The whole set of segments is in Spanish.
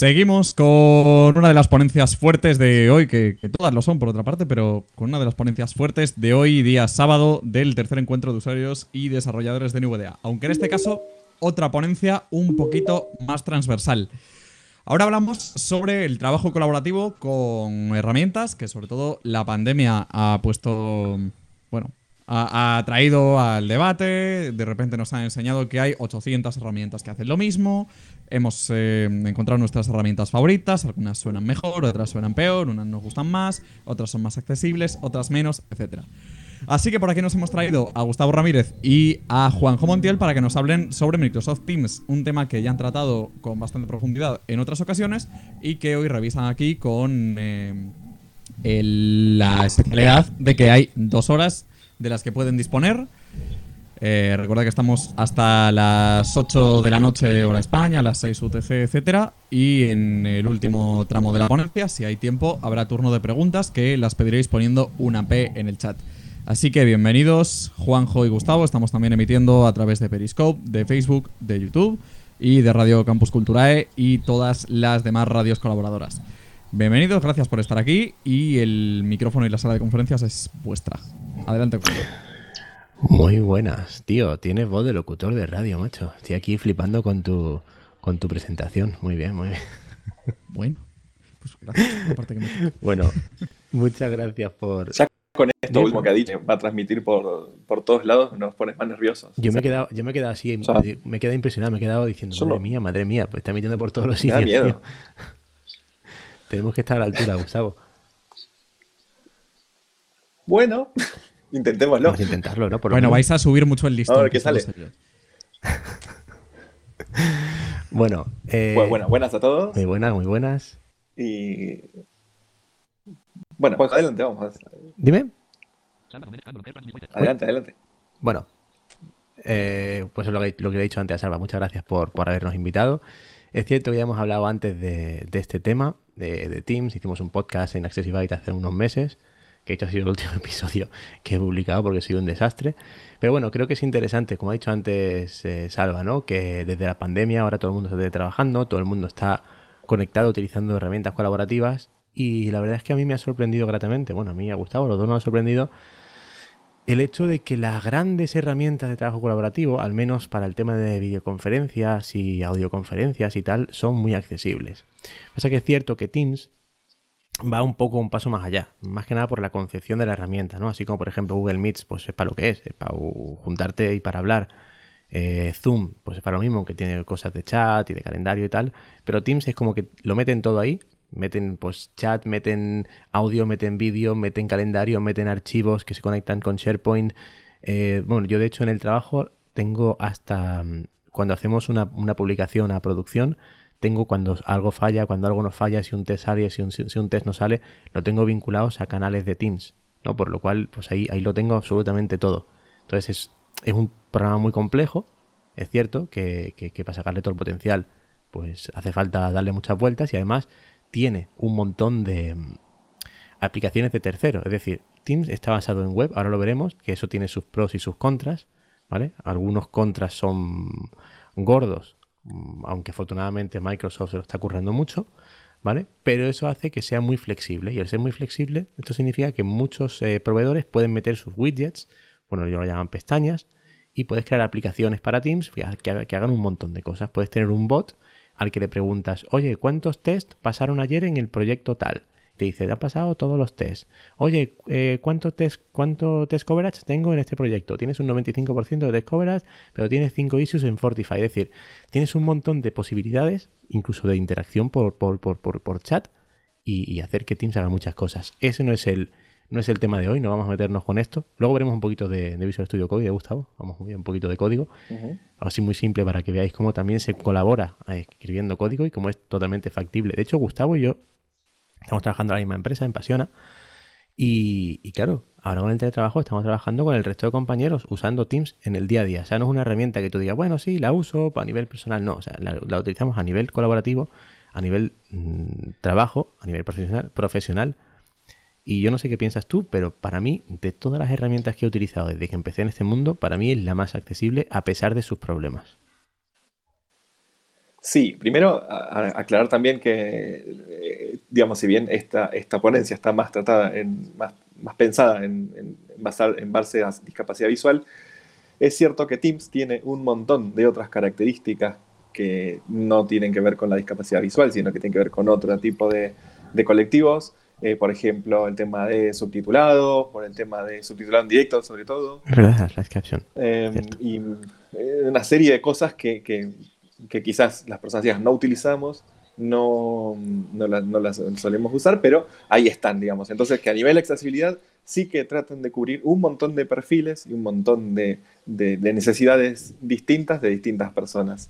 Seguimos con una de las ponencias fuertes de hoy, que todas lo son por otra parte, pero con una de las ponencias fuertes de hoy, día sábado, del tercer encuentro de usuarios y desarrolladores de NVDA. Aunque en este caso, otra ponencia un poquito más transversal. Ahora hablamos sobre el trabajo colaborativo con herramientas que sobre todo la pandemia ha puesto, bueno, ha traído al debate. De repente nos han enseñado que hay 800 herramientas que hacen lo mismo. Hemos encontrado nuestras herramientas favoritas. Algunas suenan mejor, otras suenan peor, unas nos gustan más, otras son más accesibles, otras menos, etcétera. Así que por aquí nos hemos traído a Gustavo Ramírez y a Juanjo Montiel para que nos hablen sobre Microsoft Teams, un tema que ya han tratado con bastante profundidad en otras ocasiones y que hoy revisan aquí con la especialidad de que hay 2 horas de las que pueden disponer. Recuerda que estamos hasta las 8 de la noche hora España, las 6 UTC, etcétera. Y en el último tramo de la ponencia, si hay tiempo, habrá turno de preguntas que las pediréis poniendo una P en el chat. Así que bienvenidos Juanjo y Gustavo. Estamos también emitiendo a través de Periscope, de Facebook, de YouTube y de Radio Campus Culturae y todas las demás radios colaboradoras. Bienvenidos, gracias por estar aquí y el micrófono y la sala de conferencias es vuestra. Adelante. Muy buenas, tío. Tienes voz de locutor de radio, macho. Estoy aquí flipando con tu presentación. Muy bien, muy bien. Bueno, pues gracias. Aparte que me... Bueno, muchas gracias por... Ya con esto último que ha dicho, va a transmitir por todos lados, nos pones más nerviosos. Yo me he quedado así, o sea, me he quedado impresionado, me he quedado diciendo, madre mía, pues está emitiendo por todos los me da sitios, miedo. tío. Tenemos que estar a la altura, Gustavo. Bueno, intentémoslo. Vamos a intentarlo, ¿no? Bueno, vais a subir mucho el listón. A ver qué sale. Bueno, buenas a todos. Muy buenas, muy buenas. Y bueno, pues adelante, vamos. Dime. Adelante. Bueno, pues lo que le he dicho antes a Salva, muchas gracias por habernos invitado. Es cierto que ya hemos hablado antes de este tema, de Teams. Hicimos un podcast en Accessibility hace unos meses, que de hecho ha sido el último episodio que he publicado porque ha sido un desastre. Pero bueno, creo que es interesante, como ha dicho antes Salva, ¿no? Que desde la pandemia ahora todo el mundo está trabajando, todo el mundo está conectado utilizando herramientas colaborativas y la verdad es que a mí me ha sorprendido gratamente. Bueno, a mí, a Gustavo, los dos nos ha sorprendido el hecho de que las grandes herramientas de trabajo colaborativo, al menos para el tema de videoconferencias y audioconferencias y tal, son muy accesibles. Pasa que es cierto que Teams va un paso más allá, más que nada por la concepción de la herramienta, ¿no? Así como, por ejemplo, Google Meets, pues es para lo que es para juntarte y para hablar. Zoom, pues es para lo mismo, que tiene cosas de chat y de calendario y tal, pero Teams es como que lo meten todo ahí. Meten pues chat, meten audio, meten vídeo, meten calendario, meten archivos que se conectan con SharePoint. Bueno, yo de hecho en el trabajo tengo hasta cuando hacemos una publicación a producción, tengo cuando algo falla, cuando algo no falla, si un test sale, si un test no sale, lo tengo vinculados a canales de Teams, ¿no? Por lo cual, pues ahí lo tengo absolutamente todo. Entonces es un programa muy complejo, es cierto que para sacarle todo el potencial, pues hace falta darle muchas vueltas y además tiene un montón de aplicaciones de terceros. Es decir, Teams está basado en web, ahora lo veremos, que eso tiene sus pros y sus contras, ¿vale? Algunos contras son gordos, aunque afortunadamente Microsoft se lo está currando mucho, ¿vale? Pero eso hace que sea muy flexible. Y al ser muy flexible, esto significa que muchos proveedores pueden meter sus widgets, bueno, ellos lo llaman pestañas, y puedes crear aplicaciones para Teams que hagan un montón de cosas. Puedes tener un bot al que le preguntas, oye, ¿cuántos tests pasaron ayer en el proyecto tal? Te dice, te han pasado todos los tests. Oye, ¿cuánto test coverage tengo en este proyecto? Tienes un 95% de test coverage, pero tienes 5 issues en Fortify. Es decir, tienes un montón de posibilidades, incluso de interacción por chat y hacer que Teams haga muchas cosas. Ese no es el tema de hoy, no vamos a meternos con esto. Luego veremos un poquito de Visual Studio Code, Gustavo. Vamos a ver un poquito de código. Así muy simple para que veáis cómo también se colabora escribiendo código y cómo es totalmente factible. De hecho, Gustavo y yo estamos trabajando en la misma empresa, en Pasiona. Y claro, ahora con el teletrabajo estamos trabajando con el resto de compañeros usando Teams en el día a día. O sea, no es una herramienta que tú digas, bueno, sí, la uso a nivel personal. No, o sea, la utilizamos a nivel colaborativo, a nivel trabajo, a nivel profesional. Y yo no sé qué piensas tú, pero para mí, de todas las herramientas que he utilizado desde que empecé en este mundo, para mí es la más accesible a pesar de sus problemas. Sí, primero aclarar también que, digamos, si bien esta ponencia está más tratada más pensada en base a discapacidad visual, es cierto que Teams tiene un montón de otras características que no tienen que ver con la discapacidad visual, sino que tienen que ver con otro tipo de colectivos. Por ejemplo, el tema de subtitulado, por el tema de subtitulado en directo, sobre todo. Es verdad, la caption. Y una serie de cosas que quizás las personas ciegas no utilizamos, no las solemos usar, pero ahí están, digamos. Entonces, que a nivel de accesibilidad sí que tratan de cubrir un montón de perfiles y un montón de necesidades distintas de distintas personas.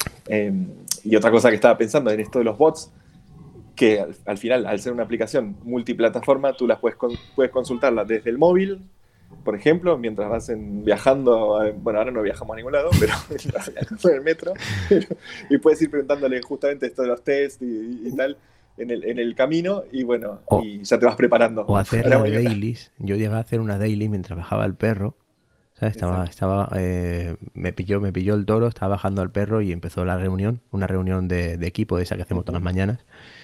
Y otra cosa que estaba pensando en esto de los bots, que al final, al ser una aplicación multiplataforma, tú las puedes consultarlas desde el móvil, por ejemplo, mientras vas viajando, bueno, ahora no viajamos a ningún lado, pero en el metro, y puedes ir preguntándole justamente esto de los test y tal en el camino, y bueno, y ya te vas preparando. O hacer la de dailies. Yo llegué a hacer una daily mientras bajaba el perro. ¿Sabes? Me pilló el toro, estaba bajando al perro y empezó la reunión, una reunión de equipo de esa que hacemos todas las mañanas.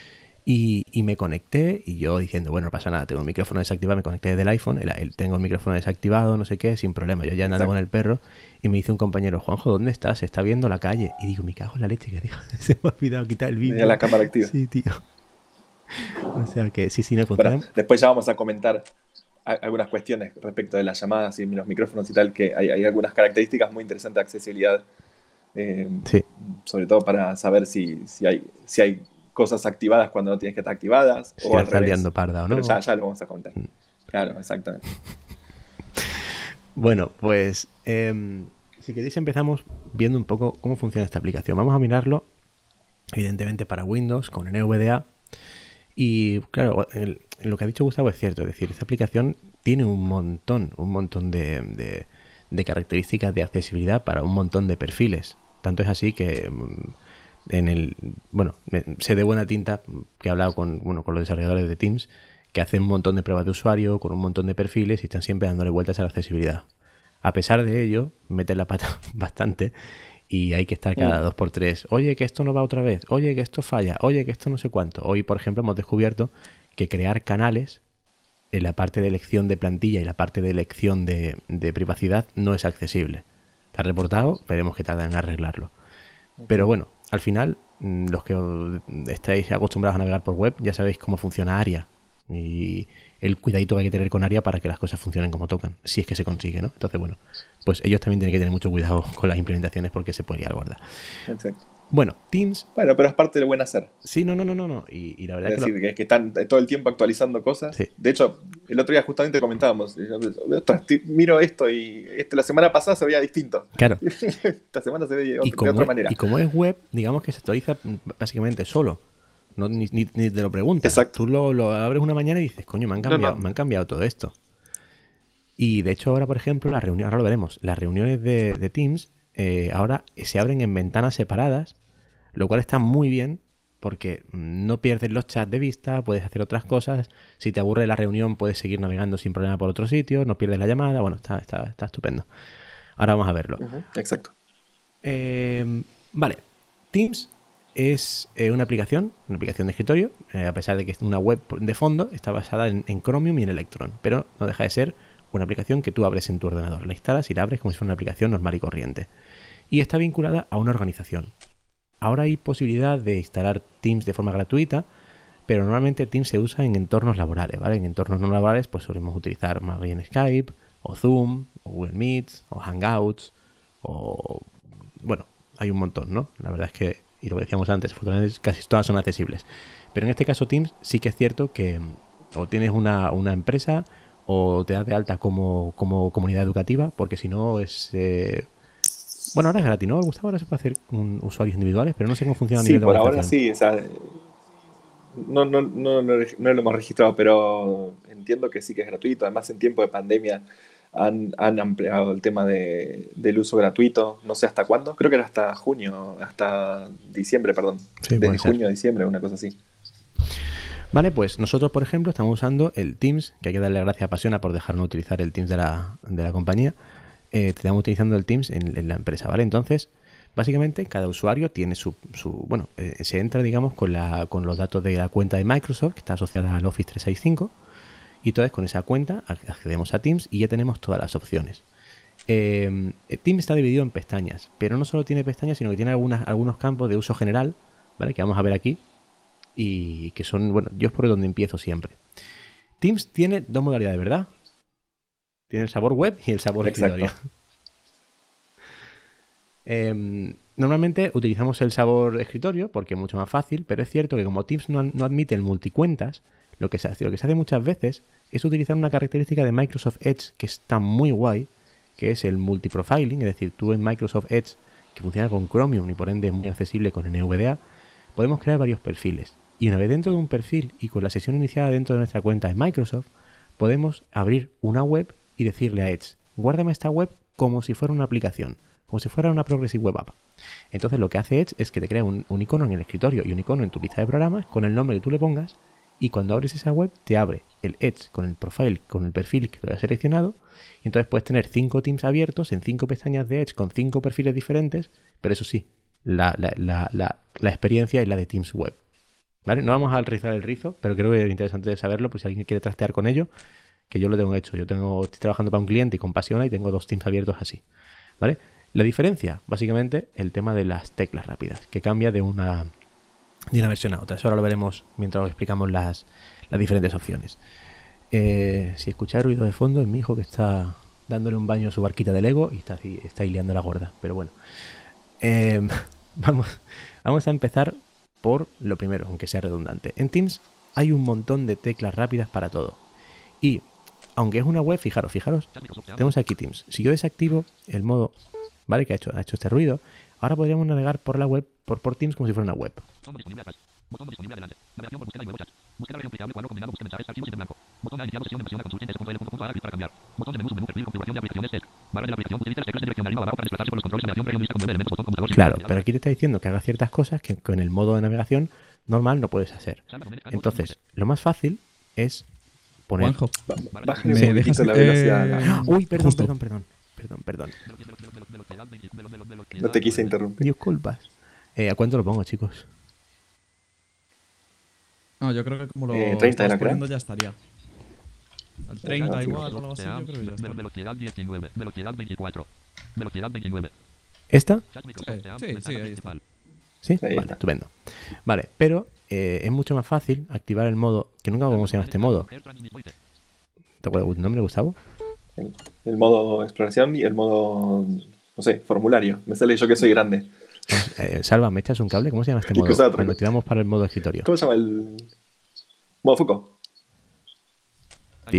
Y me conecté y yo diciendo, bueno, no pasa nada, tengo el micrófono desactivado, me conecté desde el iPhone, tengo el micrófono desactivado, no sé qué, sin problema. Yo ya andando con el perro y me dice un compañero, Juanjo, ¿dónde estás? Se está viendo la calle. Y digo, me cago en la leche, que digo, se me ha olvidado quitar el vídeo. Tenía la cámara activa. Sí, tío. O sea que sí, no funciona. Bueno, después ya vamos a comentar algunas cuestiones respecto de las llamadas y los micrófonos y tal, que hay algunas características muy interesantes de accesibilidad, sobre todo para saber si hay cosas activadas cuando no tienes que estar activadas, si o al está revés. liando parda o no. Pero ya lo vamos a contar. Claro, exactamente. Bueno, pues si queréis empezamos viendo un poco cómo funciona esta aplicación. Vamos a mirarlo, evidentemente, para Windows con NVDA. Y claro, lo que ha dicho Gustavo es cierto, es decir, esta aplicación tiene un montón de características de accesibilidad para un montón de perfiles. Tanto es así que sé de buena tinta que he hablado con los desarrolladores de Teams que hacen un montón de pruebas de usuario con un montón de perfiles y están siempre dándole vueltas a la accesibilidad. A pesar de ello, meten la pata bastante y hay que estar cada 2x3. Oye, que esto no va otra vez. Oye, que esto falla. Oye, que esto no sé cuánto. Hoy, por ejemplo, hemos descubierto que crear canales en la parte de elección de plantilla y la parte de elección de privacidad no es accesible. Está reportado, veremos qué tarda en arreglarlo. Pero bueno, al final, los que estáis acostumbrados a navegar por web ya sabéis cómo funciona ARIA y el cuidadito que hay que tener con ARIA para que las cosas funcionen como tocan, si es que se consigue, ¿no? Entonces, bueno, pues ellos también tienen que tener mucho cuidado con las implementaciones porque se puede ir al guarda. Exacto. Bueno, Teams... Bueno, pero es parte del buen hacer. Sí, no. Y la verdad es decir, que están todo el tiempo actualizando cosas. Sí. De hecho, el otro día justamente comentábamos, miro esto y la semana pasada se veía distinto. Claro. Esta semana se ve de otra manera. Y como es web, digamos que se actualiza básicamente solo. No, ni te lo preguntas. Exacto. Tú lo abres una mañana y dices, coño, me han cambiado todo esto. Y de hecho ahora, por ejemplo, ahora lo veremos, las reuniones de Teams ahora se abren en ventanas separadas, lo cual está muy bien porque no pierdes los chats de vista, puedes hacer otras cosas. Si te aburre la reunión, puedes seguir navegando sin problema por otro sitio, no pierdes la llamada. Bueno, está estupendo. Ahora vamos a verlo. Exacto. Vale. Teams es una aplicación de escritorio, a pesar de que es una web de fondo, está basada en Chromium y en Electron, pero no deja de ser una aplicación que tú abres en tu ordenador. La instalas y la abres como si fuera una aplicación normal y corriente. Y está vinculada a una organización. Ahora hay posibilidad de instalar Teams de forma gratuita, pero normalmente Teams se usa en entornos laborales, ¿vale? En entornos no laborales pues solemos utilizar más bien Skype, o Zoom, o Google Meets, o Hangouts, o... Bueno, hay un montón, ¿no? La verdad es que, y lo que decíamos antes, casi todas son accesibles. Pero en este caso Teams sí que es cierto que o tienes una empresa o te das de alta como comunidad educativa, porque si no es... Bueno, ahora es gratis, ¿no? Gustavo, ahora se puede hacer con usuarios individuales, pero no sé cómo funciona a nivel de organización. organización. Sí, por ahora sí. O sea, no lo hemos registrado, pero entiendo que sí que es gratuito. Además, en tiempo de pandemia han ampliado el tema del uso gratuito. No sé hasta cuándo. Creo que era hasta diciembre, perdón. Sí, desde junio a diciembre, una cosa así. Vale, pues nosotros, por ejemplo, estamos usando el Teams, que hay que darle gracias a Pasiona por dejarnos utilizar el Teams de la compañía. Estamos utilizando el Teams en la empresa, ¿vale? Entonces, Básicamente, cada usuario tiene bueno, se entra, digamos, con los datos de la cuenta de Microsoft, que está asociada al Office 365, y entonces con esa cuenta accedemos a Teams y ya tenemos todas las opciones. Teams está dividido en pestañas, pero no solo tiene pestañas, sino que tiene algunos campos de uso general, ¿vale? Que vamos a ver aquí, y que son, bueno, yo es por donde empiezo siempre. Teams tiene dos modalidades, ¿verdad? Tiene el sabor web y el sabor escritorio. Normalmente utilizamos el sabor escritorio porque es mucho más fácil, pero es cierto que como Teams no admite el multicuentas, lo que se hace muchas veces es utilizar una característica de Microsoft Edge que está muy guay, que es el multiprofiling, es decir, tú en Microsoft Edge, que funciona con Chromium y por ende es muy accesible con NVDA, podemos crear varios perfiles. Y una vez dentro de un perfil y con la sesión iniciada dentro de nuestra cuenta en Microsoft, podemos abrir una web y decirle a Edge, guárdame esta web como si fuera una aplicación, como si fuera una Progressive Web App. Entonces lo que hace Edge es que te crea un icono en el escritorio y un icono en tu lista de programas con el nombre que tú le pongas, y cuando abres esa web te abre el Edge con el profile, con el perfil que lo hayas seleccionado, y entonces puedes tener 5 Teams abiertos en 5 pestañas de Edge con 5 perfiles diferentes, pero eso sí, la experiencia es la de Teams Web. ¿Vale? No vamos a rizar el rizo, pero creo que es interesante de saberlo, pues si alguien quiere trastear con ello, que yo lo tengo hecho. Estoy trabajando para un cliente y con Pasiona y tengo 2 Teams abiertos así. ¿Vale? La diferencia, básicamente, el tema de las teclas rápidas, que cambia de una versión a otra. Eso ahora lo veremos mientras os explicamos las diferentes opciones. Si escucháis ruido de fondo, es mi hijo que está dándole un baño a su barquita de Lego y está ahí liando la gorda. Pero bueno, vamos a empezar por lo primero, aunque sea redundante. En Teams hay un montón de teclas rápidas para todo. Y aunque es una web, fijaros, tenemos aquí Teams. Si yo desactivo el modo, ¿vale? Que ha hecho este ruido, ahora podríamos navegar por la web, por Teams como si fuera una web. Botón disponible adelante. Navegación por búsqueda y nuevo chat. Búsqueda región clicable cuadro combinado busca mensajes archivos ítem blanco. Botón a iniciar sesión de versión a consulta s.l.a para cambiar. Botón de menú submenú perfil configuración de aplicaciones tech. Barra de la aplicación utiliza las teclas de dirección arriba abajo para desplazarse por los controles de navegación región lista con elementos botón computador. Claro, pero aquí te está diciendo que haga ciertas cosas que con el modo de navegación normal no puedes hacer. Entonces, lo más fácil es poner... Juanjo, Bájale ¿me un dejas poquito la velocidad. Uy, perdón, justo. perdón. No te quise interrumpir. Disculpas. ¿A cuánto lo pongo, chicos? No, yo creo que como lo 30 estás era, poniendo creo. ya estaría. Al 30 sí. igual o algo así, yo creo que ya está. Velocidad 19. Velocidad 24. Velocidad 29. ¿Esta? Chat Microsoft. Sí, ahí está. ¿Sí? Ahí Vale, está. estupendo. Vale, pero es mucho más fácil activar el modo, que nunca hago cómo se llama este modo. ¿Te acuerdas el nombre, Gustavo? El modo exploración y el modo, no sé, formulario. Me sale yo que soy grande. Salva, ¿me echas un cable? ¿Cómo se llama este ¿Qué modo? cosa? Cuando activamos para el modo escritorio. ¿Cómo se llama el modo foco? Tío.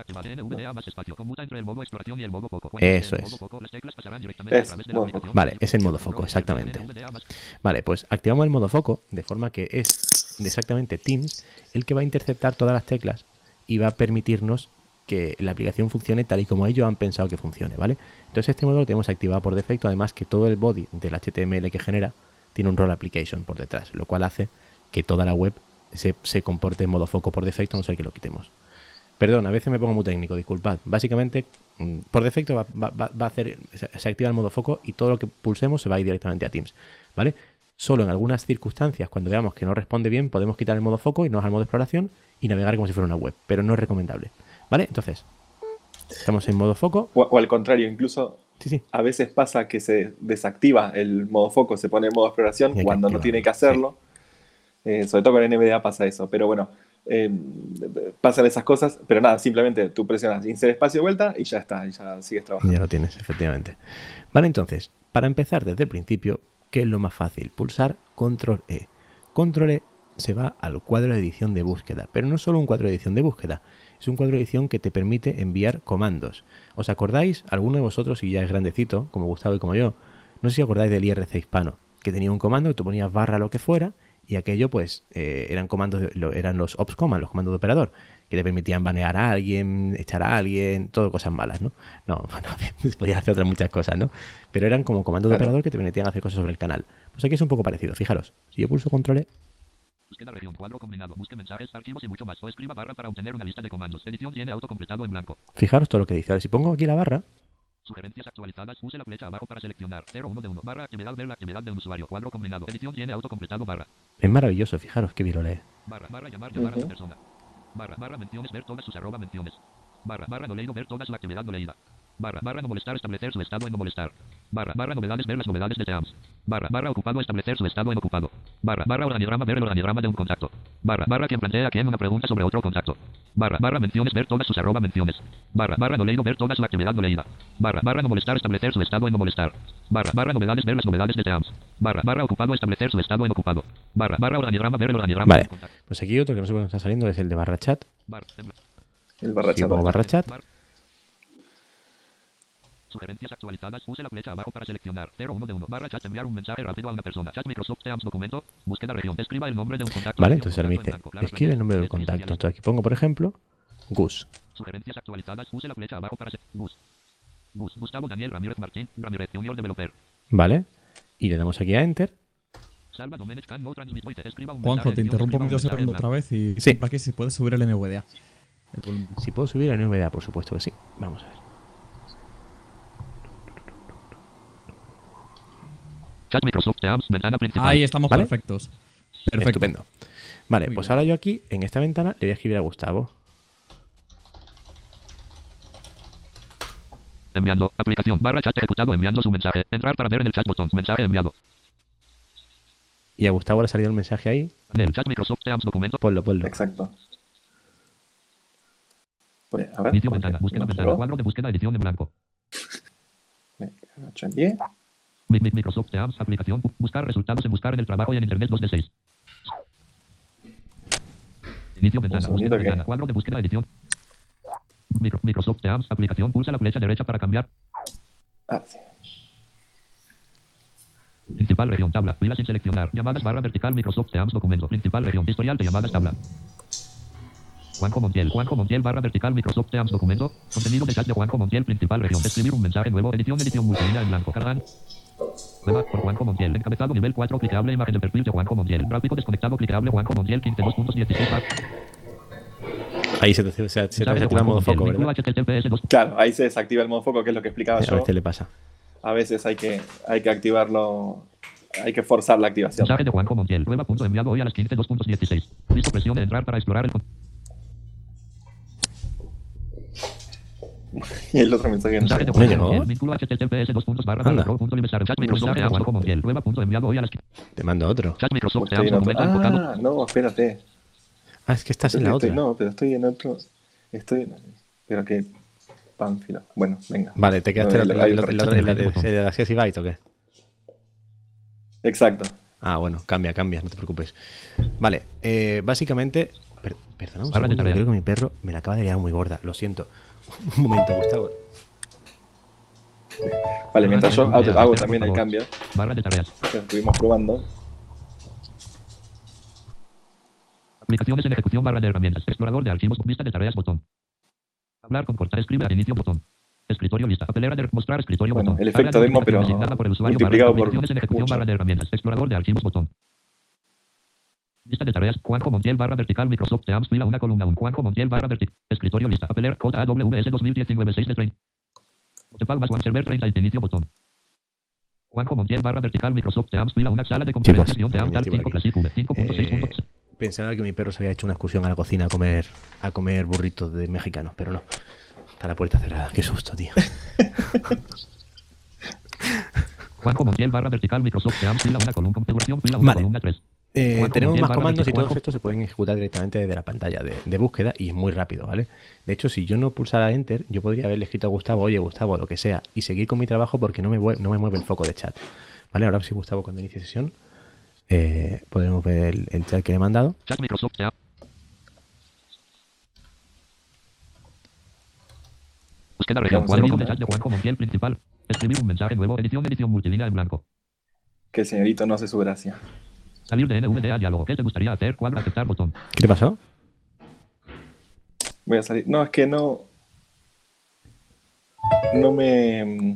Eso es. Vale, es el modo foco, exactamente. Vale, pues activamos el modo foco de forma que es exactamente Teams el que va a interceptar todas las teclas y va a permitirnos que la aplicación funcione tal y como ellos han pensado que funcione, ¿vale? Entonces este modo lo tenemos activado por defecto, además que todo el body del HTML que genera tiene un role application por detrás, lo cual hace que toda la web se comporte en modo foco por defecto, a no ser que lo quitemos. Perdón, a veces me pongo muy técnico, disculpad. Básicamente, por defecto va a hacer, se activa el modo foco y todo lo que pulsemos se va a ir directamente a Teams, ¿vale? Solo en algunas circunstancias, cuando veamos que no responde bien, podemos quitar el modo foco y irnos al modo exploración y navegar como si fuera una web, pero no es recomendable, ¿vale? Entonces, estamos en modo foco. O al contrario, incluso Sí. a veces pasa que se desactiva el modo foco, se pone en modo exploración Y hay que cuando no activarlo, tiene que hacerlo. Sobre todo con NVDA pasa eso, pero bueno, pasan esas cosas, pero nada, simplemente tú presionas insert espacio de vuelta y ya está, y ya sigues trabajando. Ya lo tienes, efectivamente. Vale, entonces, para empezar desde el principio, ¿qué es lo más fácil? Pulsar Control E. Control E se va al cuadro de edición de búsqueda, pero no solo un cuadro de edición de búsqueda, es un cuadro de edición que te permite enviar comandos. ¿Os acordáis, alguno de vosotros, si ya es grandecito, como Gustavo y como yo, no sé si acordáis del IRC hispano, que tenía un comando que tú ponías barra lo que fuera y aquello pues eran comandos, eran los ops command, los comandos de operador, que te permitían banear a alguien, echar a alguien, todo cosas malas, ¿no? No, bueno, podías hacer otras muchas cosas, ¿no? Pero eran como comandos de operador que te permitían hacer cosas sobre el canal. Pues aquí es un poco parecido, fijaros. Si yo pulso control E, Búsqueda región, cuadro combinado, busque mensajes, archivos y mucho más. O escriba barra para obtener una lista de comandos. Edición tiene autocompletado en blanco. fijaros todo lo que dice. Ahora, si pongo aquí la barra, Sugerencias actualizadas. Use la flecha abajo para seleccionar. 01 de 1. Barra actividad. Ver la actividad del usuario. Cuadro combinado. Edición tiene autocompletado. Barra. Es maravilloso, fijaros qué bien lo lee. Barra llamar a la persona. Barra menciones. Ver todas sus arroba menciones. Barra no leído. Ver toda su actividad no leída. Barra no molestar. Establecer su estado en no molestar. Barra novedades. Ver las novedades de Teams. Barra ocupado. Establecer su estado en ocupado. Barra organigrama. Ver el organigrama de un contacto. Barra quien plantea a quien una pregunta sobre otro contacto. Barra menciones. Ver todas sus arroba menciones. Barra no leído. Ver toda su actividad no leída. Barra no molestar. Establecer su estado en no molestar. Barra novedades. Ver las novedades de Teams. Barra ocupado. Establecer su estado en ocupado. Barra organigrama. Ver el organigrama Vale, de un contacto. pues aquí otro que no sé por qué está saliendo es el de barra chat. El barra Si chat. pongo barra chat, Sugerencias actualizadas. Use la flecha abajo para seleccionar. 01 de 1. Barra chat. Enviar un mensaje rápido a una persona. Chat Microsoft Teams documento. Búsqueda región. Escriba el nombre de un contacto. vale, Edición, entonces ahora me contacto en dice, blanco, claro, escribe el nombre del blanco, contacto. esenciales. Entonces aquí pongo, por ejemplo, Gus. Sugerencias actualizadas. Use la flecha abajo para Gustavo Daniel Ramírez Martín. Ramírez Junior Developer. Vale, y le damos aquí a Enter. Salva Domenech Can no transmit voice. Escriba un Juanjo, mensaje, te edición, interrumpo escriba un medio mensaje en segundo blanco. otra vez y Sí. para que si puedes subir el NVDA. El volumen. Si puedo subir a NVDA, por supuesto que sí. Vamos a ver. Chat Microsoft Teams. Ventana principal. Ahí estamos ¿Vale? perfectos. Perfecto. Estupendo. Vale, Muy pues bien. ahora yo aquí, en esta ventana, le voy a escribir a Gustavo. Enviando. Aplicación. Barra chat ejecutado. Enviando su mensaje. Entrar para ver en el chat botón. Mensaje enviado. Y a Gustavo le ha salido el mensaje ahí. En el chat Microsoft Teams documento. Ponlo. Exacto. Pues, a ver. Inicio ¿por qué? ventana. Búsqueda ¿No ventana. probó? Cuadro de búsqueda. Edición en blanco. Me agacho en pie. Microsoft Teams. Aplicación. Buscar resultados en buscar en el trabajo y en internet 2 de 6. Inicio ventana. segundito Búsqueda que- ventana. Cuadro de búsqueda. Edición. Microsoft Teams. Aplicación. Pulsa la flecha derecha para cambiar. Ah, sí. Principal región, tabla, filas sin seleccionar, llamadas barra vertical, Microsoft Teams documento, principal región, historial de llamadas, tabla. Juanjo Montiel, barra vertical, Microsoft Teams documento, contenido de chat de Juanjo Montiel, principal región, escribir un mensaje nuevo, edición multilínea en blanco, cargan. Nueva por Juanjo Montiel, encabezado nivel 4, clicable, imagen de perfil de Juanjo Montiel, gráfico desconectado, clicable, Juanjo Montiel, 15.2.16. Ahí se te activa el modo foco, ¿verdad? Claro, ahí se desactiva el modo foco, que es lo que explicaba A yo. veces le pasa. A veces hay que activarlo, hay que forzar la activación. Mensaje de Juanjo Montiel, prueba punto enviado hoy a las 15.2.16. Listo, presione entrar para explorar el Y el otro mensaje no mensaje sé. de Juanjo llegó? Montiel, vínculo https Anda. chat Microsoft de Juanjo Montiel, prueba punto enviado hoy a las Te mando otro. chat Microsoft Estoy en Teams otro. documento enfocado. Ah, no, espérate. Ah, es que estás en la otra. No, pero estoy en otro. Pero que. Pánfilo. Bueno, venga. Vale, te quedaste No, en hay la otro. de Access Byte o qué. Exacto. Ah, bueno, cambia, no te preocupes. Vale, básicamente. Perdona un Barra de segundo, tarea. creo que mi perro me la acaba de liar muy gorda. Lo siento. Un momento, Gustavo. Vale, mientras yo hago también el cambio, Barra de tareas. que estuvimos probando. Aplicaciones en ejecución, barra de herramientas. Explorador de archivos, vista de tareas, botón. Hablar con cortar, escribe al inicio, botón. Escritorio, lista. Papelera de mostrar, escritorio, Bueno, botón. el efecto Área de demo, pero notificación asignada por el usuario, multiplicado barra, por aplicaciones en ejecución, mucho. barra de herramientas. Explorador de archivos, botón. Lista de tareas, Juanjo Montiel, barra vertical, Microsoft Teams, fila 1, columna 1. Juanjo Montiel, barra vertical. Escritorio, lista. Papelera, JAWS 2019, 6 de 30. Botepal más One Server 30, inicio, botón. Juanjo Montiel, barra vertical, Microsoft Teams, fila 1, sala de conferencias, guión, Teams, ya estoy 5, por Classic V, 5.6. Pensaba que mi perro se había hecho una excursión a la cocina a comer burritos de mexicanos, pero no. Está la puerta cerrada. Qué susto, tío. Juanjo Montiel, barra vertical, Microsoft Teams, fila 1, columna, configuración, fila 1, Vale. columna 3. Juanjo Tenemos Montiel, más barra comandos y vertical, todos estos se pueden ejecutar directamente desde la pantalla de búsqueda y es muy rápido, ¿vale? De hecho, si yo no pulsara Enter, yo podría haberle escrito a Gustavo, oye, Gustavo, lo que sea, y seguir con mi trabajo porque no me mueve el foco de chat. ¿Vale? Ahora si Gustavo cuando inicie sesión, podremos ver el chat que le he mandado. Chat Microsoft Teams. Búsqueda región, cuadro de chat de Juanjo Montiel, principal. Escribir un mensaje nuevo, edición multilínea en blanco. Que el señorito no hace su gracia. Salir de NVDA diálogo. ¿Qué te gustaría hacer? Cuadro aceptar botón. ¿Qué te pasó? Voy a salir. No, es que no. No me.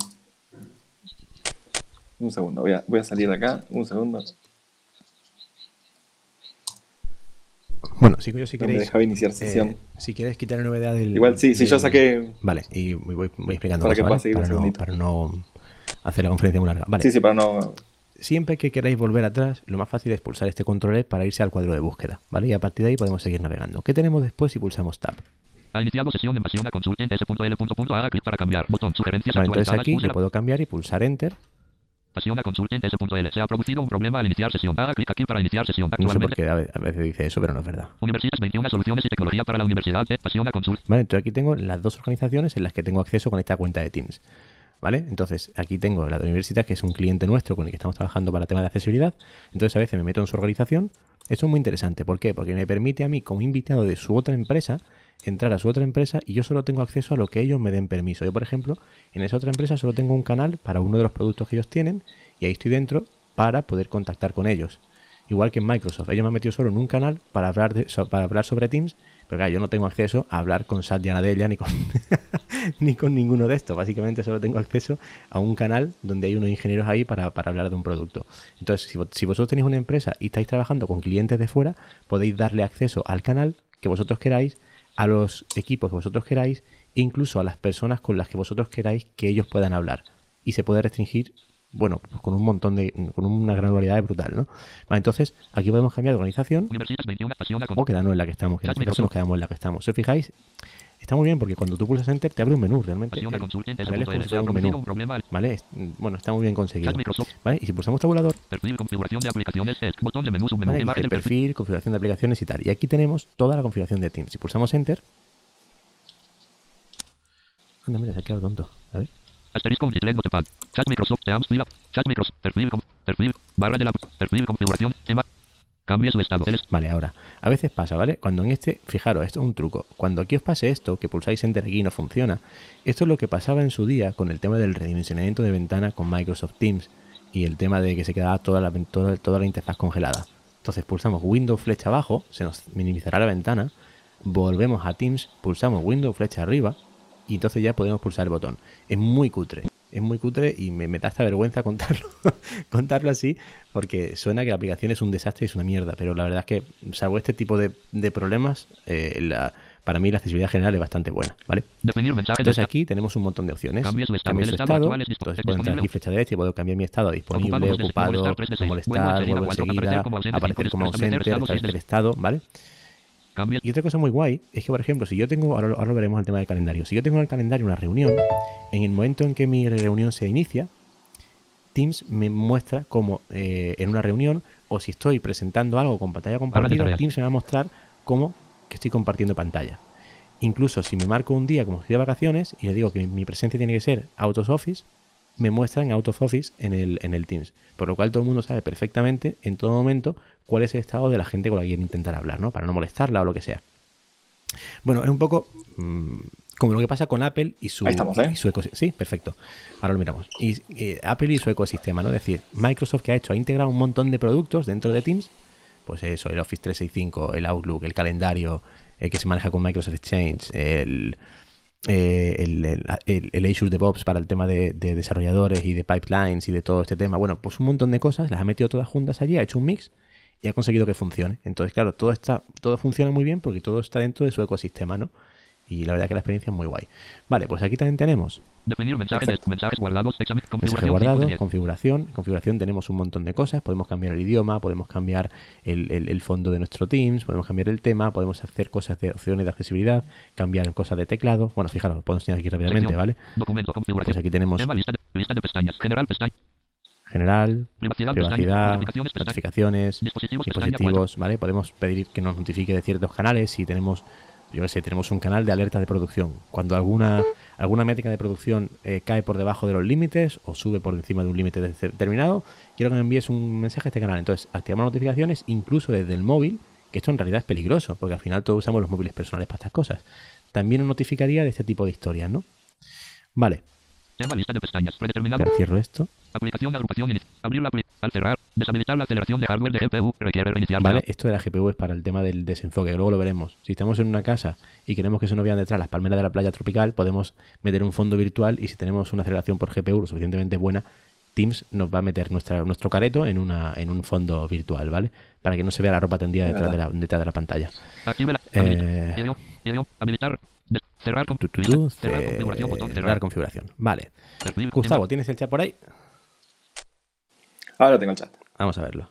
Un segundo, voy a salir de acá. Un segundo. Bueno, sí, yo si No me queréis, dejaba iniciar sesión. si quieres quitar la novedad del... Igual sí, yo saqué Vale, y voy explicando para cosas, que ¿vale? puedas seguir un Para segundito. no hacer la conferencia muy larga. Vale, Sí, para no... siempre que queráis volver atrás, lo más fácil es pulsar este control E para irse al cuadro de búsqueda, ¿vale? Y a partir de ahí podemos seguir navegando. ¿Qué tenemos después si pulsamos Tab? Ha iniciado sesión en pasión a consulten s.l. Haga clic para cambiar. Botón sugerencias Vale, entonces actualizadas. aquí Use yo la puedo cambiar y pulsar Enter. pasión a consulten s.l. Se ha producido un problema al iniciar sesión. Haga clic aquí para iniciar sesión. No sé por Actualmente. qué a veces dice eso, pero no es verdad. Universidad 21 Soluciones y Tecnología para la Universidad de Pasión a Consult. Vale, entonces aquí tengo las dos organizaciones en las que tengo acceso con esta cuenta de Teams. ¿Vale? Entonces, aquí tengo la de Universidad, que es un cliente nuestro con el que estamos trabajando para temas de accesibilidad. Entonces, a veces me meto en su organización. Esto es muy interesante. ¿Por qué? Porque me permite a mí, como invitado de su otra empresa, entrar a su otra empresa y yo solo tengo acceso a lo que ellos me den permiso. Yo, por ejemplo, en esa otra empresa solo tengo un canal para uno de los productos que ellos tienen y ahí estoy dentro para poder contactar con ellos. Igual que en Microsoft. Ellos me han metido solo en un canal para hablar sobre Teams, pero claro, yo no tengo acceso a hablar con Satya Nadella ni con, ni con ninguno de estos. Básicamente solo tengo acceso a un canal donde hay unos ingenieros ahí para hablar de un producto. Entonces, si vosotros tenéis una empresa y estáis trabajando con clientes de fuera, podéis darle acceso al canal que vosotros queráis, a los equipos que vosotros queráis, incluso a las personas con las que vosotros queráis que ellos puedan hablar. Y se puede restringir, bueno, pues con una granularidad brutal, ¿no? Vale, entonces, aquí podemos cambiar de organización Universidad 21 Pasión a o Consult. quedarnos en la que estamos, que en este caso nos quedamos en la que estamos. Si os fijáis, está muy bien porque cuando tú pulsas Enter te abre un menú, realmente. Pasión a Consulten Vale, es como s.l. si Se ha fuera un producido menú, un problema al ¿vale? Bueno, está muy bien conseguido. Chat Microsoft. ¿Vale? Y si pulsamos tabulador, Perfil, configuración de aplicaciones. Botón de menú, submenú. ¿vale? Imagen Dice del perfil. perfil, configuración de aplicaciones y tal. Y aquí tenemos toda la configuración de Teams. Si pulsamos Enter... Anda, mira, se ha quedado tonto. A ver. Asterisco display notepad. Chat Microsoft Teams fila. Chat Microsoft perfil barra de la perfil configuración tema. Cambie su estado. Vale, ahora, a veces pasa, ¿vale? Cuando en este, fijaros, esto es un truco. Cuando aquí os pase esto, que pulsáis Enter aquí y no funciona, esto es lo que pasaba en su día con el tema del redimensionamiento de ventana con Microsoft Teams y el tema de que se quedaba toda la interfaz congelada. Entonces pulsamos Windows flecha abajo, se nos minimizará la ventana, volvemos a Teams, pulsamos Windows flecha arriba y entonces ya podemos pulsar el botón. Es muy cutre y me da esta vergüenza contarlo así, porque suena que la aplicación es un desastre y es una mierda, pero la verdad es que, salvo este tipo de problemas, para mí la accesibilidad general es bastante buena, ¿vale? Definir mensaje de Entonces estado. aquí tenemos un montón de opciones. Cambie su estado. Cambio El su estado estado, actual es entonces puedo entrar disponible. aquí flecha derecha y puedo cambiar mi estado a disponible, Ocupado, ocupado, molestar, 3 de 6. no molestar, Vuelvo vuelvo a salir, enseguida, aparecer como ausente, aparecer como establecer ausente, estado, establecer sí, estado, ¿vale? Cambie. Y otra cosa muy guay es que, por ejemplo, si yo tengo, ahora lo veremos el tema del calendario, si yo tengo en el calendario una reunión, en el momento en que mi reunión se inicia, Teams me muestra como en una reunión, o si estoy presentando algo con pantalla compartida, tareas. Teams me va a mostrar como que estoy compartiendo pantalla. Incluso si me marco un día como estoy de vacaciones y le digo que mi presencia tiene que ser out of office, me muestran out of office en el Teams. Por lo cual todo el mundo sabe perfectamente en todo momento cuál es el estado de la gente con la que quiere intentar hablar, ¿no? Para no molestarla o lo que sea. Bueno, es un poco como lo que pasa con Apple y su, Ahí estamos, ¿eh? y su ecosistema. Sí, perfecto. Ahora lo miramos. Y Apple y su ecosistema, ¿no? Es decir, Microsoft, que ha hecho, ha integrado un montón de productos dentro de Teams. Pues eso, el Office 365, el Outlook, el calendario que se maneja con Microsoft Exchange, el Azure DevOps para el tema de desarrolladores y de pipelines y de todo este tema. Bueno, pues un montón de cosas, las ha metido todas juntas allí, ha hecho un mix y ha conseguido que funcione. Entonces, claro, todo funciona muy bien porque todo está dentro de su ecosistema, ¿no? Y la verdad que la experiencia es muy guay. Vale, pues aquí también tenemos Definir mensajes guardados. mensaje Configuración. guardado, 5 de 10. configuración tenemos un montón de cosas, podemos cambiar el idioma, podemos cambiar el fondo de nuestro Teams, podemos cambiar el tema, podemos hacer cosas de opciones de accesibilidad, cambiar cosas de teclado. Bueno, fijaros, lo puedo enseñar aquí rápidamente, Sección. ¿vale? Documento. Pues Configuración. aquí tenemos Tema lista de pestañas. General pestaña. general, Privacidad. privacidad, Notificaciones, pestaña. notificaciones, Dispositivos. Pestaña. dispositivos, ¿vale? Podemos pedir que nos notifique de ciertos canales si tenemos, yo qué sé, tenemos un canal de alerta de producción. Cuando alguna métrica de producción cae por debajo de los límites o sube por encima de un límite determinado, quiero que me envíes un mensaje a este canal. Entonces, activamos notificaciones incluso desde el móvil, que esto en realidad es peligroso, porque al final todos usamos los móviles personales para estas cosas. También nos notificaría de este tipo de historias, ¿no? Vale, Tema lista de pestañas. Predeterminado. ya cierro esto. Aplicación de agrupación. Abrir la al cerrar. Deshabilitar la aceleración de hardware de GPU. Requiere reiniciar. Vale, esto de la GPU es para el tema del desenfoque, que luego lo veremos. Si estamos en una casa y queremos que se nos vean detrás las palmeras de la playa tropical, podemos meter un fondo virtual y si tenemos una aceleración por GPU lo suficientemente buena, Teams nos va a meter nuestro careto en un fondo virtual, ¿vale? Para que no se vea la ropa tendida detrás de la pantalla. Active la habilitar. Cerrar configuración, botón Cerrar configuración. Vale. Perfil, Gustavo, ¿tienes el chat por ahí? Ahora tengo el chat. Vamos a verlo.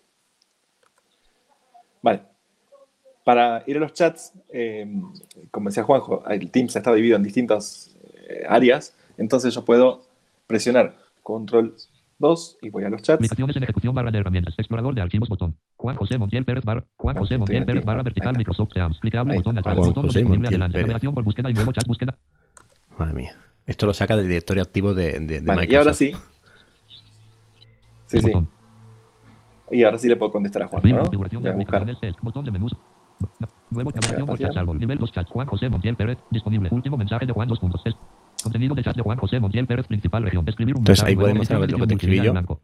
Vale. Para ir a los chats, como decía Juanjo, el Teams está dividido en distintas áreas, entonces yo puedo presionar Control 2 y voy a los chats. Aplicaciones en ejecución barra de herramientas. Explorador de archivos botón. Juan José Montiel Pérez barra. Juan José Montiel Pérez barra vertical Microsoft Teams. Clicable Ahí botón está. atrás. Juan Botón José disponible Montiel adelante. Pérez. Navegación por búsqueda y nuevo chat búsqueda. Madre mía. Esto lo saca del directorio activo de Vale, Microsoft. y ahora sí. Sí, sí. Botón. Y ahora sí le puedo contestar a Juan, Perfil, ¿no? configuración Voy de a buscar. aplicaciones. Botón de menús. Nuevo navegación por fácil. chat árbol. Nivel 2 chat. Juan José Montiel Pérez. Disponible. Último mensaje de Juan 2 puntos. Contenido de chat de Juan José Montiel Pérez. Principal región. Escribir un Entonces, mensaje ahí nuevo, podemos edición, saber lo que te edición, escribí yo. blanco.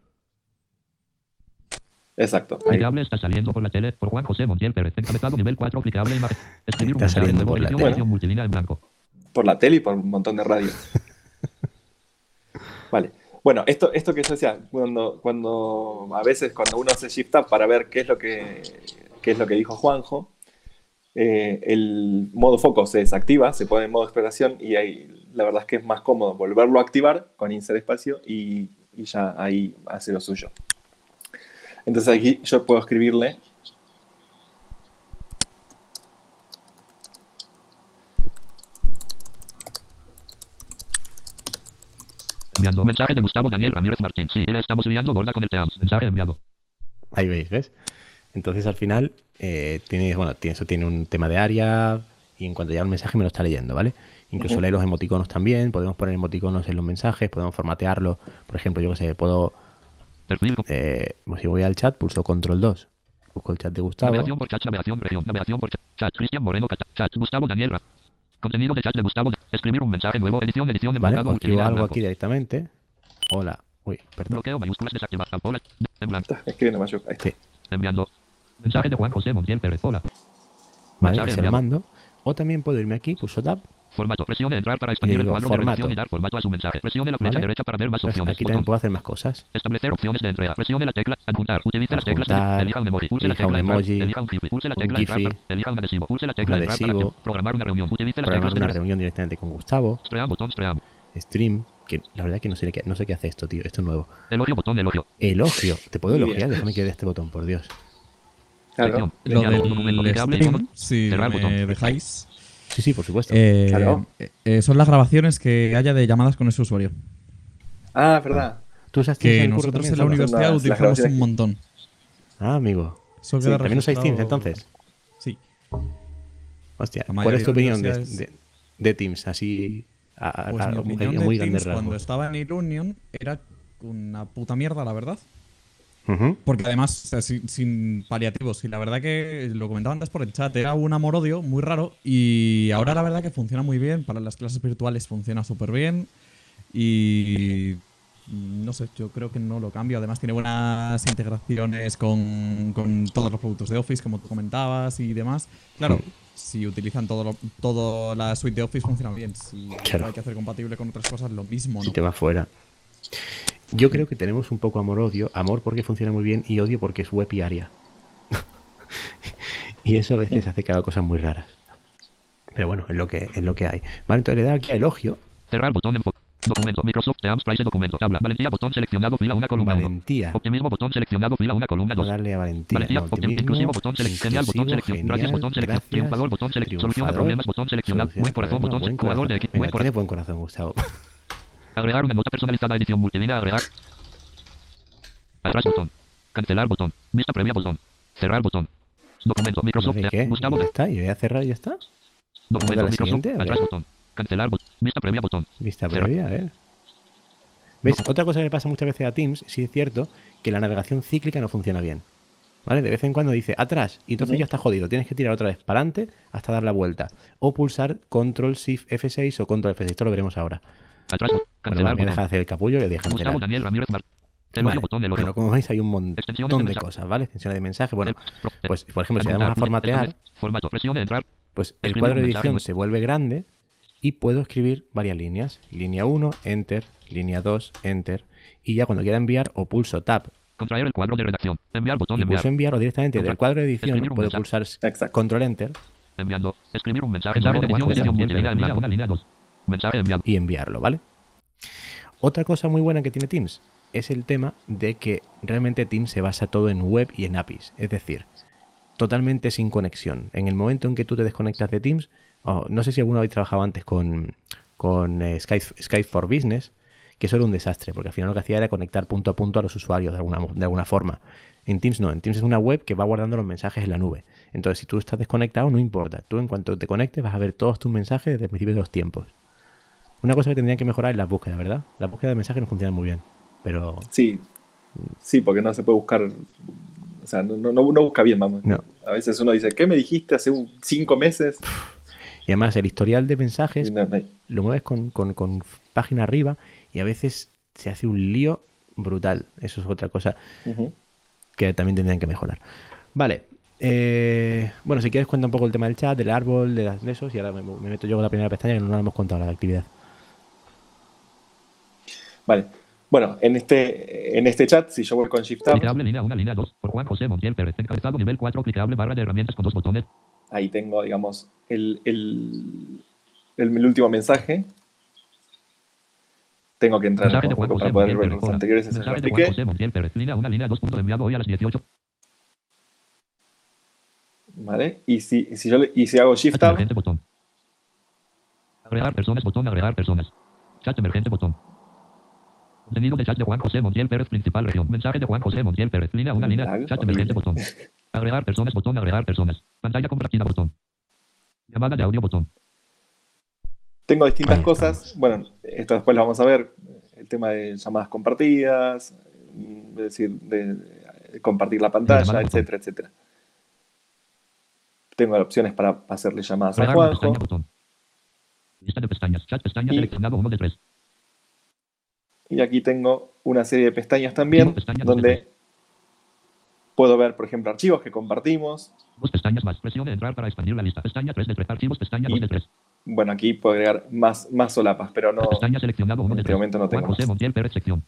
Exacto. Ahí. Clicable está saliendo por la tele por Juan José Montiel Pérez. Encabezado nivel 4. Clicable imagen. Escribir un Está mensaje saliendo nuevo. por la Edición, tele. edición multilínea en blanco. Por la tele y por un montón de radios. Vale. Bueno, esto que yo decía, cuando a veces cuando uno hace Shift Tab para ver qué es lo que dijo Juanjo, el modo foco se desactiva, se pone en modo exploración y ahí la verdad es que es más cómodo volverlo a activar con insert espacio y ya ahí hace lo suyo. Entonces aquí yo puedo escribirle Enviando mensaje de Gustavo Daniel Ramírez Martín. Sí, le estamos enviando gorda con el Teams. Mensaje enviado. Ahí veis, ¿ves? Entonces al final tiene un tema de área y en cuanto llega un mensaje me lo está leyendo, ¿vale? Incluso lee los emoticonos también, podemos poner emoticonos en los mensajes, podemos formatearlo. Por ejemplo, yo que sé, puedo... Perfil. si voy al chat, pulso Control 2. Busco el chat de Gustavo. Navegación por chat, navegación región, navegación por chat. Chat, Cristian Moreno, chat, Gustavo Daniel. Contenido de chat de Gustavo. Escribir un mensaje nuevo. Edición Vale, embargado. o escribo algo aquí directamente. Hola. Uy, perdón. Bloqueo mayúsculas desactivar. Hola. En blanco. está escribiendo mayúscula. Ahí está. Sí. Enviando. Mensaje de Juan José Montiel Pérez. Hola. Vale, Mensaje se lo enviado. mando. O también puedo irme aquí, pulso Tab. Formato. Presione entrar para expandir Y el digo, cuadro de formato. redacción y dar formato a su mensaje. Presione la flecha Vale. derecha para ver más Pues opciones. aquí Botón. también puedo hacer más cosas. Establecer opciones de entrega. Presione la tecla adjuntar. Utilice las teclas. Adjuntar, Elija un emoji. Pulse la elija un tecla entrar. emoji, Elija un GIF. Pulse la un tecla entrar. GIF, Elija un adhesivo. Pulse la tecla entrar para adhesivo, programar una reunión. Utilice las programar teclas una reunión directamente con Gustavo. Stream, botón stream. Stream, que la verdad es que no sé qué hace esto, tío. Esto es nuevo. Elogio, botón elogio. Elogio. ¿Te puedo Muy elogiar? bien. Déjame que dé este botón, por Dios. Claro. Sección. Lo Señala un documento del clicable, stream, botón. si Cerrar botón. me dejáis, Sí, sí, por supuesto. Claro. son las grabaciones que haya de llamadas con ese usuario. Ah, verdad. ¿Tú usas Teams Que en el curro nosotros también, en la Salva? universidad Las utilizamos grabaciones un que- montón. Ah, amigo. Eso Sí, queda ¿También usáis Teams registrado- entonces? Sí. Hostia, La ¿cuál mayoría es tu de opinión universidades- de Teams? Así, Pues mi opinión muy de grandes Teams cuando rasgos. estaba en Ilunion era una puta mierda, la verdad. Ujú. Porque además, o sea, sin paliativos. Y la verdad que lo comentaba antes por el chat, era un amor-odio muy raro. Y ahora la verdad que funciona muy bien. Para las clases virtuales funciona súper bien. Y no sé, yo creo que no lo cambio. Además tiene buenas integraciones con todos los productos de Office, como tú comentabas y demás. Claro, si utilizan toda la suite de Office funciona bien. Si Claro. hay que hacer compatible con otras cosas, lo mismo, Si ¿no? te vas fuera. Yo creo que tenemos un poco amor-odio. Amor porque funciona muy bien y odio porque es web y área. Y eso a veces hace que haga cosas muy raras. Pero bueno, es lo que hay. Vale, entonces le da aquí a elogio. Cerrar botón en documento. Microsoft Teams Price documento. Tabla. Valentía botón seleccionado fila 1 columna 1. Valentía. Optimismo botón seleccionado fila 1 columna Vamos 2. a darle a Valentía. Valentía, No, optimismo, inclusivo botón seleccionado, botón selección, gracias, botón selección, triunfador, botón selección, solución a problemas, botón seleccionado, buen corazón, botón buen jugador de equipo, Venga, buen tiene corazón. buen corazón, Gustavo. Agregar una nota personalizada, edición multilínea, agregar. Atrás botón. Cancelar botón. Vista previa botón. Cerrar botón. Documento, Microsoft, No sé qué. Gustavo, Ya está, yo voy a cerrar y ya está. documento, la Microsoft, siguiente, a ver. atrás botón. Cancelar botón. Vista previa botón. Vista Cerrar. previa, a ver. ¿Ves? Otra cosa que le pasa muchas veces a Teams, sí es cierto, que la navegación cíclica no funciona bien. ¿Vale? De vez en cuando dice atrás y entonces ya está jodido. Tienes que tirar otra vez para adelante hasta dar la vuelta. O pulsar Control Shift F6 o Control F6. Esto lo veremos ahora. Atrás, Bueno, cancelar me deja botón. hacer el capullo y le deja Gustavo cancelar. Daniel Ramírez Elogio Vale. botón, elogio. Bueno, como veis hay un montón Extensiones de de mensaje. cosas, ¿vale? Extensiones de mensaje. Bueno, Pro- pues por ejemplo, si le damos a formatear, Formato, presione entrar. pues el Escribir cuadro de un mensaje. edición se vuelve grande y puedo escribir varias líneas. Línea 1, Enter. Línea 2, Enter. y ya cuando quiera enviar o pulso Tab Contraer el cuadro de redacción. Enviar botón y enviar. pulso enviar o directamente del cuadro de edición Escribir un puedo mensaje. pulsar Exacto. Control Enter Enviando. Escribir un mensaje. Mensaje de edición multilínea enviado. Una línea 2. Mensaje enviado. y enviarlo, ¿vale? Otra cosa muy buena que tiene Teams es el tema de que realmente Teams se basa todo en web y en APIs, es decir, totalmente sin conexión. En el momento en que tú te desconectas de Teams, no sé si alguno habéis trabajado antes con Skype for Business, que eso era un desastre, porque al final lo que hacía era conectar punto a punto a los usuarios de alguna forma. En Teams no, en Teams es una web que va guardando los mensajes en la nube. Entonces, si tú estás desconectado, no importa. Tú en cuanto te conectes vas a ver todos tus mensajes desde el principio de los tiempos. Una cosa que tendrían que mejorar es la búsqueda, ¿verdad? La búsqueda de mensajes no funciona muy bien, pero Sí, porque no se puede buscar, o sea, no busca bien, vamos. no. A veces uno dice, ¿qué me dijiste hace 5 meses? Y además el historial de mensajes Y no hay. lo mueves con página arriba y a veces se hace un lío brutal. Eso es otra cosa Ujú. que también tendrían que mejorar. Vale. Bueno, si quieres cuenta un poco el tema del chat, del árbol, de esos, y ahora me meto yo con la primera pestaña que no la hemos contado, la actividad. Vale. Bueno, en este chat, si yo voy con Shift Tab, Clicable línea 1, línea 2. Por Juan José Montiel Pérez. Encabezado nivel 4. Clicable barra de herramientas con 2 botones. ahí tengo, digamos, el último mensaje. Tengo que entrar Mensaje al de Juan juego José para poder Montiel ver Pérez. los anteriores, eso lo Mensaje de Juan expliqué. José Montiel Pérez. Línea 1, línea 2. Enviado hoy a las 18. ¿Vale? Y si hago Shift Chat Tab, emergente botón. Agregar personas botón. Agregar personas. Chat emergente botón. Contenido de chat de Juan José Montiel Pérez. Principal región. Mensaje de Juan José Montiel Pérez. Línea 1, línea. Lag, Chat horrible. emergente botón. Agregar personas botón. Agregar personas. Pantalla compartida botón. Llamada de audio botón. tengo distintas Ahí cosas. estamos. Bueno, esto después lo vamos a ver. El tema de llamadas compartidas, es decir, de compartir la pantalla, Llamada botón. etcétera, etcétera. Tengo opciones para hacerle llamadas a Agregar una Juanjo. pestaña botón. Lista de pestañas. Chat pestaña Y- seleccionado 1 de 3. Y aquí tengo una serie de pestañas también, Pestaña, donde puedo ver, por ejemplo, archivos que compartimos. 2 pestañas más. Presione entrar para expandir la lista. Pestaña 3 de 3. Archivos. Pestaña Y- 2 de 3. Bueno, aquí puedo agregar más solapas, pero no, Pestaña seleccionado 1 en de este 3. momento no Juan tengo José más. Montiel Pérez sección.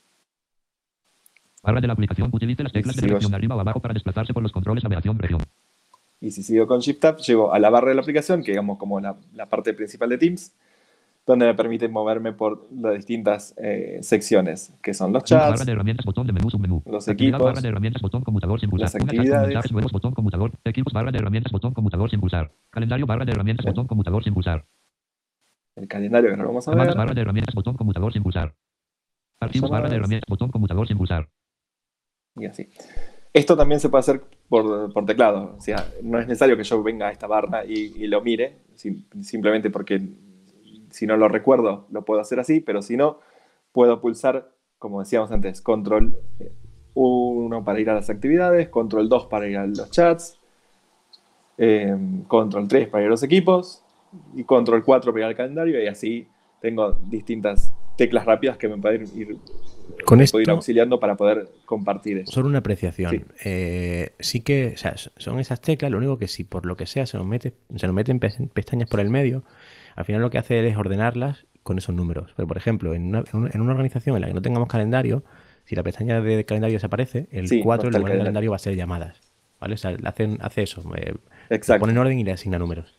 Barra de la aplicación. Utilice las teclas de Sigo- dirección arriba o abajo para desplazarse por los controles navegación región. Y si sigo con Shift Tab, llego a la barra de la aplicación, que digamos como la parte principal de Teams, donde me permite moverme por las distintas secciones, que son los Barra chats, de herramientas, botón de menú, submenú. los Actividad, equipos, barra de herramientas, botón conmutador sin pulsar. las Una chat con actividades. mensajes nuevos, botón conmutador. Equipos, barra de herramientas, botón conmutador sin pulsar. Calendario, barra de herramientas, Bien. botón conmutador sin pulsar. el calendario, que ahora lo vamos a Llamadas, ver. barra de herramientas, botón conmutador sin pulsar. Archivos, barra de Llamadas. herramientas, botón conmutador sin pulsar. Y así. Esto también se puede hacer por teclado. O sea, no es necesario que yo venga a esta barra y lo mire, simplemente porque si no lo recuerdo, lo puedo hacer así, pero si no, puedo pulsar, como decíamos antes, control 1 para ir a las actividades, control 2 para ir a los chats, control 3 para ir a los equipos y control 4 para ir al calendario, y así tengo distintas teclas rápidas que me pueden ir, Con puedo ir esto, auxiliando para poder compartir eso. solo una apreciación. Sí. Sí que, o sea, son esas teclas, lo único que si por lo que sea se nos meten pestañas por el medio, al final lo que hace es ordenarlas con esos números. Pero, por ejemplo, en una organización en la que no tengamos calendario, si la pestaña de calendario desaparece, el Sí, 4 no en está el lugar de calendario. calendario va a ser llamadas. ¿Vale? O sea, hace eso. Le Exacto. pone en orden y le asigna números.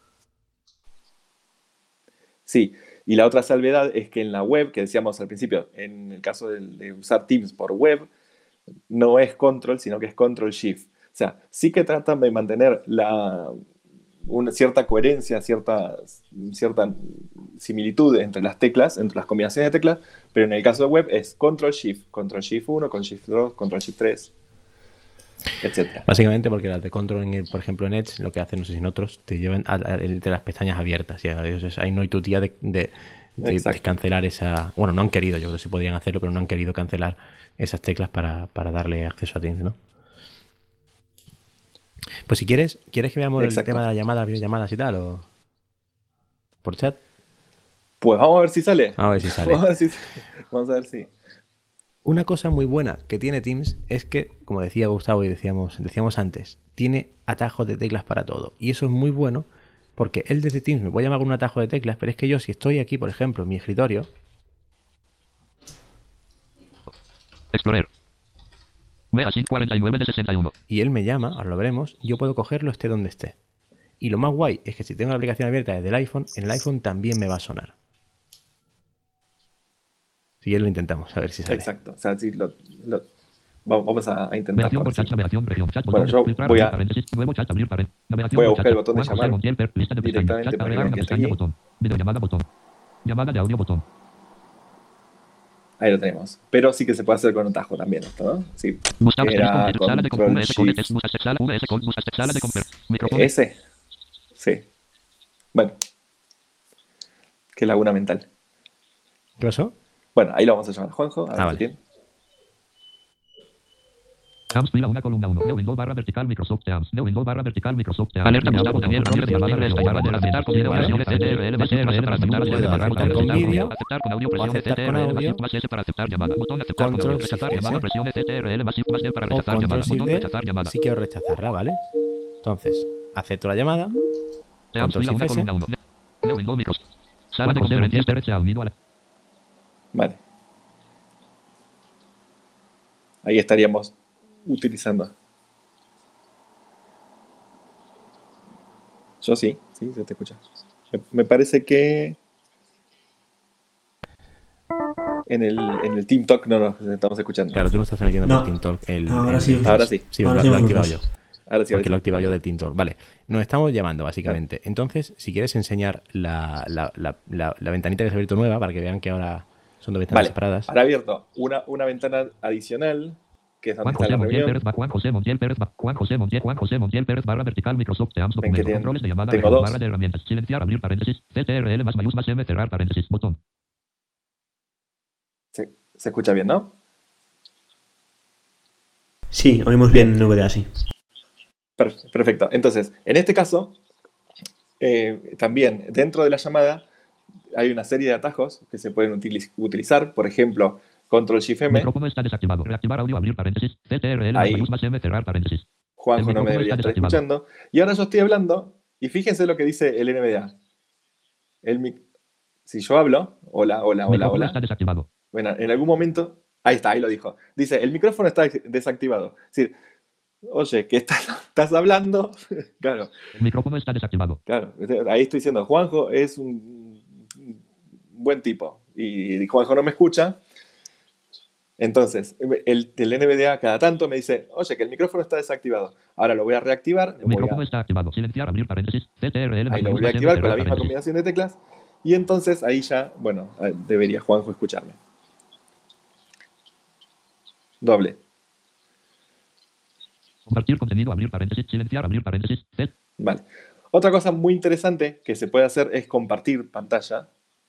Sí, y la otra salvedad es que en la web, que decíamos al principio, en el caso de usar Teams por web, no es control, sino que es control shift. O sea, sí que tratan de mantener una cierta coherencia, cierta similitud entre las teclas, entre las combinaciones de teclas, pero en el caso de web es control shift 1, control shift 2, control shift 3, etc. Básicamente porque las de control, por ejemplo, en Edge, lo que hacen, no sé si en otros, te llevan entre las pestañas abiertas. Y ahí no hay tutía de Exacto. cancelar esa... Bueno, no han querido, yo creo que sí podían hacerlo, pero no han querido cancelar esas teclas para darle acceso a Teams, ¿no? Pues si quieres que veamos Exacto. el tema de las llamadas, videollamadas y tal, o por chat. Pues vamos a ver si sale. A ver si sale. Vamos a ver si. Una cosa muy buena que tiene Teams es que, como decía Gustavo y decíamos antes, tiene atajos de teclas para todo. Y eso es muy bueno porque él desde Teams me puede llamar con un atajo de teclas, pero es que yo si estoy aquí, por ejemplo, en mi escritorio, Explorer. Así 49 de 61. Y él me llama, ahora lo veremos, y yo puedo cogerlo esté donde esté. Y lo más guay es que si tengo la aplicación abierta desde el iPhone, en el iPhone también me va a sonar. Si quieres lo intentamos, a ver si sale. Exacto. O sea, sí, vamos a intentar. Navegación por chat, navegación, región, chat, Bueno, botón, yo filtrar, voy abrir a- paréntesis, nuevo chat, abrir paréntesis, navegación voy a por buscar el chat, botón de Juan José llamar Montiel, lista de pestañas, directamente chat, para que agregar vean una que está pestaña, aquí. botón, videollamada, botón, llamada de audio, botón. Ahí lo tenemos. Pero sí que se puede hacer con atajo también esto, ¿no? Sí. Buscar Que era sala de Control VS Code, Shift busca sala VS Code, busca sala de micrófono. S. Sí. Bueno. Qué laguna mental. ¿Qué pasó? Bueno, ahí lo vamos a llamar Juanjo. A ver vale. si tiene. Teams, fila 1, columna 1. New window barra vertical Microsoft Teams. New window barra vertical Microsoft Teams. Alerta Gustavo Daniel Ramírez llamada de llamada de aceptar con video presiones CTRL más S para aceptar llamada. Botón con aceptar vídeo. aceptar con audio presiones aceptar con CTRL audio. más S para aceptar llamada. Botón aceptar con audio Control rechazar Shift llamada S. presiones CTRL más S para O rechazar llamada. Control Shift Botón D rechazar llamada. si quiero rechazarla, ¿vale? Entonces, acepto la llamada. Teams, Control fila 1, Shift S. columna 1. New window Microsoft. Sala de conferencias se ha unido a la... Vale. Ahí estaríamos utilizando. Yo sí, sí, se te escucha. Me parece que en el Team Talk no nos estamos escuchando. Claro, tú no estás metiendo No. por Team Talk. Ahora sí. Ahora sí. Sí, Ahora lo sí he me activado escuchas. yo. Ahora sí, Porque lo he ahora sí. activado yo del Team Talk. Vale, nos estamos llamando básicamente. Entonces, si quieres enseñar la ventanita que se ha abierto nueva para que vean que ahora son dos ventanas Vale, separadas. ahora abierto una ventana adicional, que es donde Juan está José la Montiel reunión. Pérez, Juan José Montiel Pérez, Juan José Montiel Pérez barra vertical Microsoft Teams Ven que documento controles de llamada tengo región, dos. barra de herramientas silenciar abrir paréntesis CTRL más mayúsculas M cerrar paréntesis botón. Se escucha bien, ¿no? Sí, oímos bien en NVDA, sí. Perfecto. Entonces, en este caso, también dentro de la llamada hay una serie de atajos que se pueden utilizar. Por ejemplo, Control Shift M. Micrófono está desactivado. Reactivar audio abrir paréntesis CTRL más Ahí. mayúsculas M cerrar paréntesis. Juanjo El no me micrófono debería está estar desactivado. escuchando. Y ahora yo estoy hablando, y fíjense lo que dice el NVDA. Si yo hablo, hola, hola, hola, Micrófono hola. está desactivado. Bueno, en algún momento, ahí está, ahí lo dijo. Dice, el micrófono está desactivado. Es decir, oye, que estás hablando. Claro, El micrófono está desactivado. claro. Ahí estoy diciendo, Juanjo es un buen tipo. Y Juanjo no me escucha. Entonces, el NVDA cada tanto me dice, oye, que el micrófono está desactivado. Ahora lo voy a reactivar. El micrófono está activado. Silenciar abrir paréntesis CTRL más Ahí lo voy a mayúsculas M activar con la cerrar misma paréntesis. combinación de teclas. Y entonces ahí ya, bueno, debería Juanjo escucharme. Doble. Compartir contenido abrir paréntesis silenciar abrir paréntesis Vale. Otra cosa muy interesante que se puede hacer es compartir pantalla.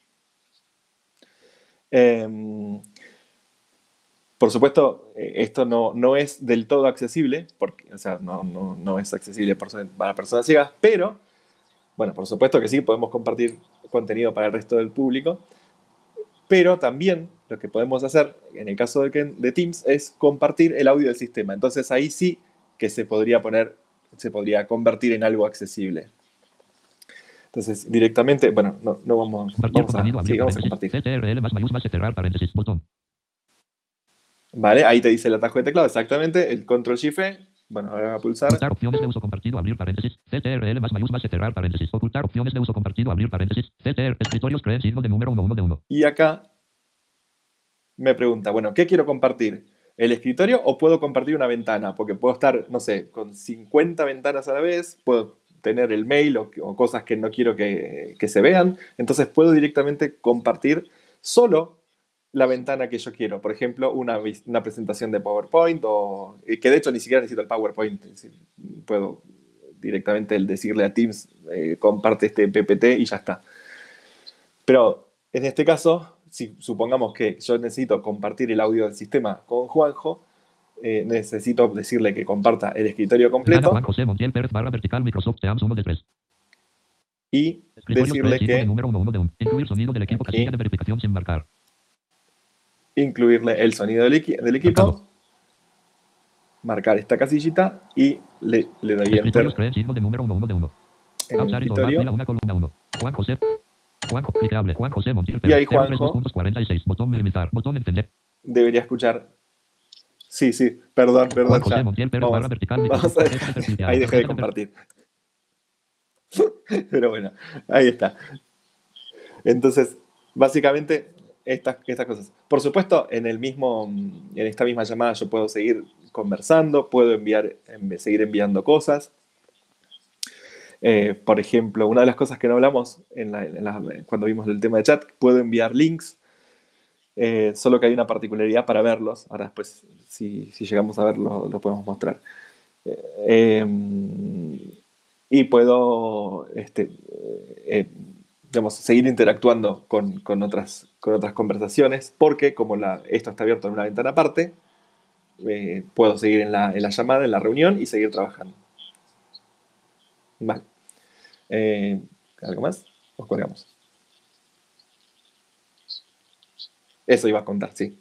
Por supuesto, esto no es del todo accesible, porque, o sea, no es accesible para personas ciegas, pero, bueno, por supuesto que sí, podemos compartir contenido para el resto del público, pero también lo que podemos hacer, en el caso de Teams, es compartir el audio del sistema. Entonces ahí sí que se podría convertir en algo accesible. Entonces, directamente, bueno, no vamos contenido a abrir paréntesis compartir. CTRL más mayúsculas cerrar paréntesis botón. Vale, ahí te dice el atajo de teclado, exactamente, el Control Shift, bueno, ahora voy a pulsar. Ocultar opciones de uso compartido abrir paréntesis CTRL más mayúsculas cerrar paréntesis. Ocultar opciones de uso compartido abrir paréntesis CTRL escritorios creen signo de número 1 de 1. Y acá me pregunta, bueno, ¿qué quiero compartir? ¿El escritorio o puedo compartir una ventana? Porque puedo estar, no sé, con 50 ventanas a la vez, puedo tener el mail o cosas que no quiero que se vean. Entonces puedo directamente compartir solo la ventana que yo quiero. Por ejemplo, una presentación de PowerPoint, que de hecho ni siquiera necesito el PowerPoint. Es decir, puedo directamente decirle a Teams, comparte este PPT y ya está. Pero en este caso, si supongamos que yo necesito compartir el audio del sistema con Juanjo, necesito decirle que comparta el escritorio completo Juan José Montiel Pérez barra vertical Microsoft Teams 1 de 3. y Escritorios decirle creen signo de que número 1 de 1. Incluir sonido del equipo Aquí. casilla de verificación sin marcar. incluirle el sonido del equipo, Marcado. marcar esta casillita y le doy Enter Escritorios creen signo de número 1 de 1. en el Pausar y doblar fila escritorio. 1 columna 1. Juanjo, clicable, Juan José Montiel Y ahí Pérez, Juanjo. 3.46, botón minimizar, botón entender. Debería escuchar Sí, perdón. Juan José Ya. Montiel Pérez, barra Vamos, vertical, vamos a ver. Ahí dejé de compartir. Pero bueno, ahí está. Entonces, básicamente, estas cosas. Por supuesto, en esta misma llamada yo puedo seguir conversando, puedo seguir enviando cosas. Por ejemplo, una de las cosas que no hablamos cuando vimos el tema de chat, puedo enviar links, solo que hay una particularidad para verlos. Ahora después, si llegamos a verlo, lo podemos mostrar. Y puedo digamos, seguir interactuando con otras conversaciones, porque como esto está abierto en una ventana aparte, puedo seguir en la llamada, en la reunión y seguir trabajando. Vale. ¿Algo más? Nos colgamos. Eso iba a contar, sí.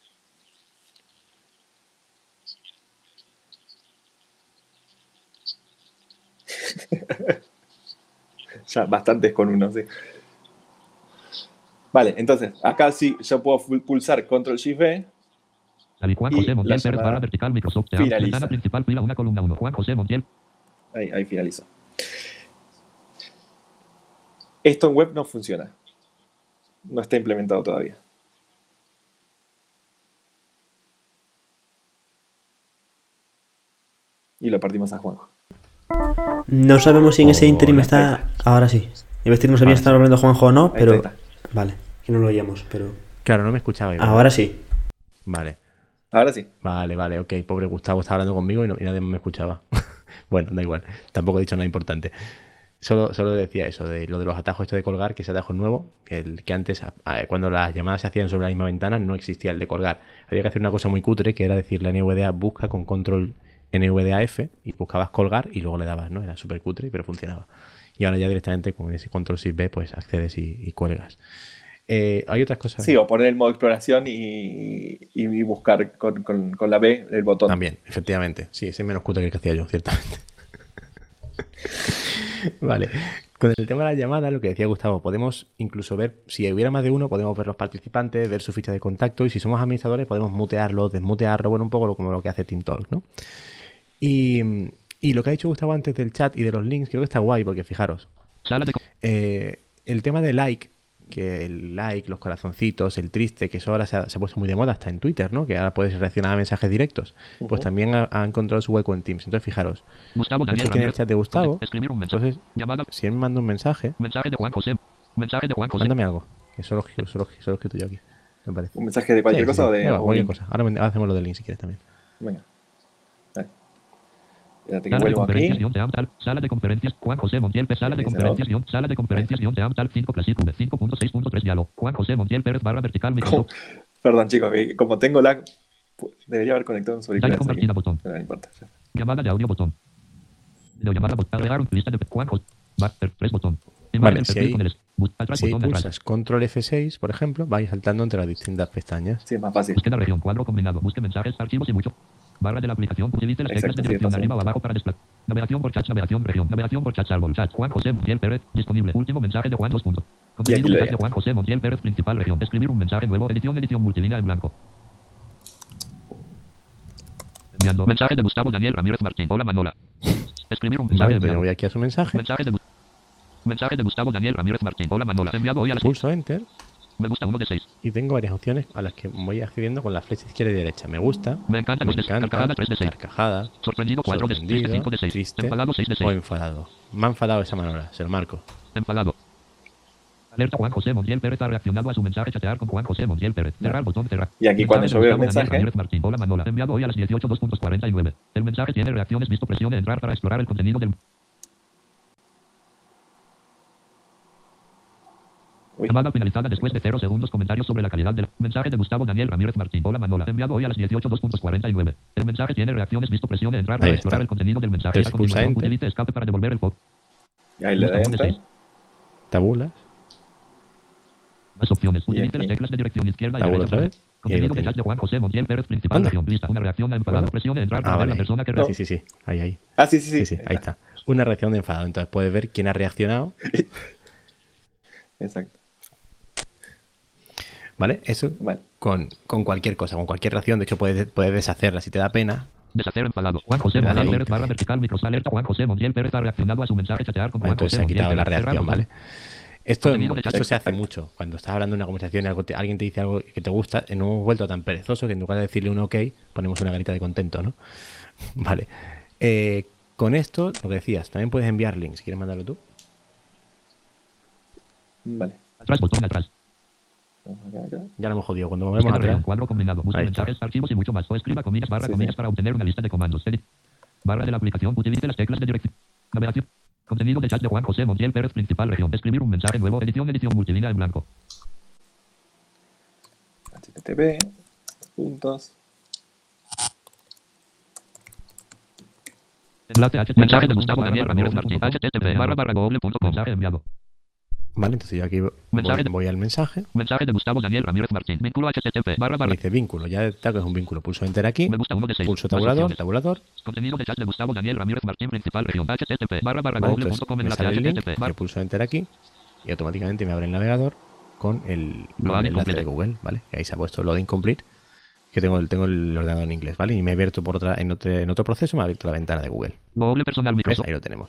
Ya bastantes con uno, sí. Vale, entonces, acá sí yo puedo pulsar Control Shift V. Juan Y José la Montiel Pérez, llamada barra vertical, Microsoft. finaliza. Ventana principal, fila 1, columna 1. Juan José Montiel. Ahí finalizó. Esto en web no funciona. No está implementado todavía. Y lo partimos a Juanjo. No sabemos si en ese interim Hola, está. ahí Ahora sí. Iba a decir, no sabía Ahora si estaba hablando Juanjo o no, Ahí pero. está. Vale, que no lo oíamos, pero. Claro, no me escuchaba. Ahora sí. Vale. Ahora sí. Vale, ok. Pobre Gustavo estaba hablando conmigo y nadie me escuchaba. Bueno, da igual. Tampoco he dicho nada importante. Solo decía eso, de lo de los atajos esto de colgar, que ese atajo es nuevo, que antes, cuando las llamadas se hacían sobre la misma ventana, no existía el de colgar. Había que hacer una cosa muy cutre, que era decirle a NVDA busca con control NVDA F, y buscabas colgar y luego le dabas, ¿no? Era súper cutre, pero funcionaba. Y ahora ya directamente con ese control Shift B, pues accedes y cuelgas. Hay otras cosas. Sí, o poner el modo exploración y buscar con la B el botón. También, efectivamente. Sí, ese es menos cutre que el que hacía yo, ciertamente. Vale. Con el tema de las llamadas, lo que decía Gustavo, podemos incluso ver, si hubiera más de uno, podemos ver los participantes, ver su ficha de contacto, y si somos administradores podemos mutearlo, desmutearlo, bueno, un poco como lo que hace TeamTalk, ¿no? Y lo que ha dicho Gustavo antes del chat y de los links, creo que está guay, porque fijaros, Sala de el tema de like, que el like, los corazoncitos, el triste, que eso ahora se ha puesto muy de moda hasta en Twitter, ¿no? Que ahora puedes reaccionar a mensajes directos. Pues también ha encontrado su hueco en Teams. Entonces, fijaros, Gustavo yo Daniel estoy aquí en el Ramírez. chat de Gustavo, Escribir un mensaje. entonces, Llamada. si él me manda un mensaje, Mensaje de Juan José. Mensaje de Juan José. mándame algo, que solo he escrito yo aquí, me parece. ¿Un mensaje de cualquier Sí, cosa o de da igual, un cualquier link? cosa. Ahora hacemos lo del link si quieres también. Venga. Vale. Espérate que Sala de vuelvo conferencias, aquí. guión, Team, tal. Sala de conferencias, Juan José Montiel Pérez. Sala de Dice, conferencias, guión, sala de conferencias, guión, Team, tal. 5 Classic 5.6.3 diálogo. Juan José Montiel Pérez, barra vertical, Microsoft. Perdón, chicos, que como tengo lag, debería haber conectado un Like auriculares aquí. convertida, botón. Pero no importa. Ya. Llamada de audio, botón. Videollamada, botón. Agregar un lista de Juan José. Back, 3 botón. Imagen, Vale, perfil si ahí- con el atrás, Si ahí botón de atrás. pulsas control F6, por ejemplo, vais saltando entre las distintas pestañas. Sí, es más fácil. Búsqueda región, cuadro combinado. Busque mensajes, archivos y mucho. Barra de la aplicación. Utilice las teclas Exacto, de sí, dirección pasa. arriba o abajo para desplazar. Navegación por chat, navegación región. Navegación por chat, árbol, chat. Juan José Montiel Pérez. Disponible. Último mensaje de Juan, 2 puntos. Contenido lo de chat veo. de Juan José Montiel Pérez, principal región. Escribir un mensaje nuevo. Edición multilínea en blanco. Enviando. Mensaje de Gustavo Daniel Ramírez Martín. Hola Manola. Escribir un mensaje Vale, pues enviado. yo voy aquí a su mensaje, Mensaje de Gustavo Daniel Ramírez Martín. Hola Manola. Enviado hoy a las pulso enter Me gusta 1 de 6. y tengo varias opciones a las que voy accediendo con la flecha izquierda y derecha. Me gusta, Me encanta. me 2 de 6. encanta, Carcajada 3 de 6. carcajada, Sorprendido 4 de 6. sorprendido, 5 de 6. triste Enfadado 6 de 6. o enfadado. Me ha enfadado esa manera, se lo marco. Enfadado. Alerta Juan José Montiel Pérez ha reaccionado a su mensaje chatear con Juan José Montiel Pérez. Cerrar botón cerrar. Y aquí cuando yo veo el Gustavo Daniel mensaje, Ramírez Martín. Hola Manola. Enviado hoy a las 18:2.49. El mensaje tiene reacciones. Visto presione entrar para explorar el contenido del uy, llamada finalizada después de 0 segundos. Comentarios sobre la calidad del mensaje de Gustavo Daniel Ramírez Martín. Hola Manola. Enviado hoy a las 18:2.49. El mensaje tiene reacciones. Visto presione entrar para Ahí explorar está. el contenido del mensaje. Entonces A pulsa continuación, enter. utilice escape para devolver el foco. ahí le da enter. Tabulas, Más opciones. Y Utilice las aquí. teclas de dirección izquierda y tabulo derecha. otra vez. Y ahí Contenido lo de chat tienes. de Juan José Montiel Pérez, principal Anda. región. Lista. Una reacción a enfadado. Presione entrar para ver vale. la persona que No. Sí, ahí. Ah, sí, sí, sí. Sí, ahí está. Una reacción de enfado. Entonces puedes ver quién ha reaccionado. Exacto. ¿Vale? Eso Vale. con cualquier cosa, con cualquier reacción. De hecho, puedes deshacerla si te da pena. Deshacer enfadado. Juan José Dale Montiel ahí. Pérez barra vertical micros alerta. Juan José Montiel Pérez ha reaccionado a su mensaje chatear con Vale, Juan entonces José se ha Montiel quitado la Pérez. reacción, Cerrado. ¿vale? Esto Contenido de chat. se hace Exacto. mucho. Cuando estás hablando de una conversación y alguien te dice algo que te gusta, nos hemos vuelto tan perezosos que en lugar de decirle un ok, ponemos una carita de contento, ¿no? Vale. Con esto, lo que decías, también puedes enviar links. ¿Quieres mandarlo tú? Vale. Atrás, botón atrás. Vamos acá. Ya lo hemos jodido. Cuando movemos Izquierda atrás, región, cuadro combinado. Busca Ahí está. mensajes, archivos y mucho más. O escriba comillas barra Sí, comillas sí. para obtener una lista de comandos. Edit. Barra de la aplicación. Utilice las teclas de dirección. Navegación. Contenido de chat de Juan José Montiel Pérez, principal región. Escribir un mensaje nuevo. Edición multilínea en blanco. HTTP, puntos. Enlace HTTP. Mensaje de Gustavo Daniel Ramírez Martín. HTTP /google.com. Mensaje enviado. vale, entonces yo aquí Mensaje de- voy al mensaje. Mensaje de Gustavo Daniel Ramírez Martín. Vínculo HTTP Me dice vínculo. Ya está que es un vínculo. Pulso enter aquí. Me gusta 1 de 6. Pulso tabulador. Contenido de chat de Gustavo Daniel Ramírez Martín, principal región. HTTP Vale, entonces google.com. me Enlace sale el link, HTTP yo pulso enter aquí y automáticamente me abre el navegador con el Loading enlace complete. de Google, ¿vale? Que ahí se ha puesto loading complete, que tengo el ordenador en inglés, ¿vale? Y me he abierto en otro proceso, me ha abierto la ventana de Google. Google personal ¿Ves? Microsoft. Ahí lo tenemos.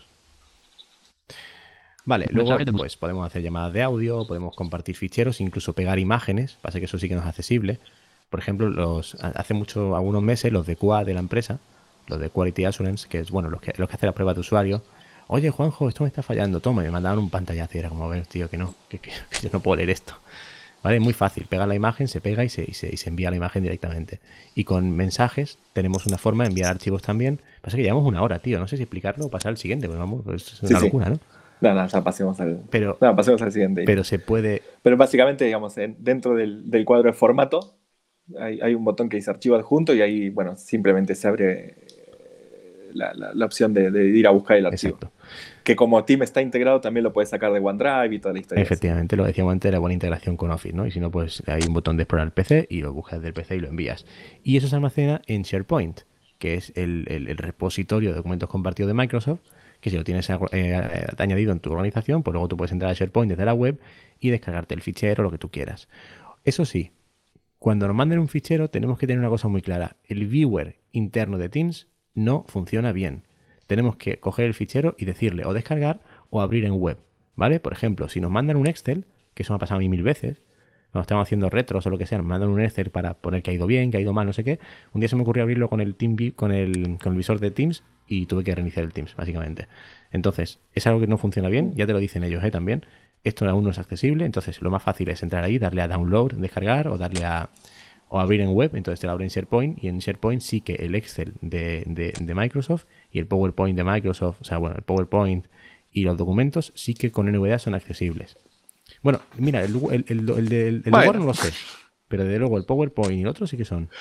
Vale, luego Mensaje de bus- pues podemos hacer llamadas de audio, podemos compartir ficheros, incluso pegar imágenes, pasa que eso sí que no es accesible. Por ejemplo, hace algunos meses, los de QA de la empresa, los de Quality Assurance, que es bueno, los que hacen las pruebas de usuario. Oye, Juanjo, esto me está fallando, toma, y me mandaban un pantallazo y era como, a ver, tío, que yo no puedo leer esto. ¿Vale? Es muy fácil, pega la imagen, se pega y se envía la imagen directamente. Y con mensajes tenemos una forma de enviar archivos también. Pasa que llevamos una hora, tío, no sé si explicarlo o pasar al siguiente, porque vamos, es una Sí. locura, ¿no? No, ya pasemos Pero- pasemos al siguiente. Pero se puede... Pero básicamente, digamos, dentro del cuadro de formato hay un botón que dice archivo adjunto y ahí, bueno, simplemente se abre la opción de ir a buscar el archivo. Exacto. Que como Team está integrado, también lo puedes sacar de OneDrive y toda la historia. Efectivamente, lo decíamos antes, era buena integración con Office, ¿no? Y si no, pues hay un botón de explorar el PC y lo buscas del PC y lo envías. Y eso se almacena en SharePoint, que es el repositorio de documentos compartidos de Microsoft, que si lo tienes añadido en tu organización, pues luego tú puedes entrar a SharePoint desde la web y descargarte el fichero, lo que tú quieras. Eso sí, cuando nos manden un fichero tenemos que tener una cosa muy clara. El viewer interno de Teams no funciona bien. Tenemos que coger el fichero y decirle o descargar o abrir en web, ¿vale? Por ejemplo, si nos mandan un Excel, que eso me ha pasado a mí 1000 veces, cuando estamos haciendo retros o lo que sea, nos mandan un Excel para poner que ha ido bien, que ha ido mal, no sé qué. Un día se me ocurrió abrirlo con el con el visor de Teams y tuve que reiniciar el Teams, básicamente. Entonces, es algo que no funciona bien, ya te lo dicen ellos también. Esto aún no es accesible, entonces lo más fácil es entrar ahí, darle a download, descargar o darle o abrir en web, entonces te lo abre en SharePoint y en SharePoint sí que el Excel de Microsoft y el PowerPoint de Microsoft, o sea, bueno, el PowerPoint y los documentos sí que con NVDA son accesibles. Bueno, mira, el Word no lo sé, pero desde luego el PowerPoint y el otro sí que son.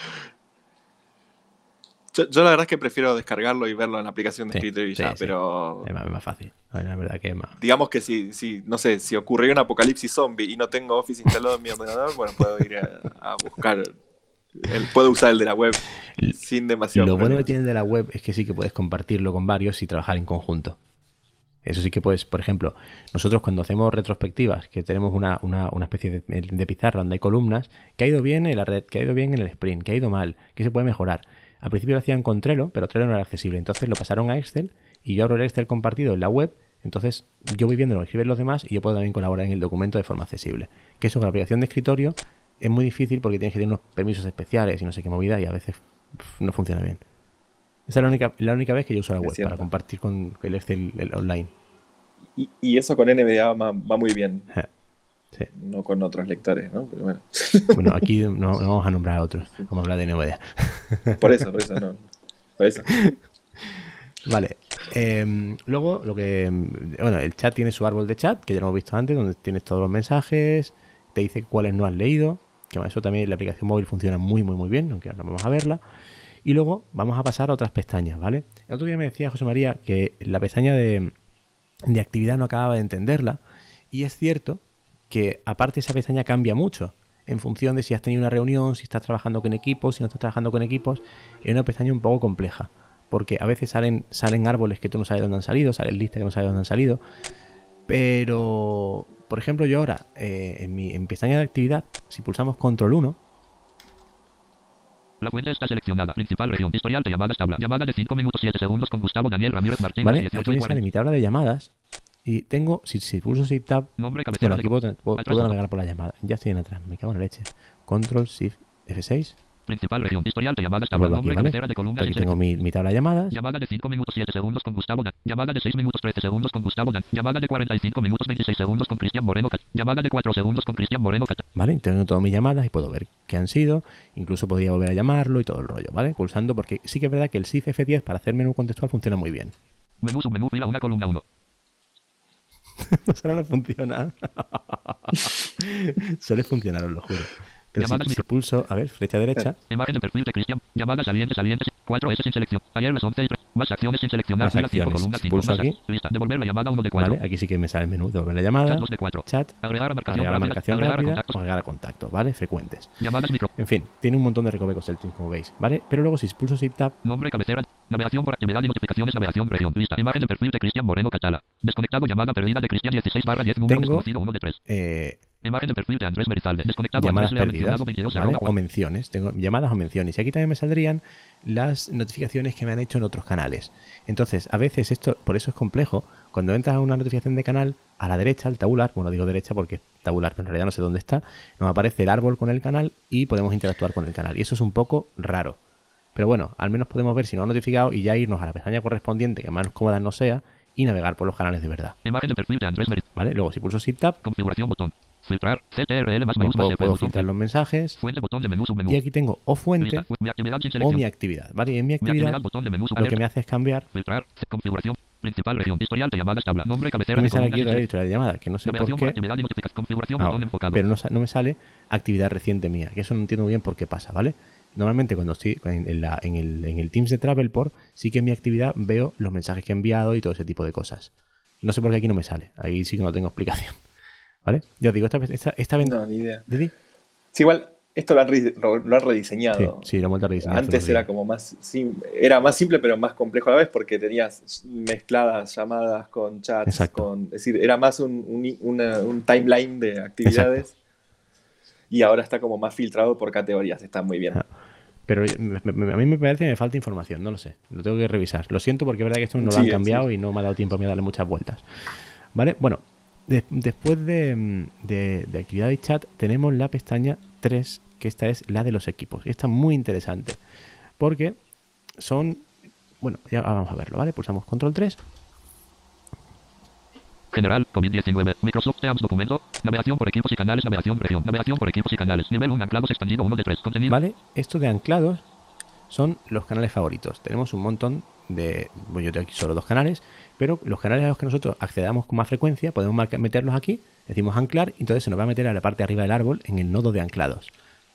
Yo la verdad es que prefiero descargarlo y verlo en la aplicación de escritorio y ya, sí. pero Es más fácil, la verdad que es más. digamos que si, no sé, si ocurrió un apocalipsis zombie y no tengo Office instalado en mi ordenador, bueno, puedo ir a buscar, puedo usar el de la web sin demasiado Lo bueno problema. que tiene de la web es que sí que puedes compartirlo con varios y trabajar en conjunto. Eso sí que puedes, por ejemplo, nosotros cuando hacemos retrospectivas, que tenemos una especie de pizarra donde hay columnas, que ha ido bien en la red, que ha ido bien en el sprint, que ha ido mal, que se puede mejorar. Al principio lo hacían con Trello, pero Trello no era accesible. Entonces lo pasaron a Excel y yo abro el Excel compartido en la web. Entonces yo voy viendo lo que escriben los demás y yo puedo también colaborar en el documento de forma accesible. Que eso con la aplicación de escritorio es muy difícil porque tienes que tener unos permisos especiales y no sé qué movida y a veces no funciona bien. Esa es la única vez que yo uso la Es web cierto. para compartir con el Excel online. Y eso con NVDA va muy bien, Sí. no con otros lectores, ¿no? Pero bueno, Bueno, aquí no vamos a nombrar a otros, vamos a hablar de NVDA. por eso no. Por eso. Vale. Luego, bueno, el chat tiene su árbol de chat, que ya lo hemos visto antes, donde tienes todos los mensajes, te dice cuáles no has leído, que eso también en la aplicación móvil funciona muy, muy, muy bien, aunque ahora vamos a verla. Y luego vamos a pasar a otras pestañas, ¿vale? El otro día me decía José María que la pestaña de actividad no acababa de entenderla, y es cierto que aparte esa pestaña cambia mucho en función de si has tenido una reunión, si estás trabajando con equipos, si no estás trabajando con equipos. Es una pestaña un poco compleja, porque a veces salen árboles que tú no sabes dónde han salido, salen listas que no sabes dónde han salido, pero por ejemplo, yo ahora, en pestaña de actividad, si pulsamos control 1, La fuente está seleccionada. Principal región. Historial de llamadas tabla. Llamada de 5 minutos 7 segundos con Gustavo Daniel Ramírez Martínez. ¿vale? 18 Aquí y me sale 40. mi tabla de llamadas y tengo, si pulso Shift Tab, Nombre, cabecera bueno, aquí de... puedo Atrás, navegar por la llamada. Ya estoy en atrás, me cago en la leche. Control Shift F6. Principal región. Historial de llamadas Me tabla. vuelvo aquí, Nombre, ¿vale? cabecera de columna. Aquí sin tengo mi tabla de llamadas. Llamada de 5 minutos 7 segundos con Gustavo Dan. Llamada de 6 minutos 13 segundos con Gustavo Dan. Llamada de 45 minutos 26 segundos con Cristian Moreno Cat. Llamada de 4 segundos con Cristian Moreno Cat. ¿Vale? Tengo todas mis llamadas y puedo ver qué han sido. Incluso podría volver a llamarlo y todo el rollo, ¿vale? Pulsando, porque sí que es verdad que el Shift F10 para hacer menú contextual funciona muy bien. Menú, submenú, fila, una columna 1. Ahora no funciona. Suele funcionar, os lo juro. Pero Llamadas si micro. pulso, a ver, flecha derecha, Imagen de perfil de Cristian. Llamadas salientes, 4S sin selección. Ayer las 11 y 3. Más acciones sin seleccionar. Más Fila 5, acciones. columna Si 5. pulso Más aquí. lista. Devolver la llamada 1 de 4. ¿vale? Aquí sí que me sale el menú, devolver la llamada, Chat 2 de 4. chat, Agregar a marcación agregar la rápida. marcación Agregar a rápida contactos. o agregar a contactos, ¿vale? Frecuentes. Llamadas micro. En fin, tiene un montón de recovecos el Teams, como veis, ¿vale? Pero luego si pulso Shift Tab, Nombre, cabecera. Navegación por actividad y notificaciones. Navegación región. Lista. Imagen de perfil de Cristian Moreno Catala. Desconectado. Llamada perdida de Cristian 16/10. Número Tengo, desconocido 1 de 3. Imagen de perfil de Andrés Merizalde. Desconectado. llamadas Andrés Lea perdidas, mencionado 22 ¿vale? arroba O menciones, tengo llamadas o menciones. Y aquí también me saldrían las notificaciones que me han hecho en otros canales. Entonces, a veces esto, por eso es complejo, cuando entras a una notificación de canal, a la derecha, al tabular, bueno, digo derecha porque es tabular, pero en realidad no sé dónde está, nos aparece el árbol con el canal y podemos interactuar con el canal. Y eso es un poco raro. Pero bueno, al menos podemos ver si nos ha notificado y ya irnos a la pestaña correspondiente, que más cómoda nos sea, y navegar por los canales de verdad. Imagen de perfil de Andrés Merizalde. ¿Vale? Luego, si pulso Shift Tab, Configuración botón. Filtrar. CTRL más menús más puedo, F, puedo botón. filtrar los mensajes. Fuente botón de menú submenú. Y aquí tengo o fuente Lista. Mi actividad sin o selección. mi actividad, ¿vale? Y en mi Mi actividad actividad botón de menú lo que me hace es cambiar. Filtrar. Configuración. Principal región. Historial de llamadas tabla. Nombre, Y cabecera me de sale columna aquí sin otra selección. historia de llamada, que no sé por Navegación por qué. actividad y notificación. Configuración Ah, botón enfocado. pero no me sale actividad reciente mía, que eso no entiendo muy bien por qué pasa, ¿vale? Normalmente cuando estoy en el Teams de Travelport, sí que en mi actividad veo los mensajes que he enviado y todo ese tipo de cosas. No sé por qué aquí no me sale. Ahí sí que no tengo explicación. ¿Vale? Ya os digo, esta vez... No, ni idea. ¿Didi? Sí, igual, esto lo han rediseñado. Sí, lo he vuelto a rediseñar. Antes era como era más simple, pero más complejo a la vez, porque tenías mezcladas llamadas con chats. Exacto. Es decir, era más un timeline de actividades. Y ahora está como más filtrado por categorías. Está muy bien. Ah. Pero a mí me parece que me falta información, no lo sé. Lo tengo que revisar. Lo siento porque es verdad que esto no lo han cambiado y no me ha dado tiempo a mí a darle muchas vueltas. ¿Vale? Bueno, después de actividad y chat tenemos la pestaña 3, que esta es la de los equipos. Y esta es muy interesante porque son... Bueno, ya vamos a verlo, ¿vale? Pulsamos control 3. General, COVID-19, Microsoft Teams documento, navegación por equipos y canales, navegación región, navegación por equipos y canales, nivel 1, anclados expandido 1 de 3, contenido. ¿Vale? Esto de anclados son los canales favoritos. Tenemos un montón de... Bueno, yo tengo aquí solo 2 canales, pero los canales a los que nosotros accedamos con más frecuencia, podemos meterlos aquí, decimos anclar, y entonces se nos va a meter a la parte de arriba del árbol en el nodo de anclados.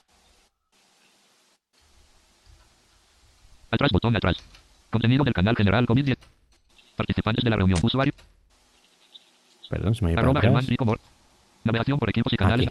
Atrás, botón atrás. Contenido del canal general COVID-19. Participantes de la reunión, usuario. Perdón, se me ha ido para Arroba Germán atrás. Rico Mor. Navegación por equipos y canales. Aquí.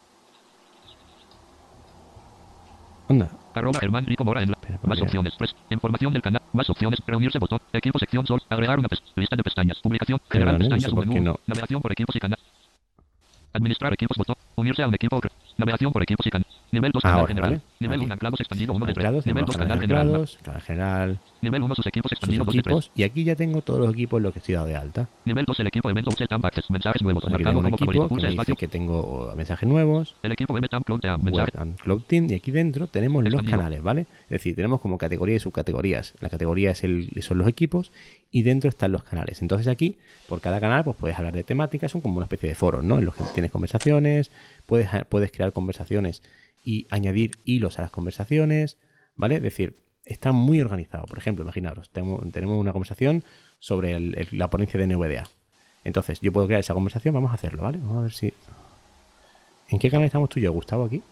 Anda. Arroba Germán Rico Mora en la... Espera, Más porque- opciones. Información del canal. Más opciones. Reunirse botón. Equipo sección sol. Agregar una lista de pestañas. Publicación. General Perdón, no pestañas. sé por qué submenú. no. Navegación por equipos y canales. Administrar equipos botón. Unirse a un equipo. Navegación por equipos y canales. Nivel 2 canal Ahora, general. ¿vale? Nivel Aquí. 1 anclados expandido 1 de 3. Anclados, Nivel 2 tenemos canal general. anclados, canal general, Nivel 1 sus equipos sus expandido 2 de 3. equipos. Y aquí ya tengo todos los equipos en los que estoy dado de alta. Nivel 2 el equipo evento Setup Access. Mensajes nuevos. Aquí Marcado tengo un como favorito. equipo que Pulsa me dice espacio. que tengo mensajes nuevos, El equipo web Tam Cloud Team. Web Mensajes. and Cloud Team, y aquí dentro tenemos los Expandido. canales, ¿vale? Es decir, tenemos como categorías y subcategorías. La categoría son los equipos y dentro están los canales. Entonces aquí, por cada canal, pues puedes hablar de temáticas, son como una especie de foros, ¿no? En los que tienes conversaciones, puedes crear conversaciones y añadir hilos a las conversaciones, ¿vale? Es decir, está muy organizado. Por ejemplo, imaginaros, tenemos una conversación sobre la ponencia de NVDA. Entonces, yo puedo crear esa conversación, vamos a hacerlo, ¿vale? Vamos a ver si... ¿En qué canal estamos tú y yo, Gustavo, aquí?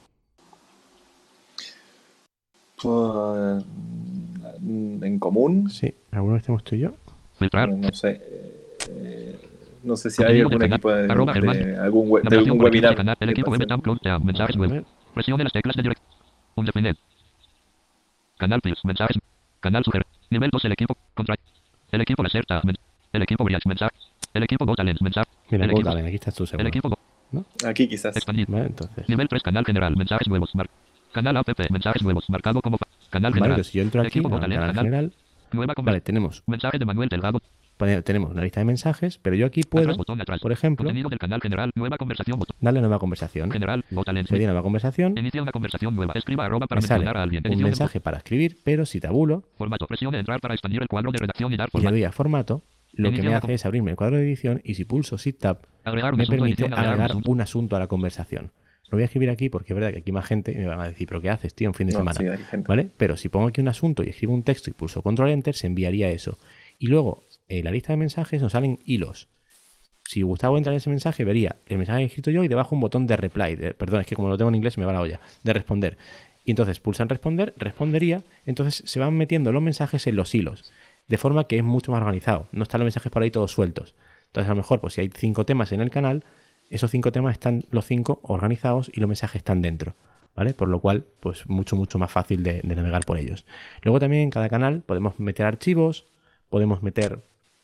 Pues, en común, Sí, ¿alguno estamos tú y yo? Filtrar. no sé. No sé si Contenido hay algún del equipo canal. Arroba de Germán. algún de Navegación algún por equipos y webinar. canal. El equipo web Tam Cloud Team. Mensajes A nuevos. ver. Presione las teclas de directo. Un definir. Canal Plus. Mensajes. Canal suger. Nivel 2 el equipo. Contra. El equipo Lacerta. El equipo Bridge. Mensaje. El equipo Go Talent. Mensaje. Mira, El Go equipo. Talent, aquí estás tú seguro. El equipo Go. ¿no? Aquí quizás. Expandir. ¿Vale? Entonces, Nivel 3, canal general. Mensajes nuevos. Canal app. Mensajes nuevos. Marcado como canal vale, general. pues si yo entro aquí Equipo al González, canal canal. general, Nueva vale, tenemos mensaje de Manuel Delgado. tenemos una lista de mensajes, pero yo aquí puedo, Atrás, botón atrás. por ejemplo, Contenido del canal general. Nueva conversación. Botón. darle a nueva conversación. General. Botón. Sería nueva conversación, Inicia una conversación nueva. Escriba arroba para me sale mencionar a alguien. un Edición de mensaje para escribir, pero si tabulo formato. Presione entrar para expandir el cuadro de redacción y dar y le formato. doy a formato, lo que Inicia me una hace es abrirme el cuadro de edición y si pulso Shift Tab Agregar un me asunto. permite Edición. Agregar un agregar asunto. un asunto a la conversación. Lo voy a escribir aquí porque es verdad que aquí más gente me van a decir, pero ¿qué haces, tío, en fin de No, semana? sí, hay gente. ¿Vale? Pero si pongo aquí un asunto y escribo un texto y pulso Control Enter, se enviaría eso. Y luego, en la lista de mensajes nos salen hilos. Si Gustavo entra en ese mensaje, vería el mensaje que he escrito yo y debajo un botón de reply. Perdón, es que como lo tengo en inglés me va la olla. De responder. Y entonces pulsan responder, respondería. Entonces se van metiendo los mensajes en los hilos. De forma que es mucho más organizado. No están los mensajes por ahí todos sueltos. Entonces a lo mejor, pues si hay 5 temas en el canal, esos 5 temas están los 5 organizados y los mensajes están dentro. ¿Vale? Por lo cual, pues mucho más fácil de navegar por ellos. Luego también en cada canal podemos meter archivos, podemos meter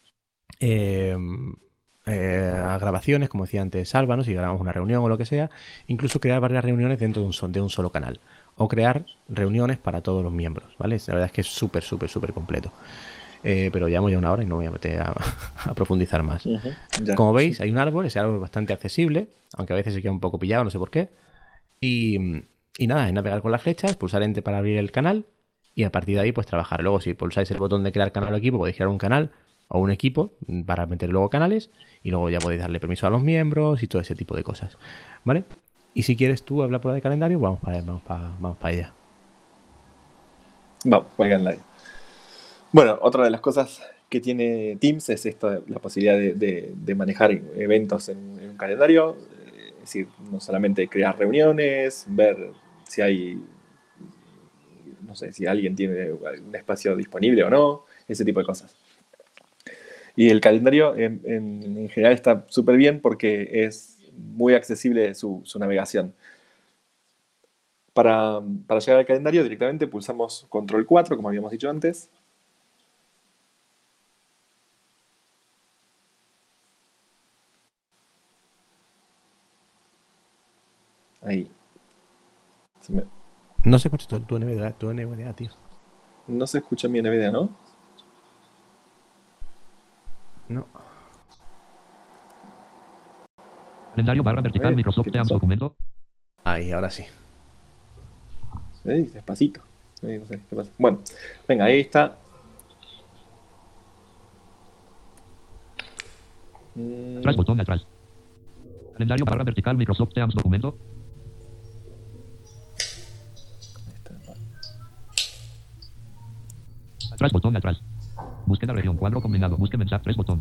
a grabaciones, como decía antes Salva, ¿no? Si grabamos una reunión o lo que sea, incluso crear varias reuniones dentro de un solo canal. O crear reuniones para todos los miembros, ¿vale? La verdad es que es súper completo. Pero llevamos ya una hora y no voy a meter a profundizar más. Ya. Como veis, hay un árbol, ese árbol es bastante accesible, aunque a veces se queda un poco pillado, no sé por qué. Y nada, es navegar con las flechas, pulsar Enter para abrir el canal y a partir de ahí pues trabajar. Luego si pulsáis el botón de crear canal o equipo, podéis crear un canal o un equipo para meter luego canales y luego ya podéis darle permiso a los miembros y todo ese tipo de cosas, ¿vale? Y si quieres tú hablar por el calendario, vamos para ella. Vamos, juegan live. Bueno, otra de las cosas que tiene Teams es esto, la posibilidad de manejar eventos en un calendario. Es decir, no solamente crear reuniones, ver si hay, no sé, si alguien tiene un espacio disponible o no, ese tipo de cosas. Y el calendario en general está súper bien porque es muy accesible su navegación. Para llegar al calendario directamente pulsamos Control 4, como habíamos dicho antes. Ahí. No se escucha tu NVDA, tío. No se escucha mi NVIDIA, ¿no? No. Calendario barra vertical. ver, Microsoft ¿qué Teams pasó? documento. Ahí, ahora sí. Despacito. No sé qué pasa. Bueno, venga, ahí está. Atrás, botón atrás. Calendario barra vertical. Microsoft Teams documento. Atrás, botón atrás. Búsqueda región, cuadro combinado. Busque mensaje, 3 botón.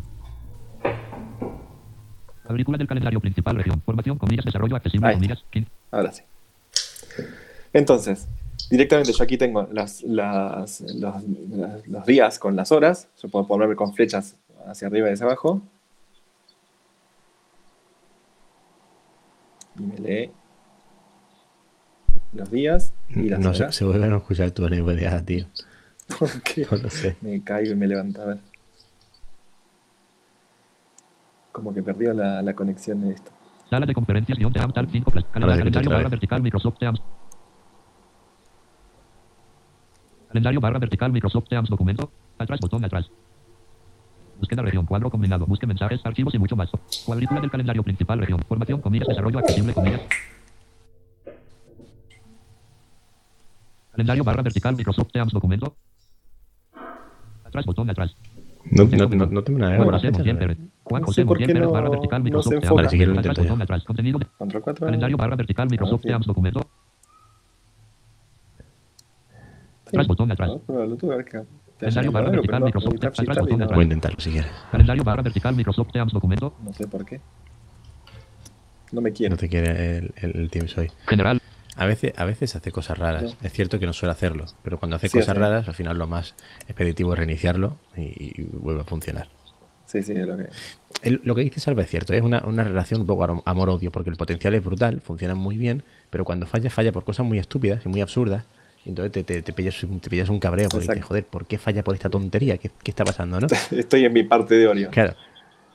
Agrícola del calendario principal, región. Formación, comillas, desarrollo accesible, Ahí. comillas. 15. Ahora sí. Entonces, directamente yo aquí tengo los días con las horas. Yo puedo ponerme con flechas hacia arriba y hacia abajo. Y me lee los días y las No horas. se vuelve a no escuchar tu NVDA, tío. ¿Por qué? No lo sé. Me caigo y me levanto. A ver. Como que perdió la conexión de esto. Sala de conferencias, guión, Teams, Tab 5, Ahora calendario otra barra vez. vertical, Microsoft Teams. Calendario barra vertical, Microsoft Teams documento. Atrás, botón atrás. Búsqueda región, cuadro combinado. Busque mensajes, archivos y mucho más. Cuadrícula del calendario principal, región. Formación, comillas, desarrollo accesible, comillas. Calendario barra vertical, Microsoft Teams documento. Atrás, botón atrás. No te me navega Bueno, por la José flecha, Muriel ¿no? Pérez. Juan No José sé por Muriel qué Pérez no- barra vertical, no Microsoft se Teams. enfoca. Vale, si quieres lo Atrás, intento botón yo. atrás. Contenido. Control 4. Calendario barra vertical, Microsoft sí. Teams documento. Sí. Atrás, botón atrás. Vamos a probarlo tú, a ver qué haya Calendario barra algo, vertical, pero no, Microsoft editar Teams. Atrás, shift botón y no- Voy a intentarlo si quieres. Calendario barra vertical, Microsoft Teams documento. No sé por qué. No me quiere. No te quiere el Teams hoy. General. A veces hace cosas raras. Es cierto que no suele hacerlo, pero cuando hace Sí, cosas sí. raras, al final lo más expeditivo es reiniciarlo y vuelve a funcionar. Sí, es lo que... Lo que dice Salva es cierto, es una relación un poco amor-odio, porque el potencial es brutal, funciona muy bien, pero cuando falla por cosas muy estúpidas y muy absurdas, y entonces te pillas un cabreo, porque dices, Exacto. joder, ¿por qué falla por esta tontería? ¿Qué está pasando, no? Estoy en mi parte de Oreo. Claro.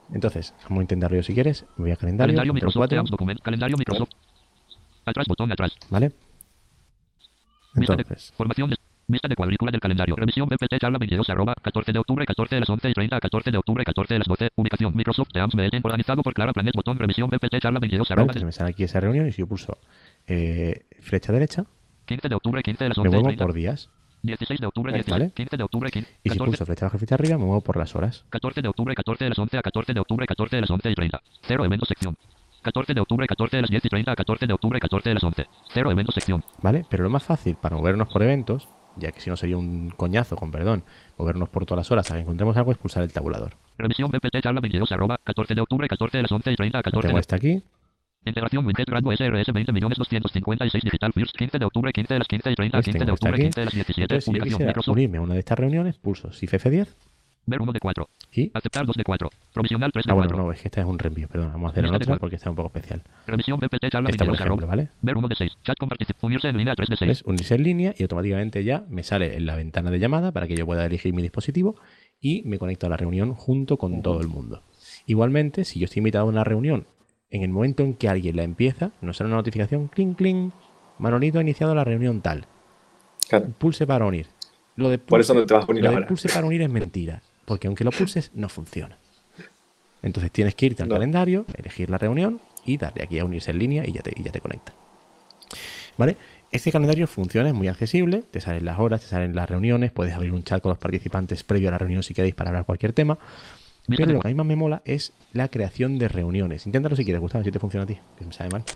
Entonces, vamos a intentarlo yo si quieres. Me voy a calendario, Calendario control Microsoft 4, Teams Document. Calendario Microsoft. Atrás, botón atrás. ¿vale? Vista de, Entonces, formación de, vista de cuadrícula del calendario. Revisión BPT charla 22 arroba 14 de octubre, 14 de las 11 y 30 a 14 de octubre, 14 de las 12. Ubicación Microsoft Teams Mail organizado por Clara Planet. Botón revisión BPT charla 22 ¿vale? arroba Entonces me sale aquí esa reunión y si yo pulso flecha derecha, 15 de octubre, 15 de las me 11 y muevo 30. por días, 16 de octubre, 16, ¿vale? 15 de octubre, 15, Y si 14, pulso flecha abajo y flecha arriba, me muevo por las horas. 14 de octubre, 14 de las 11 a 14 de octubre, 14 de las 11 y 30. 0 eventos sección. 14 de octubre, 14 de las 10 y 30 a 14 de octubre, 14 de las 11. 0 eventos sección. ¿Vale? Pero lo más fácil para movernos por eventos, ya que si no sería un coñazo, con perdón, movernos por todas las horas hasta que encontremos algo, es pulsar el tabulador. Revisión BPT charla 22 arroba 14 de octubre, 14 de las 11 y 30 a Lo 14 tengo de... este aquí, Integración Winget Grado SRS 20.256 Digital First 15 de octubre, 15 de las 15 y 30 a pues 15 de tengo este octubre, aquí. 15 de las 17. Entonces, si yo Ubicación quisiera Microsoft. unirme a una de estas reuniones, pulso Shift F10 Ver 1 de 4. y... Aceptar 2 de 4. Provisional 3 de Ah, bueno, 4. no, es que esta es un reenvío, perdón, vamos a hacer Lista en de otra cuadro. porque está un poco especial. Revisión BPT charla Esta, por 22 ejemplo, arroba. ¿vale? Ver 1 de 6. Chat con participación. Unirse en línea 3 de 6. Es unirse en línea y automáticamente ya me sale en la ventana de llamada para que yo pueda elegir mi dispositivo y me conecto a la reunión junto con todo el mundo. Igualmente, si yo estoy invitado a una reunión, en el momento en que alguien la empieza, nos sale una notificación, clink, clink, Manolito ha iniciado la reunión tal. Claro. Pulse para unir. Lo de Por eso no te vas a unir lo de ahora. pulse para unir es mentira, porque aunque lo pulses, no funciona. Entonces tienes que irte al No. calendario, elegir la reunión y darle aquí a unirse en línea y ya te conecta. ¿Vale? Este calendario funciona, es muy accesible, te salen las horas, te salen las reuniones, puedes abrir un chat con los participantes previo a la reunión si queréis para hablar cualquier tema. Pero lo que a mí más me mola es la creación de reuniones. Inténtalo si quieres, Gustavo, si te funciona a ti, que me sabe mal.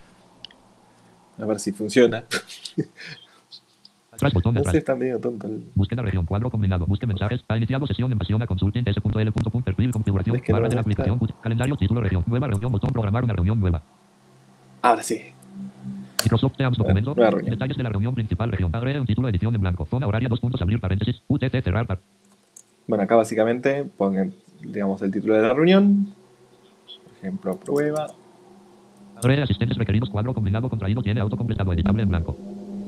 A ver si funciona. Atrás, botón No atrás. sé, está medio tonto. Búsqueda región, cuadro combinado, busque mensajes, ha iniciado sesión en pasión a consulta s.l. Perfil, configuración, Es que barra no de la me gusta. aplicación, calendario, título, región, nueva reunión, botón, programar una reunión nueva. Ahora sí. Microsoft Teams documento, nueva reunión. detalles de la reunión principal, región, agregue un título, edición en blanco, zona horaria, 2 puntos, abrir paréntesis, UTT, cerrar, Bueno, acá básicamente pongan, digamos, el título de la reunión. Por ejemplo, prueba. agregue asistentes requeridos, cuadro combinado, contraído, tiene autocompletado, editable en blanco.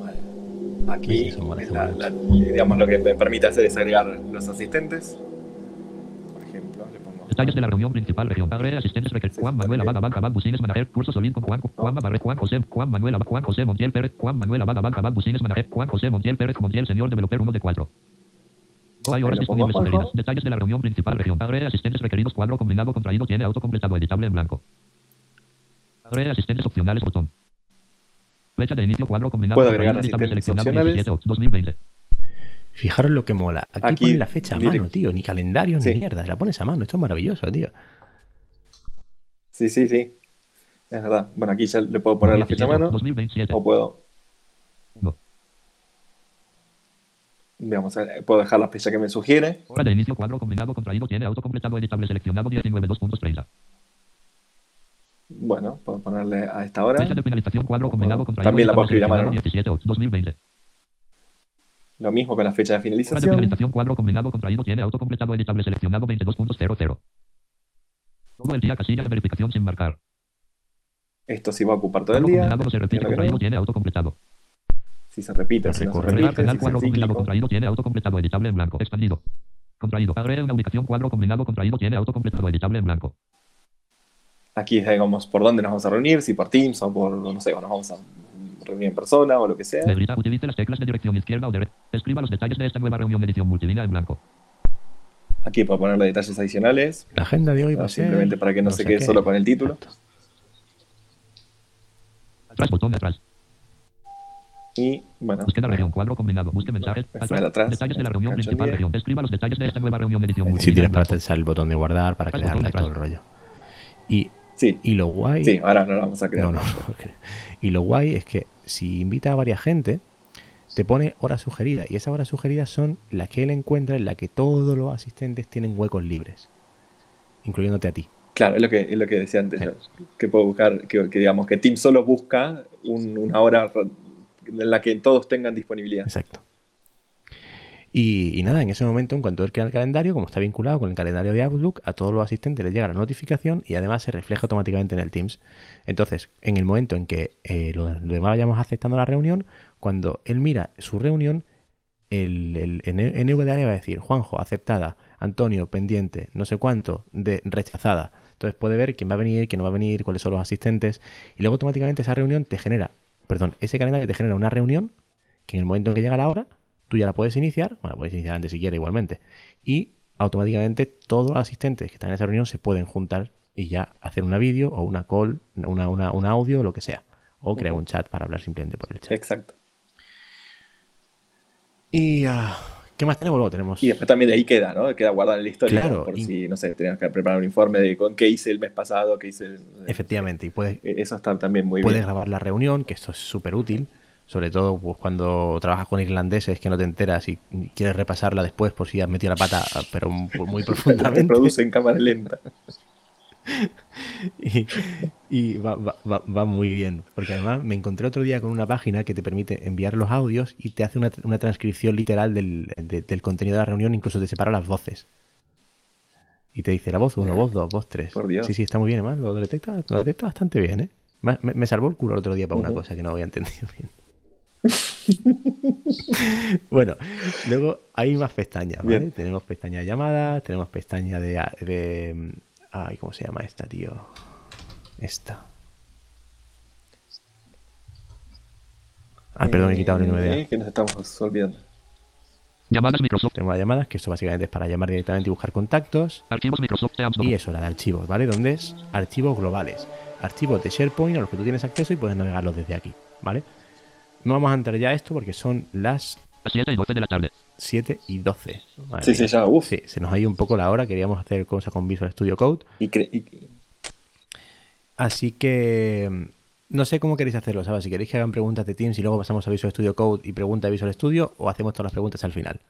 Aquí, Eso mola, eso digamos, lo que me permite hacer es agregar los asistentes. Por ejemplo, le pongo. Detalles de la reunión principal, región, agregue asistentes requeridos, Juan Manuel Abad, Abad, Abad, Bucines, Manager, curso Solín con Juan Barret, Juan Manuel Abad, Juan José Montiel Pérez, Juan Manuel Abad, Abad, Abad, Bucines, Manager, Juan José Montiel Pérez, Montiel, señor developer 1 de 4. No hay horas Ahí lo pongo, disponibles Juanjo. sugeridas. Detalles de la reunión principal, región. Agregue asistentes requeridos, cuadro combinado, contraído, tiene autocompletado, editable en blanco. Agregue asistentes opcionales, botón. Fecha de inicio, cuadro combinado, Puedo contraído, agregar editable, asistentes seleccionado, opcionales. 17/2020. Fijaros lo que mola. Aquí ponen la fecha a mano, tío. Ni calendario ni Sí. mierda. La pones a mano. Esto es maravilloso, tío. Sí. Es verdad. Bueno, aquí ya le puedo poner la fecha a mano. 2027. O puedo, No. digamos, puedo dejar la fecha que me sugiere. Hora de inicio, cuadro combinado, contraído, tiene autocompletado, editable, seleccionado, 19/2.30. Bueno, puedo ponerle a esta hora. Fecha de finalización, cuadro combinado, contraído, También la puedo escribir a seleccionado, mano. 17/2020. Lo mismo con la fecha de Hora de finalización. finalización, cuadro combinado, contraído, tiene autocompletado, editable, seleccionado, 22.00. Todo el día, casilla de verificación sin marcar. Esto sí va a ocupar todo el Cuadro día. combinado, no se repite, Entiendo que contraído, no. tiene autocompletado. Si se repite, si no se Recurre. Agregar repite, canal, si cuadro es combinado, cíclico. contraído, tiene autocompletado, editable en blanco. Expandido. Contraído. Agregue una ubicación, cuadro combinado, contraído, tiene autocompletado, editable en blanco. Aquí es, digamos, por dónde nos vamos a reunir, si por Teams o por, no sé, o nos vamos a reunir en persona o lo que sea. Negrita, utilice las teclas de dirección izquierda o derecha. Escriba los detalles de esta nueva reunión, edición multilínea en blanco. Aquí puedo ponerle detalles adicionales, La agenda de hoy va a ser... simplemente para que no se sé quede qué. solo con el título. Exacto. Atrás, botón de atrás. Y, bueno, Búsqueda región, cuadro combinado. Busque mensajes. Voy a poner atrás. Detalles de la reunión Cacho principal, 10. región. Escriba los detalles de esta nueva reunión, edición Si multilínea tienes en para blanco. tensar el botón de guardar, para Atrás, crearla y botón todo el rollo. Y sí, lo guay... sí, ahora no lo vamos a crear. No, no. Y lo guay es que si invita a varias gente, te pone horas sugeridas. Y esas horas sugeridas son las que él encuentra en las que todos los asistentes tienen huecos libres. Incluyéndote a ti. Claro, es lo que decía antes, Sí. yo, que puedo buscar, que digamos, que Teams solo busca una hora en la que todos tengan disponibilidad. Exacto. Y nada, en ese momento, en cuanto él crea el calendario, como está vinculado con el calendario de Outlook, a todos los asistentes les llega la notificación y además se refleja automáticamente en el Teams. Entonces, en el momento en que los demás vayamos aceptando la reunión, cuando él mira su reunión, el NVDA le va a decir, Juanjo, aceptada, Antonio, pendiente, no sé cuánto, de rechazada. Entonces puede ver quién va a venir, quién no va a venir, cuáles son los asistentes. Y luego automáticamente esa reunión te genera, perdón, ese calendario te genera una reunión que en el momento en que llega la hora, tú ya la puedes iniciar, bueno, la puedes iniciar antes si quieres igualmente. Y automáticamente todos los asistentes que están en esa reunión se pueden juntar y ya hacer una vídeo o una call, un audio o lo que sea. O crear un chat para hablar simplemente por el chat. Exacto. Y ¿qué más tenemos? Luego tenemos... Y después también de ahí queda, ¿no? Queda guardado en la historia. Claro, Por y- si, no sé, tenías que preparar un informe de con qué hice el mes pasado, qué hice. Efectivamente, y puedes Eso está también muy puedes bien. grabar la reunión, que esto es súper útil, sobre todo pues, cuando trabajas con irlandeses que no te enteras y quieres repasarla después por si has metido la pata, pero muy Te profundamente. produce en cámara lenta. Y, y va muy bien, porque además me encontré otro día con una página que te permite enviar los audios y te hace una transcripción literal del contenido de la reunión, incluso te separa las voces. Y te dice la voz 1, voz 2, voz 3. Por Dios. Sí, sí, está muy bien, además lo detecta bastante bien, ¿eh? Me salvó el culo el otro día para una Ujú. cosa que no había entendido bien. Bueno, luego hay más pestañas, ¿vale? Bien. Tenemos pestaña de llamadas, tenemos pestaña ay, ¿cómo se llama esta, tío? Esta. Ah, perdón, he quitado la idea. Que nos estamos olvidando. Llamadas Microsoft. Tenemos las llamadas, que esto básicamente es para llamar directamente y buscar contactos. Archivos Microsoft Teams. Y eso, la de archivos, ¿vale? Donde es archivos globales. Archivos de SharePoint a los que tú tienes acceso y puedes navegarlos desde aquí, ¿vale? No vamos a entrar ya a esto porque son las 7:12 de la tarde. 7 y 12. Madre Sí, mía. sí, ya, uf. Sí, se nos ha ido un poco la hora. Queríamos hacer cosas con Visual Studio Code. Así que no sé cómo queréis hacerlo, ¿sabes? Si queréis que hagan preguntas de Teams y luego pasamos a Visual Studio Code y pregunta de Visual Studio, o hacemos todas las preguntas al final.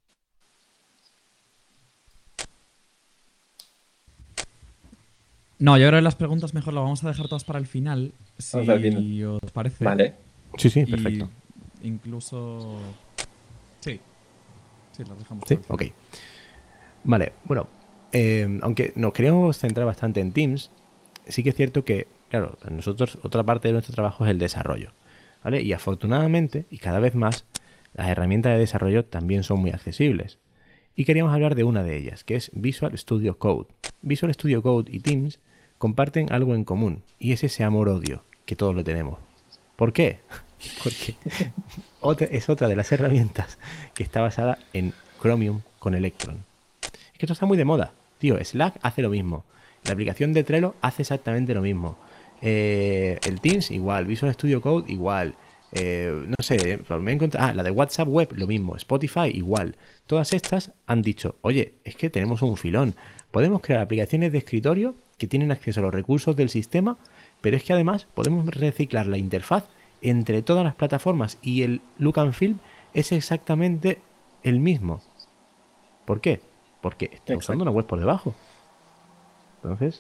No, yo creo que las preguntas mejor las vamos a dejar todas para el final, si Vamos al final. os parece. Vale. Sí, sí, Y perfecto. incluso... Sí. Sí, las dejamos Sí, para el ok. Vale, bueno, aunque nos queríamos centrar bastante en Teams, sí que es cierto que, claro, nosotros otra parte de nuestro trabajo es el desarrollo, ¿vale? Y afortunadamente, y cada vez más, las herramientas de desarrollo también son muy accesibles. Y queríamos hablar de una de ellas, que es Visual Studio Code. Visual Studio Code y Teams comparten algo en común, y es ese amor-odio que todos lo tenemos. ¿Por qué? Porque es otra de las herramientas que está basada en Chromium con Electron. Es que esto está muy de moda, tío. Slack hace lo mismo. La aplicación de Trello hace exactamente lo mismo. El Teams igual. Visual Studio Code igual. No sé, me he encontrado... la de WhatsApp Web lo mismo. Spotify igual. Todas estas han dicho, oye, es que tenemos un filón. Podemos crear aplicaciones de escritorio que tienen acceso a los recursos del sistema, pero es que además podemos reciclar la interfaz entre todas las plataformas y el look and feel es exactamente el mismo. ¿Por qué? Porque está Exacto. usando una web por debajo. Entonces,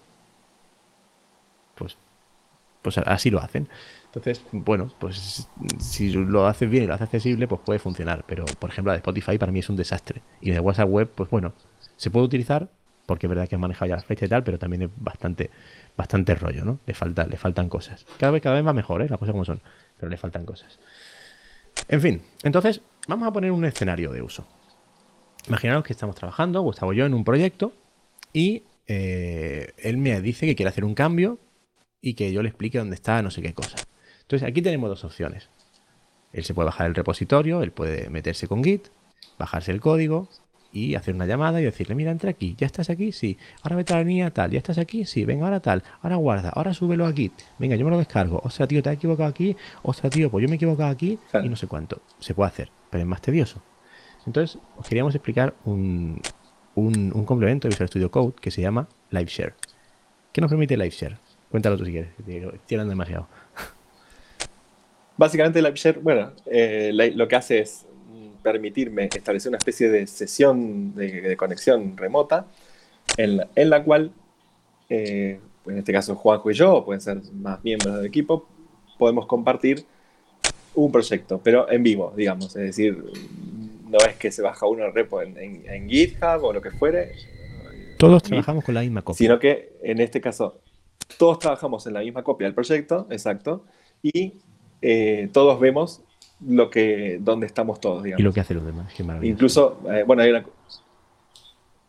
pues así lo hacen. Entonces, bueno, pues si lo haces bien y lo haces accesible, pues puede funcionar. Pero, por ejemplo, la de Spotify para mí es un desastre. Y la de WhatsApp Web, pues bueno, se puede utilizar porque es verdad que has manejado ya las fechas y tal, pero también es bastante rollo, ¿no? Le faltan cosas. Cada vez va mejor, ¿eh? Las cosas como son, pero le faltan cosas. En fin, entonces, vamos a poner un escenario de uso. Imaginaos que estamos trabajando, Gustavo y yo, en un proyecto y él me dice que quiere hacer un cambio y que yo le explique dónde está no sé qué cosa. Entonces aquí tenemos dos opciones. Él se puede bajar el repositorio, él puede meterse con Git, bajarse el código y hacer una llamada y decirle, mira, entra aquí, ¿ya estás aquí? Sí. Ahora vete a la línea tal, ¿ya estás aquí? Sí. Venga, ahora tal, ahora guarda, ahora súbelo a Git. Venga, yo me lo descargo. Ostras, tío, te has equivocado aquí. Ostras, tío, pues yo me he equivocado aquí y no sé cuánto. Se puede hacer, pero es más tedioso. Entonces, os queríamos explicar un complemento de Visual Studio Code que se llama LiveShare. ¿Qué nos permite LiveShare? Cuéntalo tú si quieres, estoy hablando demasiado. Básicamente, LiveShare, bueno, lo que hace es permitirme establecer una especie de sesión de conexión remota en la cual, en este caso Juanjo y yo, o pueden ser más miembros del equipo, podemos compartir un proyecto, pero en vivo, digamos. Es decir, no es que se baja uno el repo en GitHub o lo que fuere. Todos trabajamos con la misma copia. Sino que en este caso todos trabajamos en la misma copia del proyecto, exacto, y todos vemos dónde estamos todos, digamos. Y lo que hacen los demás, qué maravilla. Incluso, bueno,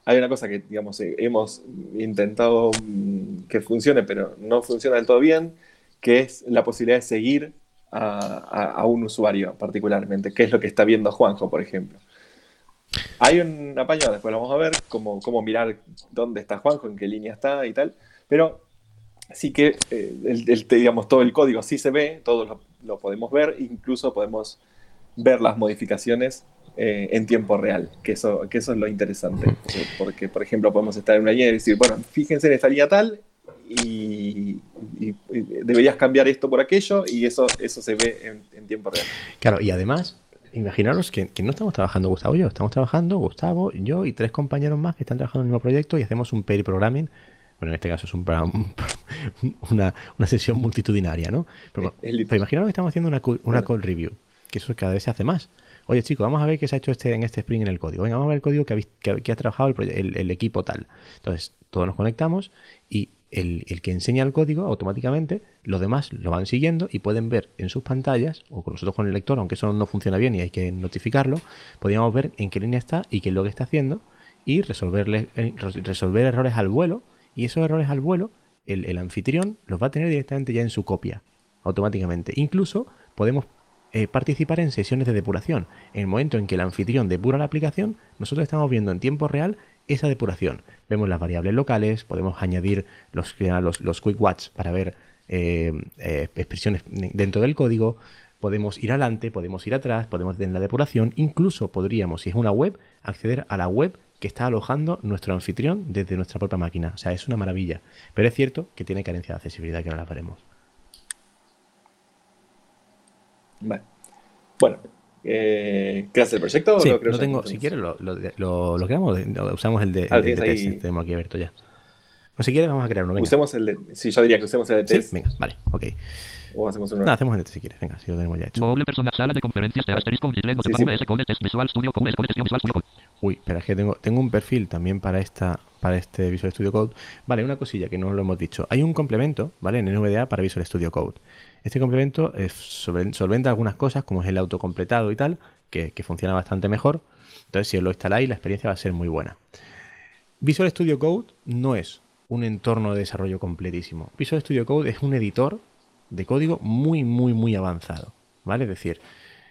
hay una cosa que, digamos, hemos intentado que funcione, pero no funciona del todo bien, que es la posibilidad de seguir a un usuario particularmente, que es lo que está viendo Juanjo, por ejemplo. Hay un apaño, después lo vamos a ver, cómo mirar dónde está Juanjo, en qué línea está y tal, pero sí que digamos, todo el código sí se ve, todos lo podemos ver, incluso podemos ver las modificaciones en tiempo real, que eso es lo interesante, porque, por ejemplo, podemos estar en una línea y decir, bueno, fíjense en esta línea tal, y deberías cambiar esto por aquello, y eso se ve en tiempo real. Claro, y además, imaginaros que no estamos trabajando Gustavo y yo, estamos trabajando Gustavo, yo y 3 compañeros más que están trabajando en el mismo proyecto y hacemos un pair programming. Bueno, en este caso es una sesión multitudinaria, ¿no? Pero imaginaros que estamos haciendo una code review, que eso cada vez se hace más. Oye, chicos, vamos a ver qué se ha hecho en este sprint en el código. Venga, vamos a ver el código que ha trabajado el equipo tal. Entonces, todos nos conectamos y el que enseña el código automáticamente, los demás lo van siguiendo y pueden ver en sus pantallas, o con nosotros con el lector, aunque eso no funciona bien y hay que notificarlo, podríamos ver en qué línea está y qué es lo que está haciendo y resolver errores al vuelo. Y esos errores al vuelo, el anfitrión los va a tener directamente ya en su copia, automáticamente. Incluso podemos participar en sesiones de depuración. En el momento en que el anfitrión depura la aplicación, nosotros estamos viendo en tiempo real esa depuración. Vemos las variables locales, podemos añadir los quick watch para ver expresiones dentro del código, podemos ir adelante, podemos ir atrás, podemos ver la depuración, incluso podríamos, si es una web, acceder a la web que está alojando nuestro anfitrión desde nuestra propia máquina. O sea, es una maravilla. Pero es cierto que tiene carencia de accesibilidad, que ahora la veremos. Vale. Bueno, ¿creas el proyecto o sí, lo creo? No tengo, si quieres lo creamos, usamos el de test que tenemos aquí abierto ya. O si quieres vamos a crear uno, venga. Usemos el de, sí, yo diría que usemos el de test. Sí, venga, vale, ok. O hacemos uno. No, hacemos el de test si quieres, venga, si lo tenemos ya hecho. Doble persona, sala de conferencias de asterisco, Gislet, no te Sí, VS Code, Test Visual Studio Code, Gestión Visual Studio Code. Uy, espera, es que tengo un perfil también para este Visual Studio Code. Vale, una cosilla que no lo hemos dicho. Hay un complemento, ¿vale? En NVDA para Visual Studio Code. Este complemento solventa algunas cosas, como es el autocompletado y tal, que funciona bastante mejor. Entonces, si os lo instaláis, la experiencia va a ser muy buena. Visual Studio Code no es un entorno de desarrollo completísimo. Visual Studio Code es un editor de código muy, muy, muy avanzado, ¿vale? Es decir,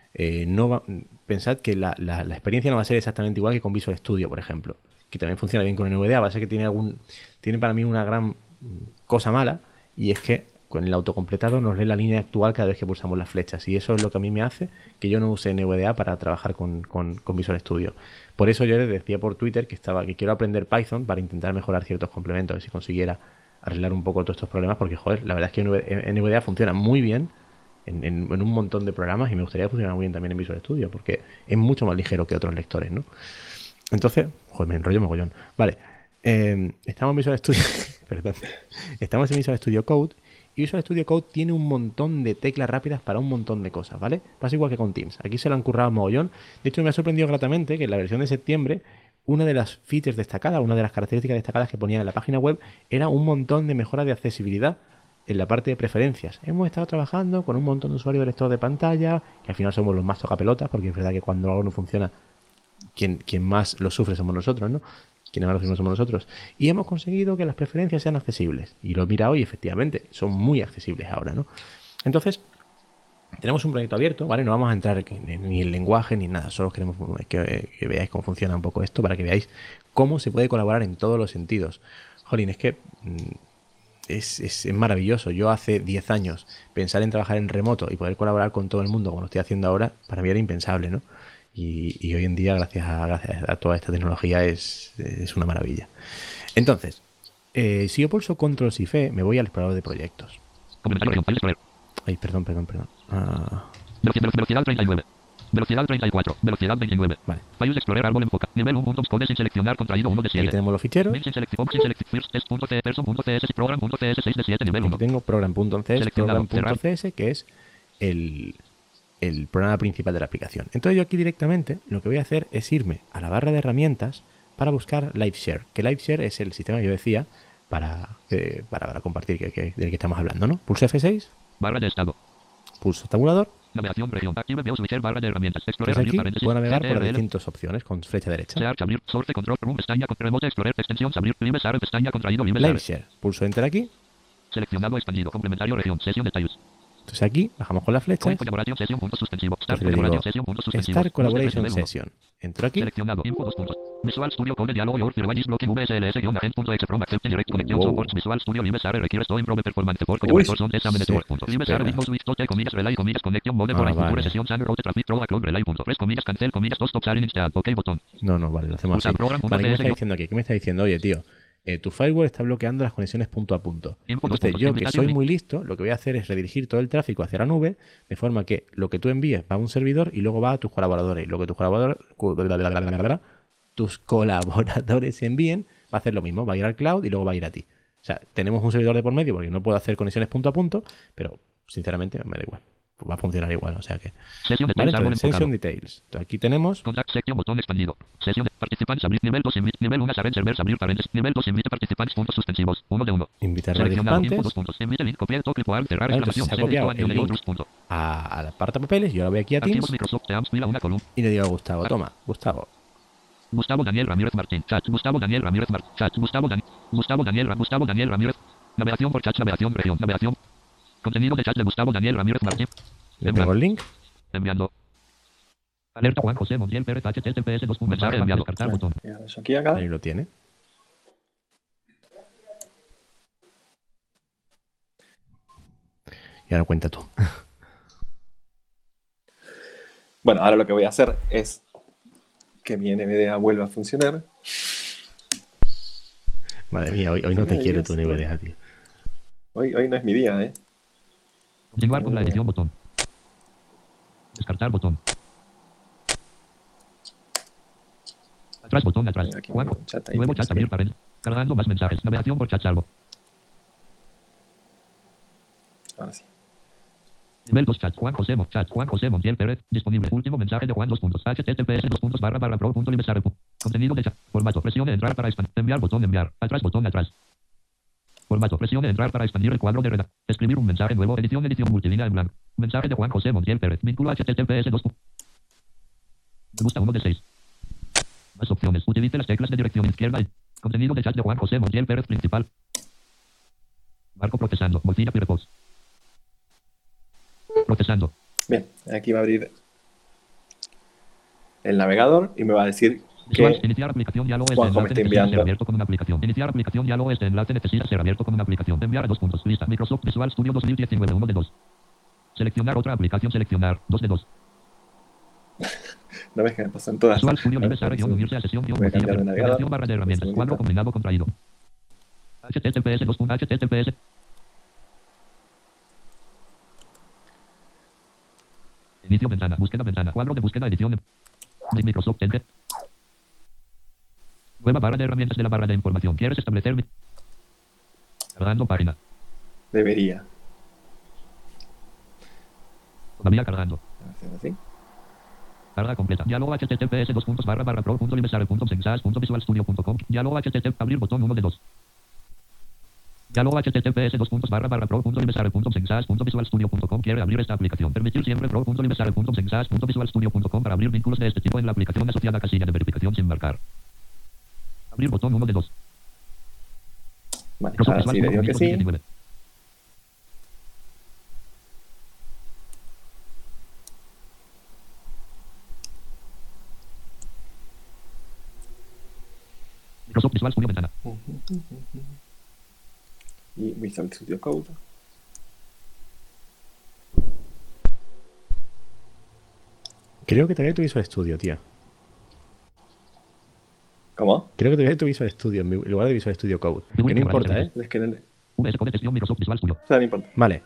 pensad que la experiencia no va a ser exactamente igual que con Visual Studio, por ejemplo, que también funciona bien con NVDA. Va a ser que tiene para mí una gran cosa mala, y es que con el autocompletado nos lee la línea actual cada vez que pulsamos las flechas, y eso es lo que a mí me hace que yo no use NVDA para trabajar con Visual Studio. Por eso yo les decía por Twitter que quiero aprender Python para intentar mejorar ciertos complementos, a ver si consiguiera arreglar un poco todos estos problemas, porque joder, la verdad es que NVDA funciona muy bien en un montón de programas, y me gustaría que funcionara muy bien también en Visual Studio, porque es mucho más ligero que otros lectores, ¿no? Entonces, joder, me enrollo mogollón. Vale, estamos en Visual Studio perdón, estamos en Visual Studio Code, y Visual Studio Code tiene un montón de teclas rápidas para un montón de cosas, ¿vale? Pasa igual que con Teams. Aquí se lo han currado mogollón. De hecho, me ha sorprendido gratamente que en la versión de septiembre, una de las features destacadas, una de las características destacadas que ponían en la página web, era un montón de mejoras de accesibilidad en la parte de preferencias. Hemos estado trabajando con un montón de usuarios de lector de pantalla, que al final somos los más tocapelotas, porque es verdad que cuando algo no funciona, quien más lo sufre somos nosotros, ¿no? Quienes más lo sufrimos somos nosotros. Y hemos conseguido que las preferencias sean accesibles. Y lo he mirado y efectivamente son muy accesibles ahora, ¿no? Entonces, tenemos un proyecto abierto, ¿vale? No vamos a entrar ni en lenguaje ni en nada. Solo queremos que veáis cómo funciona un poco esto, para que veáis cómo se puede colaborar en todos los sentidos. Jolín, es que es maravilloso. Yo hace 10 años pensar en trabajar en remoto y poder colaborar con todo el mundo como lo estoy haciendo ahora, para mí era impensable, ¿no? Y hoy en día, gracias a toda esta tecnología, es una maravilla. Entonces, si yo pulso Control Shift F, me voy al explorador de proyectos. Ay, perdón. Velocidad 39. Velocidad 34. Velocidad 29. Vale. File Explorer árbol enfoca. Nivel 1.code sin seleccionar contraído 1 de Aquí 7. tenemos los ficheros. Option select first test.t person.ts program.ts 6 de 7 nivel Aquí 1. tengo program.cs, Seleccionado, program.cs, que es el programa principal de la aplicación. Entonces yo aquí directamente lo que voy a hacer es irme a la barra de herramientas para buscar LiveShare, que LiveShare es el sistema que yo decía para compartir del que estamos hablando, ¿no? Pulso F6, Barra de estado. pulso tabulador, Navegación, región. Active View Switcher, barra de herramientas. Explorer, Entonces abrir aquí paréntesis. puedo navegar por las CTRL. distintas opciones con flecha derecha. Search, abrir. Source, control, room, pestaña, remote, explorer, extensión, abrir, Live Share, pestaña, contraído, Live Live Share. Share. Pulso Enter aquí. Seleccionado, expandido, complementario, región, sesión de tallos. Entonces aquí bajamos con las flechas. Coin Collaboration Session, punto suspensivo. Start Entonces le digo, Collaboration Session, punto suspensivo. Start Collaboration Nivel uno. Session. Entro aquí. Seleccionado. Info 2 puntos. Visual Studio Code diálogo your firewall is blocking VSLS-agent.exe from accept direct connection supports Visual Studio Live Share requires to improve performance for collaborators on exam network. Live Share with no switch to comillas relay comillas connection mode for future vale. session and route traffic through a cloud relay punto. Press comillas cancel comillas to stop sharing instead. OK botón. No, vale, lo hacemos Pulsa así. program, Vale, ¿qué me CS, está diciendo aquí? ¿Qué me está diciendo? Oye, tío, tu firewall está bloqueando las conexiones punto a punto. Info, dos Entonces, puntos, yo que invitación, soy muy listo, lo que voy a hacer es redirigir todo el tráfico hacia la nube, de forma que lo que tú envíes va a un servidor y luego va a tus colaboradores. Y lo que tus colaboradores envíen va a hacer lo mismo, va a ir al cloud y luego va a ir a ti. O sea, tenemos un servidor de por medio porque no puedo hacer conexiones punto a punto, pero sinceramente me da igual. Va a funcionar igual, o sea que... Sesión de Vale, árbol entonces, enfocado. Session Details. Entonces, aquí tenemos... Contact section botón expandido. Sesión de participantes abrir nivel 2 nivel 1 Share servers abrir paréntesis nivel 2 invite participantes puntos suspensivos 1 de 1. Invitar Seleccionado info 2 participantes puntos. Envíe link copiar toque cual cerrar Vale, entonces exclamación. se ha Send copiado esto a el new link layer, punto. al apartapapeles. Yo ahora voy aquí a Archivos Teams Microsoft Teams fila una columna. y le digo a Gustavo, toma, Gustavo. Gustavo Daniel Ramírez Martín. Chat. Gustavo Daniel Ramírez Martín. Chat. Gustavo Daniel Ramírez. Navegación por chat. Navegación región. Navegación. Contenido de chat de Gustavo Daniel Ramírez Martín. Le pego el link. Enviando. Alerta Juan José Montiel Pérez HTTPS 2. Mensaje enviado. Descartar botón. Eso aquí acá. Ahí lo tiene. Y ahora cuenta tú. Bueno, ahora lo que voy a hacer es que mi NVDA vuelva a funcionar. Madre mía, hoy no te Ay, quiero Dios. tu NVDA, tío. Hoy no es mi día, ¿eh? Continuar con la edición botón. Descartar botón. Atrás botón atrás. Aquí Juan. un chat ahí Nuevo que chat no abrir sé. paréntesis. Cargando más mensajes. Navegación por chat salvo. Ahora sí. Nivel 2 chat. Juan José Montiel Pérez. Disponible. Último mensaje de Juan 2 puntos. HTTPS 2 puntos barra pro punto libesare. Contenido de chat. Formato. Presione entrar para expandir. Enviar botón enviar. Atrás botón atrás. Formato. Presione entrar para expandir el cuadro de redacción. Escribir un mensaje nuevo. Edición multilínea en blanco. Mensaje de Juan José Montiel Pérez. Vínculo HTTPS 2. Me gusta 1 de 6. Más opciones. Utilice las teclas de dirección izquierda. Contenido de chat de Juan José Montiel Pérez principal. Marco procesando. Mozilla Firefox. Procesando. Bien, aquí va a abrir el navegador y me va a decir Visual, que iniciar aplicación diálogo Juanjo me enlace está necesita ser enviando. abierto con una aplicación. Iniciar aplicación diálogo enlace necesita ser abierto con una aplicación. Enviar a 2 puntos. Lista. Microsoft Visual Studio 2019 1 de 2. Seleccionar otra aplicación. Seleccionar 2 de 2. no ves que me pasan todas. Visual Studio A ver, Live Share un unirse a sesión voy a cambiar de navegador. navegación barra de herramientas. Un Cuadro segundito. combinado contraído. HTTPS 2. HTTPS. Inicio ventana. Búsqueda ventana. Cuadro de búsqueda edición de Microsoft Edge. Nueva barra de herramientas de la barra de información. ¿Quieres establecer cargando página? Debería. Todavía cargando. Hacer así. Carga completa. Diálogo https pro.libesare.sensas.visualstudio.com. Diálogo http abrir botón 1 de 2. Diálogo https pro.libesare.sensas.visualstudio.com. Quiere abrir esta aplicación. Permitir siempre pro.libesare.sensas.visualstudio.com para abrir vínculos de este tipo en la aplicación asociada a casilla de verificación sin marcar. Abrir botón 1 de 2. Vale, Microsoft ahora Visual sí le digo Studio que sí. 2019. Microsoft Visual Studio ventana. Y Visual Studio Code. Creo que te había tu Visual Studio, tío. ¿Cómo? Creo que te había tu Visual Studio en lugar de Visual Studio Code. Que no importa, ¿eh? Es que no, VS Code gestión Microsoft Visual Studio. o sea, no importa. Vale.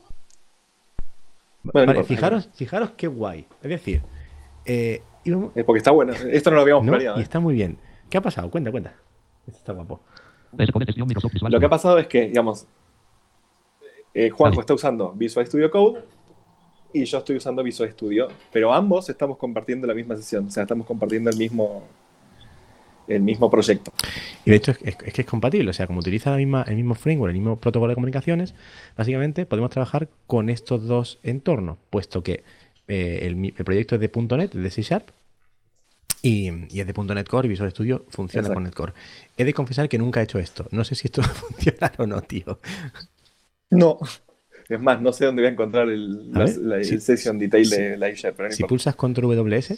Bueno, no Vale, importa. fijaros qué guay. Es decir, íbamos- Porque está bueno. Esto no lo habíamos ¿no? planeado. Y ¿eh? está muy bien. ¿Qué ha pasado? Cuenta. Esto está guapo. VS Code gestión Microsoft Visual Lo que ha Studio. pasado es que, digamos, Juanjo Vale. está usando Visual Studio Code y yo estoy usando Visual Studio, pero ambos estamos compartiendo la misma sesión, o sea, estamos compartiendo el mismo proyecto. Y de hecho es que es compatible. O sea, como utiliza el mismo framework, el mismo protocolo de comunicaciones, básicamente podemos trabajar con estos dos entornos, puesto que el proyecto es de .NET, es de C Sharp, y es de .NET Core y Visual Studio funciona Exacto. con .NET Core. He de confesar que nunca he hecho esto. No sé si esto funciona o no, tío. No. Es más, no sé dónde voy a encontrar A ver, el session detail de LiveShare, pero no Si importa. pulsas Control WS,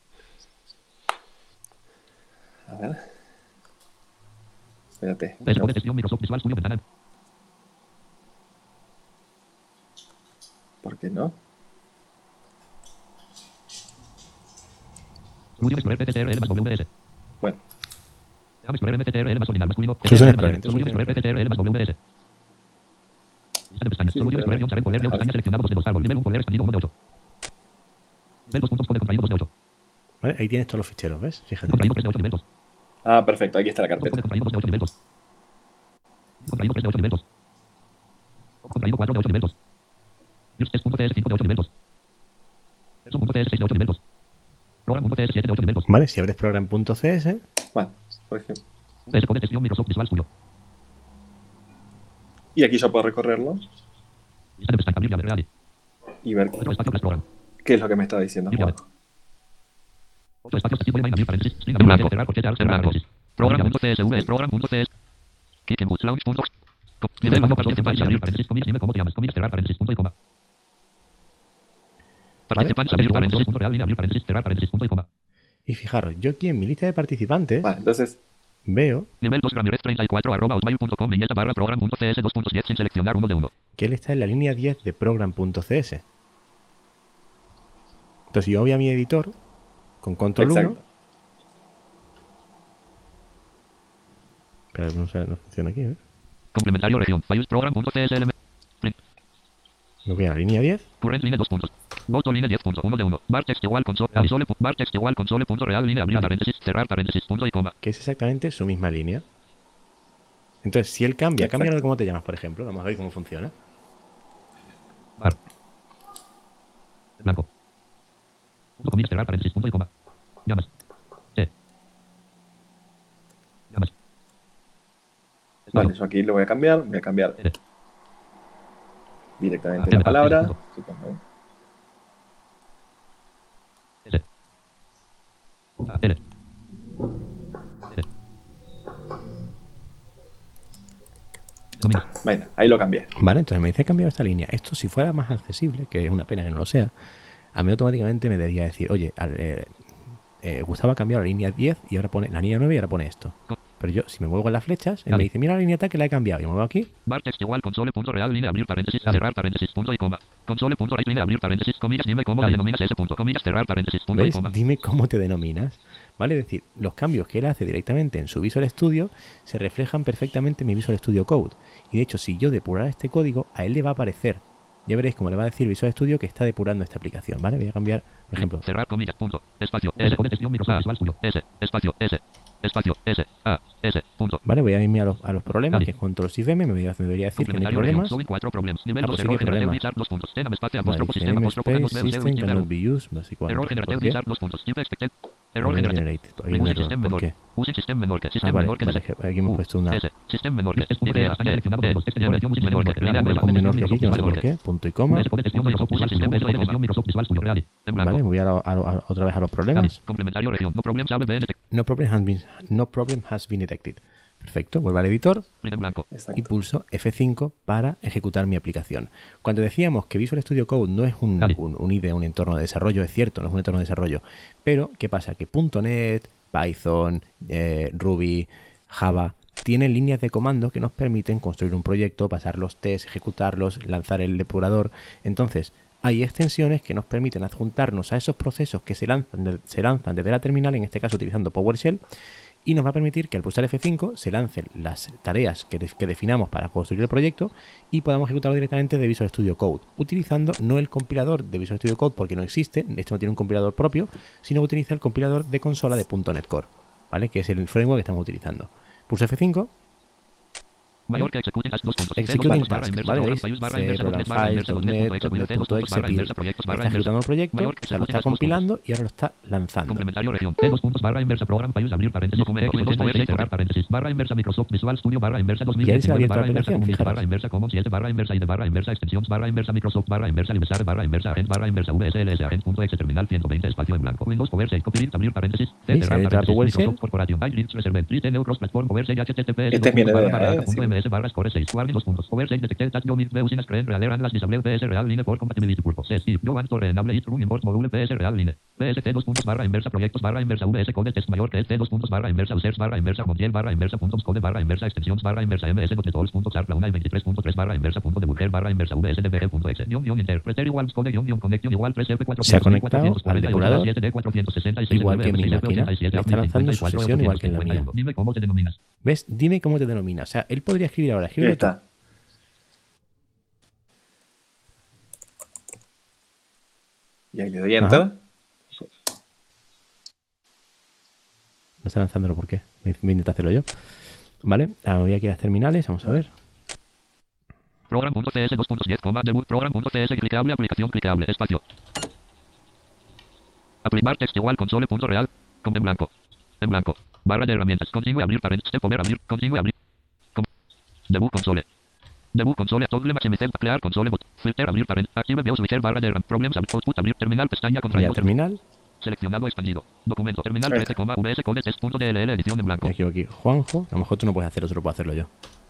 A ver. Espérate. Después de gestión Microsoft Visual Studio ventana. ¿Por qué no? Studio Explorer PCRL más WS. Bueno, Java Explorer PCRL más ordinal masculino. Eso es un Explorer, Studio Explorer PCRL más WS. Lista de pestañas. Sí, Studio pero Explorer no. guión, poder de pestañas seleccionados los dedos. Árbol. Nivel 1 poder expandido 1 de 8. Nivel 2 puntos poder contraído 2 de 8. ¿vale? Ahí tienes todos los ficheros, ¿ves? Fíjate. Contraído 3 de 8 nivel 2. Ah, perfecto, aquí está la Poder carpeta. contraído 2 de 8 nivel 2. Contraído 3 de 8 nivel 2. Contraído 4 de 8 nivel 2. Use.ts 5 de 8 nivel 2. Verso.ts 6 de 8 nivel 2. Program.ts 7 de 8 nivel 2. ¿Vale? Si abres program.cs, Bueno, por ejemplo. PS Code gestión Microsoft Visual Studio. Y aquí yo puedo recorrerlo Lista de pestañas. Biblia de Real. y ver Otro espacio Class Program. qué es lo que me está diciendo. Biblia. Juan. Otro espacio activo en abrir paréntesis. String blanco. Cerrar corchete cerrar paréntesis. Program.csv es program.cs. Kickenwood Launch. Nivel bajo paréntesis abrir paréntesis. Comillas nivel como te llamas. Comillas cerrar paréntesis. Punto y coma. Participantes abrir paréntesis. Punto real. Abrir paréntesis. Cerrar paréntesis. Punto y coma. y fijaros, yo aquí en mi lista de participantes Vale, entonces, veo Nivel 2 Ramirez 34 @hotmail.com viñeta barra program.cs 2.10 sin seleccionar 1 de 1. que él está en la línea 10 de program.cs. Entonces yo voy a mi editor con control 1. exacto. Pero no funciona aquí, ¿eh? Complementario región. Files program.cs element. Me voy a la línea 10. Current line 2 puntos. Voto line 10 puntos. 1 de 1. Bar text igual console. Avisole. Bar text igual console. Punto real. Línea abrir paréntesis. Cerrar paréntesis. Punto y coma. Que es exactamente su misma línea. Entonces, si él cambia, Exacto. cambia lo de cómo te llamas, por ejemplo. Vamos a ver cómo funciona. Bar. Blanco. Punto comillas cerrar paréntesis. Punto y coma. Llamas. Llamas. Vale, yo aquí lo voy a cambiar directamente la Agenda, palabra. punto. Supongo. S. L. Dominio. Bueno, ahí lo cambié. Vale, entonces me dice cambiar esta línea. Esto, si fuera más accesible, que es una pena que no lo sea, a mí automáticamente me debería decir, oye, Gustavo ha cambiado la línea 10 y ahora pone la línea 9 y ahora pone esto. Pero yo, si me muevo en las flechas, él me dice, mira la línea tal que la he cambiado. Yo me muevo aquí. Bar text igual console punto real línea abrir paréntesis cerrar paréntesis punto y coma. Console punto right línea abrir paréntesis comillas dime cómo te denominas ese punto comillas cerrar paréntesis punto y ¿Ves? coma. Dime cómo te denominas. ¿Vale? Es decir, los cambios que él hace directamente en su Visual Studio se reflejan perfectamente en mi Visual Studio Code. Y de hecho, si yo depurar este código, a él le va a aparecer. Ya veréis cómo le va a decir Visual Studio que está depurando esta aplicación. ¿Vale? Voy a cambiar, por ejemplo. Cerrar comillas punto espacio S con gestión Microsoft Visual Studio S espacio S espacio S A S punto. Vale, voy a irme a los problemas, que es control shift M, me debería decir que no hay Complementario región. problemas. Subin 4 problemas. Nivel Ah, 2 pues sí que error hay generative problemas. wizard 2 puntos. Tenam espacio Vale, apóstrofo dice sistema apóstrofo namespace, dos veces system win cannot be used, básicamente. Error ¿Por generative qué? wizard 2 puntos. If expected. Error Error generative. generated. Hay un Using error. system ¿Por menor. qué? Using system menor que Ah, system vale, menor que vale, aquí hemos puesto una S. System menor que es punto pestaña seleccionada por los textos. menor que línea nueva. un menor que aquí, que no sé por qué, punto y coma. Vale, me voy otra vez a los problemas. Complementario región. No problem have been detected. No problem has been detected. Perfecto, vuelvo al editor En blanco. y Exacto. pulso F5 para ejecutar mi aplicación. Cuando decíamos que Visual Studio Code no es un IDE, un entorno de desarrollo, es cierto, no es un entorno de desarrollo. Pero, ¿qué pasa? Que .NET, Python, Ruby, Java tienen líneas de comando que nos permiten construir un proyecto, pasar los tests, ejecutarlos, lanzar el depurador. Entonces, hay extensiones que nos permiten adjuntarnos a esos procesos que se lanzan desde la terminal, en este caso utilizando PowerShell, y nos va a permitir que al pulsar F5 se lancen las tareas que definamos para construir el proyecto y podamos ejecutarlo directamente de Visual Studio Code, utilizando no el compilador de Visual Studio Code porque no existe, esto no tiene un compilador propio, sino que utiliza el compilador de consola de .NET Core, ¿vale? Que es el framework que estamos utilizando. Pulso F5 Mayor que executen las 2 puntos. Executing C2 barra task, inversa ¿vale? barra ¿Veis? files barra C, inversa program .net barra inversa files, .net .net, punto exe, .net, C2 punto puntos barra exe, inversa proyectos barra está inversa. ejecutando el proyecto, Mayor que o sea, lo executen está las 2 puntos. compilando y ahora lo está lanzando. Complementario región. C2 puntos barra inversa program files abrir paréntesis documento cerrar paréntesis barra inversa Microsoft Visual Studio barra inversa Y ahí se ha 2019 abierto la barra inversa aplicación, Commons fijaros. barra inversa Commons 7 barra inversa IDE barra inversa extensiones barra inversa Microsoft barra inversa Libesar barra inversa agent barra inversa VSLS agent.exe terminal 120 espacio en blanco Windows PowerShell copy link abrir paréntesis C ¿Veis? cerrar Ahí está paréntesis PowerShell. Microsoft Corporation links reserved tree cross platform PowerShell HTTPS Este es mi barra NDA, barra así punto que- ms barra score 6 warning 2 puntos PowerShell detected touch domain using screen real and las disable PS real line for compatibility purpose Steve yo want to enable it room import module PS real line PST 2 puntos barra inversa proyectos barra inversa VS code test mayor que este 2 puntos barra inversa users barra inversa montiel barra inversa puntos code barra inversa extensiones barra inversa ms tools puntos arc una 23.3 barra inversa punto debugger barra inversa vsdbg punto exe interpreter igual code connection igual 3 f4 Se ha conectado al depurador, igual que en mi máquina, le está lanzando su sesión igual que en la mía. Dime cómo te denominas. ¿Ves? Dime cómo te denominas. O sea, él podría escribir ahora, Ahí escribe tú. está. Y ahí le doy enter. Ajá. No está lanzándolo, ¿por qué? Voy a intentar hacerlo yo. Vale, ahora voy aquí a las terminales, vamos a ver. Program.cs 2.10, debug program.cs clicable, aplicación clicable, espacio. Aplicar text igual console.real, en blanco. En blanco. Barra de herramientas. Continue abrir paréntesis. Step over abrir. Continue abrir. Debug console. Debug console. Toggle maximize. Clear console. Filter abrir paréntesis. Active view switcher barra de problems. Output abrir. Terminal pestaña contra Ya, terminal. seleccionado expandido. Documento. Terminal Ahí 13, está. VS code test.dll edición en blanco. Me equivoqué aquí. Juanjo, a lo mejor tú no puedes hacerlo, solo puedo hacerlo yo.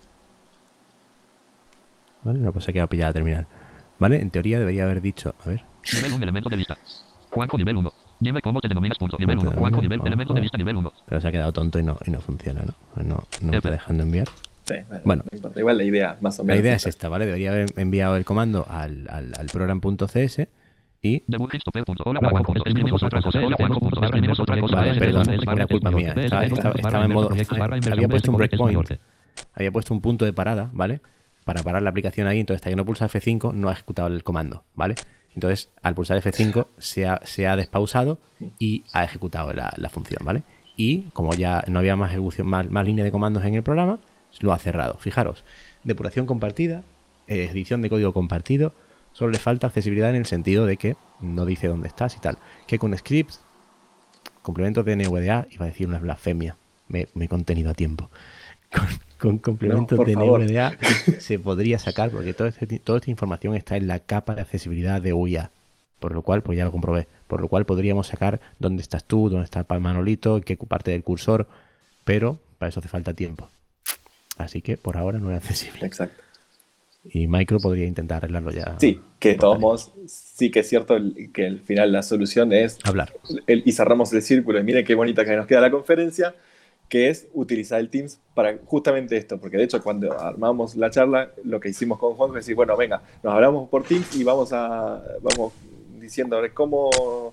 Vale, no pasa que va a pillar la terminal. Vale, en teoría debería haber dicho, a ver. Nivel 1 elemento de lista. Juanjo nivel 1. Dime cómo te denominas punto. Nivel 1. Juanjo nivel elemento de lista nivel 1. Pero se ha quedado tonto y no funciona, ¿no? No me está dejando enviar. Sí, Bueno. no importa. Igual la idea, más o La menos. idea es esta, ¿vale? Debería haber enviado el comando al program.cs y... Debug stop punto. Hola Juanjo. Escribimos otra cosa. Hola Juanjo. Escribimos otra cosa. Vale, perdón, era culpa mía. Estaba en modo... Había puesto un breakpoint. Había puesto un punto de parada, ¿vale? Para parar la aplicación ahí, entonces hasta que no pulsa F5 no ha ejecutado el comando, ¿vale? Entonces, al pulsar F5 se ha despausado y ha ejecutado la función, ¿vale? Y como ya no había más ejecución, más línea de comandos en el programa, lo ha cerrado. Fijaros, depuración compartida, edición de código compartido, solo le falta accesibilidad en el sentido de que no dice dónde estás y tal. Que con scripts, complementos de NVDA, iba a decir una blasfemia, me he contenido a tiempo. Con complementos No, por de favor. NVDA se podría sacar, porque toda esta información está en la capa de accesibilidad de UIA, por lo cual, pues ya lo comprobé, por lo cual podríamos sacar dónde estás tú, dónde está el Manolito, qué parte del cursor, pero para eso hace falta tiempo. Así que por ahora no es accesible. Exacto. Y Micro podría intentar arreglarlo ya. Sí, que de todos modos, sí que es cierto que al final la solución es, Hablar. y cerramos el círculo, y miren qué bonita que nos queda la conferencia, que es utilizar el Teams para justamente esto, porque de hecho cuando armamos la charla, lo que hicimos con Juan fue decir, bueno, venga, nos hablamos por Teams y vamos diciendo a ver cómo,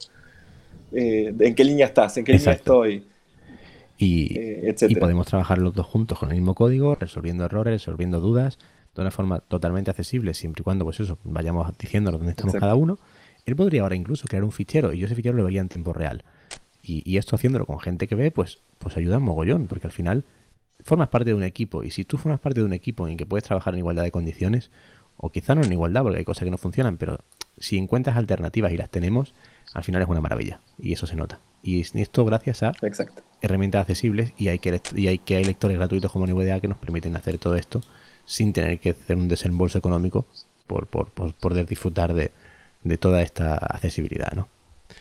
en qué línea estás, en qué línea Exacto. estoy, Y etcétera. podemos trabajar los dos juntos con el mismo código, resolviendo errores, resolviendo dudas, de una forma totalmente accesible, siempre y cuando, pues eso, vayamos diciéndolo dónde estamos Exacto. cada uno. Él podría ahora incluso crear un fichero y yo ese fichero lo vería en tiempo real. Y esto haciéndolo con gente que ve, pues ayuda un mogollón, porque al final formas parte de un equipo. Y si tú formas parte de un equipo en que puedes trabajar en igualdad de condiciones, o quizá no en igualdad, porque hay cosas que no funcionan, pero si encuentras alternativas y las tenemos, al final es una maravilla. Y eso se nota. Y esto gracias a Exacto. herramientas accesibles y hay lectores gratuitos como NVDA que nos permiten hacer todo esto sin tener que hacer un desembolso económico por poder disfrutar de toda esta accesibilidad, ¿no?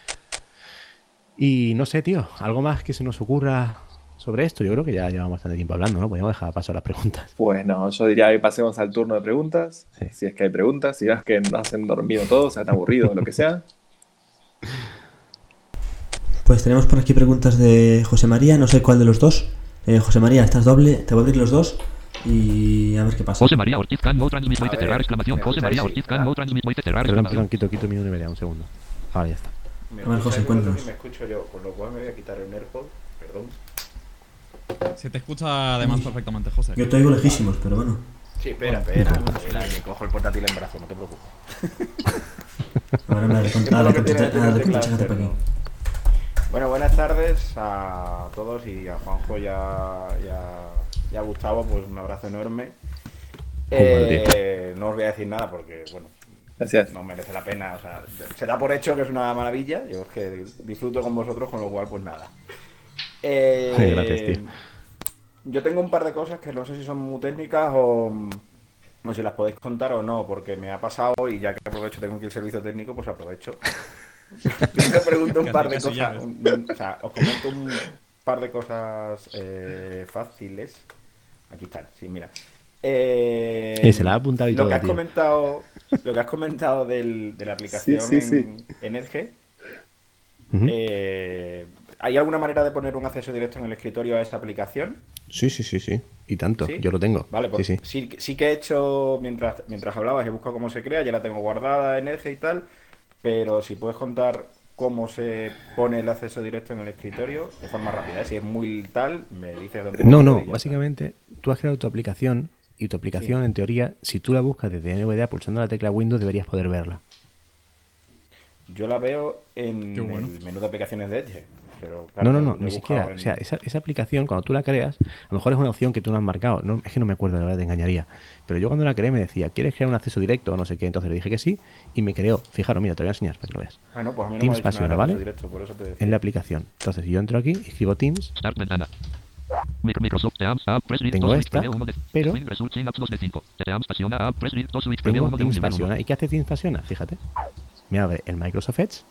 Y no sé, tío, algo más que se nos ocurra sobre esto. Yo creo que ya llevamos bastante tiempo hablando, ¿no? Podríamos dejar paso a las preguntas. Pues no, yo diría que pasemos al turno de preguntas, Sí. si es que hay preguntas, si ves que nos hacen dormido todos, o sea, tan aburrido o lo que sea. Pues tenemos por aquí preguntas de José María, no sé cuál de los dos. José María, estás doble, te voy a abrir los dos y a ver qué pasa. José María Ortiz Can no transmit voy A ver, cerrar exclamación. ¿me José María escucháis? Ortiz Can no transmit voy cerrar Perdón, exclamación. quito mi NVDA un segundo. Ahora ya está. Me A ver, José, escucháis vosotros cuéntanos. y me escucho yo, con lo cual me voy a quitar un AirPod, perdón. Se te escucha además perfectamente, José. Yo te oigo lejísimos, pero bueno. Sí, espera, me cojo el portátil en brazo, no te preocupes. Ahora me Es que lo que tiene el teclado chécate para aquí. externo. Bueno, buenas tardes a todos y a Juanjo y a Y a Gustavo, pues un abrazo enorme. Compartir. No os voy a decir nada porque, bueno, Gracias. no merece la pena. O sea, se da por hecho que es una maravilla. Yo es que disfruto con vosotros, con lo cual, pues nada. Gracias, tío. Yo tengo un par de cosas que no sé si son muy técnicas o si las podéis contar o no, porque me ha pasado y ya que aprovecho, tengo aquí el servicio técnico, pues aprovecho. Yo te pregunto un par de Casi cosas. llaves. O sea, os comento un par de cosas fáciles. Aquí están, sí, mira. Se la ha apuntado y lo todo, que has tío. comentado, lo que has comentado de la aplicación Sí. en Edge, Ujú. ¿hay alguna manera de poner un acceso directo en el escritorio a esa aplicación? Sí. Y tanto. ¿Sí? Yo lo tengo. Vale, pues Sí. sí que he hecho, mientras hablabas, he buscado cómo se crea, ya la tengo guardada en Edge y tal, pero si puedes contar cómo se pone el acceso directo en el escritorio de forma rápida, ¿eh? Si es muy tal, me dices dónde No, ponerlo y ya está. básicamente tú has creado tu aplicación y tu aplicación, en teoría, si tú la buscas desde NVDA pulsando la tecla Windows, deberías poder verla. Yo la veo en Qué bueno. el menú de aplicaciones de Edge, pero claro, No, lo he ni buscado siquiera. O sea, esa aplicación, cuando tú la creas, a lo mejor es una opción que tú no has marcado. No, es que no me acuerdo, la verdad, te engañaría. Pero yo cuando la creé me decía, ¿quieres crear un acceso directo o no sé qué? Entonces le dije que sí y me creó. Fijaros, mira, te voy a enseñar para que lo veas. Ah, no, pues a mí no me ha Teams dicho nada Passion, de ¿vale? acceso directo, por eso te decía. En la aplicación. Entonces, si yo entro aquí, escribo Teams, Start ventana. Microsoft Teams App, press read, Tengo 2 switch, esta, preview 1 de pero- Swing Result Chain Apps 2 de 5. Teams Pasiona App, press read, 2 switch, preview tengo 1 de Teams 1 nivel 1. Pasiona. ¿Y qué hace Teams Pasiona? Fíjate. Me abre el Microsoft Edge.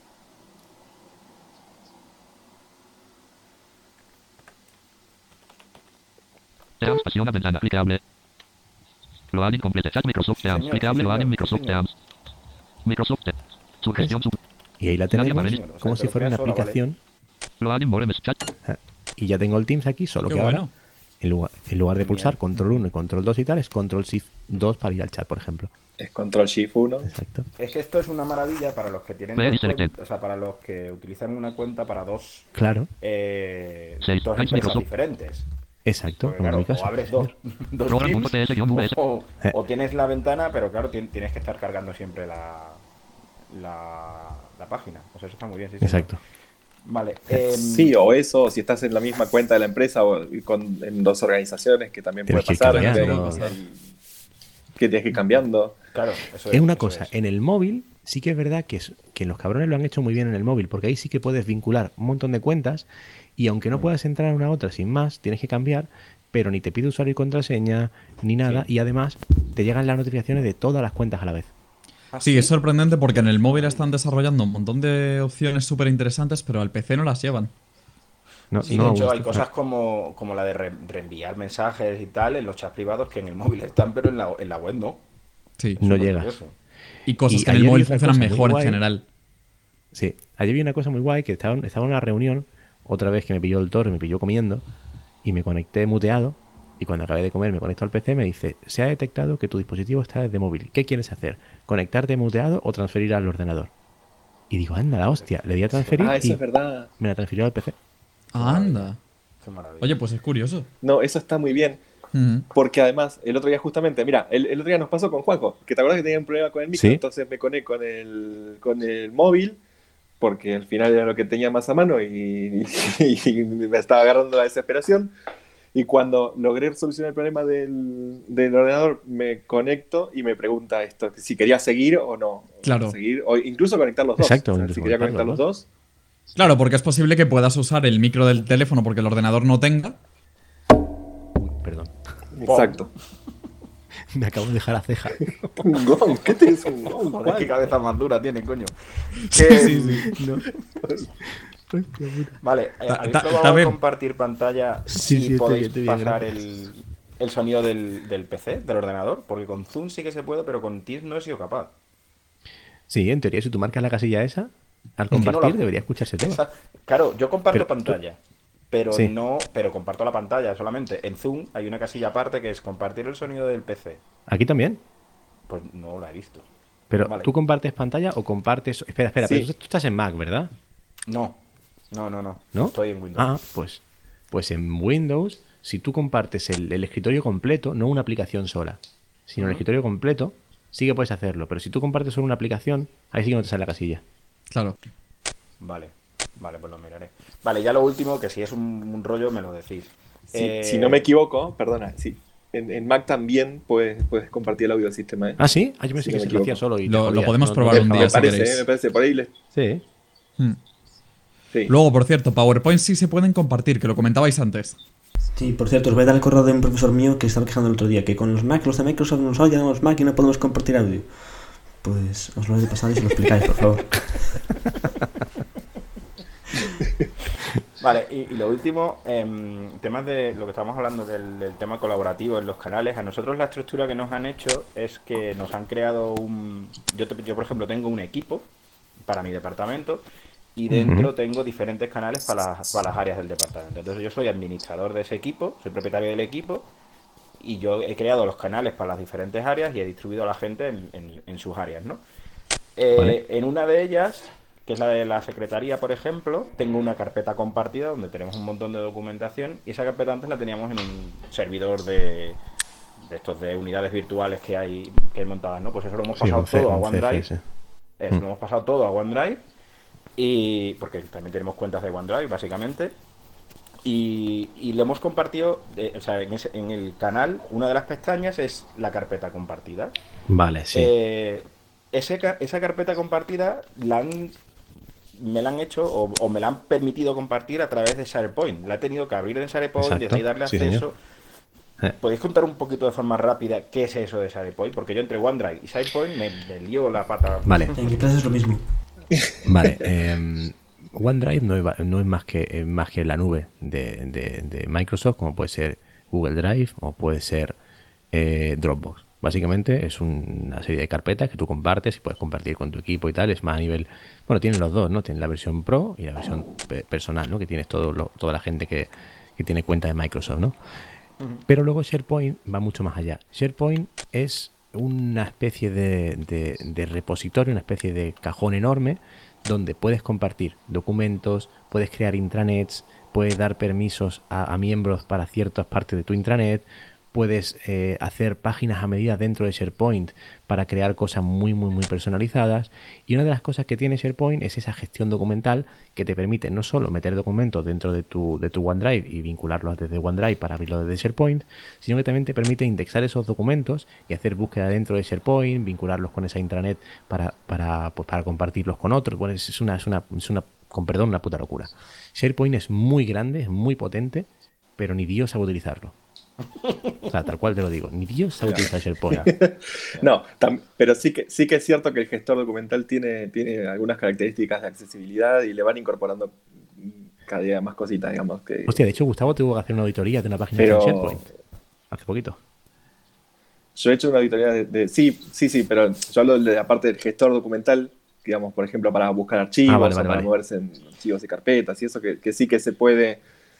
Teams Pasiona ventana, clicable. Loading complete. Chat Microsoft Teams, Señor, clicable, sí, loading señor, Microsoft sí, señor. Teams. Microsoft Teams. Sugestión, Y ahí la Nadie tenemos aparece. O sea, como te si lo fuera una creas sola, ¿vale? aplicación. loading more MS chat. Y ya tengo el Teams aquí, solo Qué que ahora, bueno. en lugar de pulsar control 1 y control 2 y tal, es control shift 2 para ir al chat, por ejemplo. Es Control Shift 1. Exacto. Es que esto es una maravilla para los que tienen Very dos selected. cuentas, o sea, para los que utilizan una cuenta para dos, Claro, Seis. dos Times empresas Microsoft. diferentes. exacto. Porque, como en claro, mi caso. o abres dos Program Teams, .ts-vs. o tienes la ventana, pero claro, tienes que estar cargando siempre la página. O sea, eso está muy bien. Sí, señor. Exacto. Vale. Sí, o eso, o si estás en la misma cuenta de la empresa o en dos organizaciones, que también Tienes puede que ir pasar. cambiando. Que tienes que ir cambiando. Claro, eso Es una eso cosa, es. en el móvil sí que es verdad que los cabrones lo han hecho muy bien en el móvil, porque ahí sí que puedes vincular un montón de cuentas y aunque no puedas entrar a una a otra sin más, tienes que cambiar, pero ni te pide usuario y contraseña ni nada, y además te llegan las notificaciones de todas las cuentas a la vez. Sí, es sorprendente porque en el móvil están desarrollando un montón de opciones súper interesantes, pero al PC no las llevan. No, Sí, no de me hecho gusta. hay cosas como la de reenviar mensajes y tal en los chats privados que en el móvil están, pero en la web no. Sí. No Súper llegas. curioso. Y cosas Y que en el ayer móvil vi otra funcionan cosa muy mejor en guay. general. Sí, ayer vi una cosa muy guay, que estaba en una reunión, otra vez que me pilló el toro, me pilló comiendo, y me conecté muteado, y cuando acabé de comer me conecto al PC, me dice, se ha detectado que tu dispositivo está desde móvil. ¿Qué quieres hacer? ¿Conectarte muteado o transferir al ordenador? Y digo, anda la hostia, le di a transferir Ah, eso y es verdad. me la transfirió al PC. Anda. Qué maravilla. Oye, pues es curioso. No, eso está muy bien. Ujú. Porque además, el otro día justamente, mira, el otro día nos pasó con Juanjo, que te acuerdas que tenía un problema con el micro, Sí. entonces me conecté con el móvil, porque al final era lo que tenía más a mano y me estaba agarrando la desesperación. Y cuando logré solucionar el problema del ordenador, me conecto y me pregunta esto, si quería seguir o no. Claro. Seguir, o incluso conectar los dos. Exacto, O sea, incluso si quería conectar conectar los los dos. Claro, porque es posible que puedas usar el micro del teléfono porque el ordenador no tenga. Perdón. Exacto. Me acabo de dejar la ceja. Un gong, ¿qué te es un gong? Joder, qué cabeza más dura tiene, coño. Sí, Que- sí, sí. No. Vale, Ta- ¿habéis ta- probado está bien. compartir pantalla Sí, y sí, estoy podéis bien, pasar gracias. el sonido del PC, del ordenador? Porque con Zoom sí que se puede, pero con Teams no he sido capaz. Sí, en teoría, si tú marcas la casilla esa, al que no compartir la- debería escucharse todo. Claro, yo comparto Pero tú- pantalla, pero Sí. no, pero comparto la pantalla solamente. En Zoom hay una casilla aparte que es compartir el sonido del PC. Aquí también. Pues no la he visto. Pero Vale. tú compartes pantalla o compartes. Espera, Sí. pero tú estás en Mac, ¿verdad? No. ¿No? Estoy en Windows. Ah, pues en Windows, si tú compartes el escritorio completo, no una aplicación sola, sino el escritorio completo, sí que puedes hacerlo. Pero si tú compartes solo una aplicación, ahí sí que no te sale la casilla. Claro. Vale, pues lo miraré. Vale, ya lo último, que si es un rollo me lo decís. Si no me equivoco, perdona, sí. En Mac también puedes compartir el audio del sistema, ¿eh? ¿Ah, sí? Yo pensé Si que no me se lo hacía equivoco. solo y te Lo jodías. podemos No- probar no un te día, Me dejaba. si parece, queréis. me parece. Por ahí Sí. Mm. sí. Luego, por cierto, PowerPoint sí se pueden compartir, que lo comentabais antes. Sí, por cierto, os voy a dar el correo de un profesor mío que estaba quejando el otro día, que con los Mac, los de Microsoft nos oyen los Mac y no podemos compartir audio. Pues os lo he pasado y se lo explicáis, por favor. Vale, y lo último, temas de lo que estamos hablando del tema colaborativo en los canales. A nosotros la estructura que nos han hecho es que nos han creado yo por ejemplo, tengo un equipo para mi departamento y dentro tengo diferentes canales para las áreas del departamento. Entonces yo soy administrador de ese equipo, soy propietario del equipo y yo he creado los canales para las diferentes áreas y he distribuido a la gente en sus áreas, ¿no? Vale. En una de ellas, que es la de la secretaría, por ejemplo, tengo una carpeta compartida donde tenemos un montón de documentación y esa carpeta antes la teníamos en un servidor de estos de unidades virtuales que hay montadas, ¿no? Pues eso lo hemos pasado todo a OneDrive. CFS. Eso lo hemos pasado todo a OneDrive y porque también tenemos cuentas de OneDrive, básicamente. Y lo hemos compartido, o sea, en el canal, una de las pestañas es la carpeta compartida. Vale, sí. Esa carpeta compartida me la han hecho o me la han permitido compartir a través de SharePoint. La he tenido que abrir en SharePoint, Exacto, desde ahí darle sí, acceso. señor. ¿Podéis contar un poquito de forma rápida qué es eso de SharePoint? Porque yo entre OneDrive y SharePoint me lío la pata. Vale. En mi clase es lo mismo. Vale, OneDrive no es más que la nube de Microsoft, como puede ser Google Drive o puede ser Dropbox. Básicamente es una serie de carpetas que tú compartes y puedes compartir con tu equipo y tal. Es más a nivel... Bueno, tienen los dos, ¿no? Tienen la versión Pro y la versión personal, ¿no? Que tienes toda la gente que tiene cuenta de Microsoft, ¿no? Pero luego SharePoint va mucho más allá. SharePoint es una especie de repositorio, una especie de cajón enorme donde puedes compartir documentos, puedes crear intranets, puedes dar permisos a miembros para ciertas partes de tu intranet, puedes hacer páginas a medida dentro de SharePoint para crear cosas muy, muy, muy personalizadas. Y una de las cosas que tiene SharePoint es esa gestión documental que te permite no solo meter documentos dentro de tu OneDrive y vincularlos desde OneDrive para abrirlo desde SharePoint, sino que también te permite indexar esos documentos y hacer búsqueda dentro de SharePoint, vincularlos con esa intranet para compartirlos con otros. Bueno, es una, con perdón, una puta locura. SharePoint es muy grande, es muy potente, pero ni Dios sabe utilizarlo. O sea, tal cual te lo digo, ni Dios sabe utilizar SharePoint. No, pero sí que es cierto que el gestor documental tiene algunas características de accesibilidad y le van incorporando cada día más cositas, digamos. Hostia, de hecho, Gustavo tuvo que hacer una auditoría de una página Pero- de SharePoint hace poquito. Yo he hecho una auditoría sí, pero yo hablo de la parte del gestor documental, digamos, por ejemplo, para buscar archivos vale, o para vale. moverse en archivos y carpetas y eso, que sí que se puede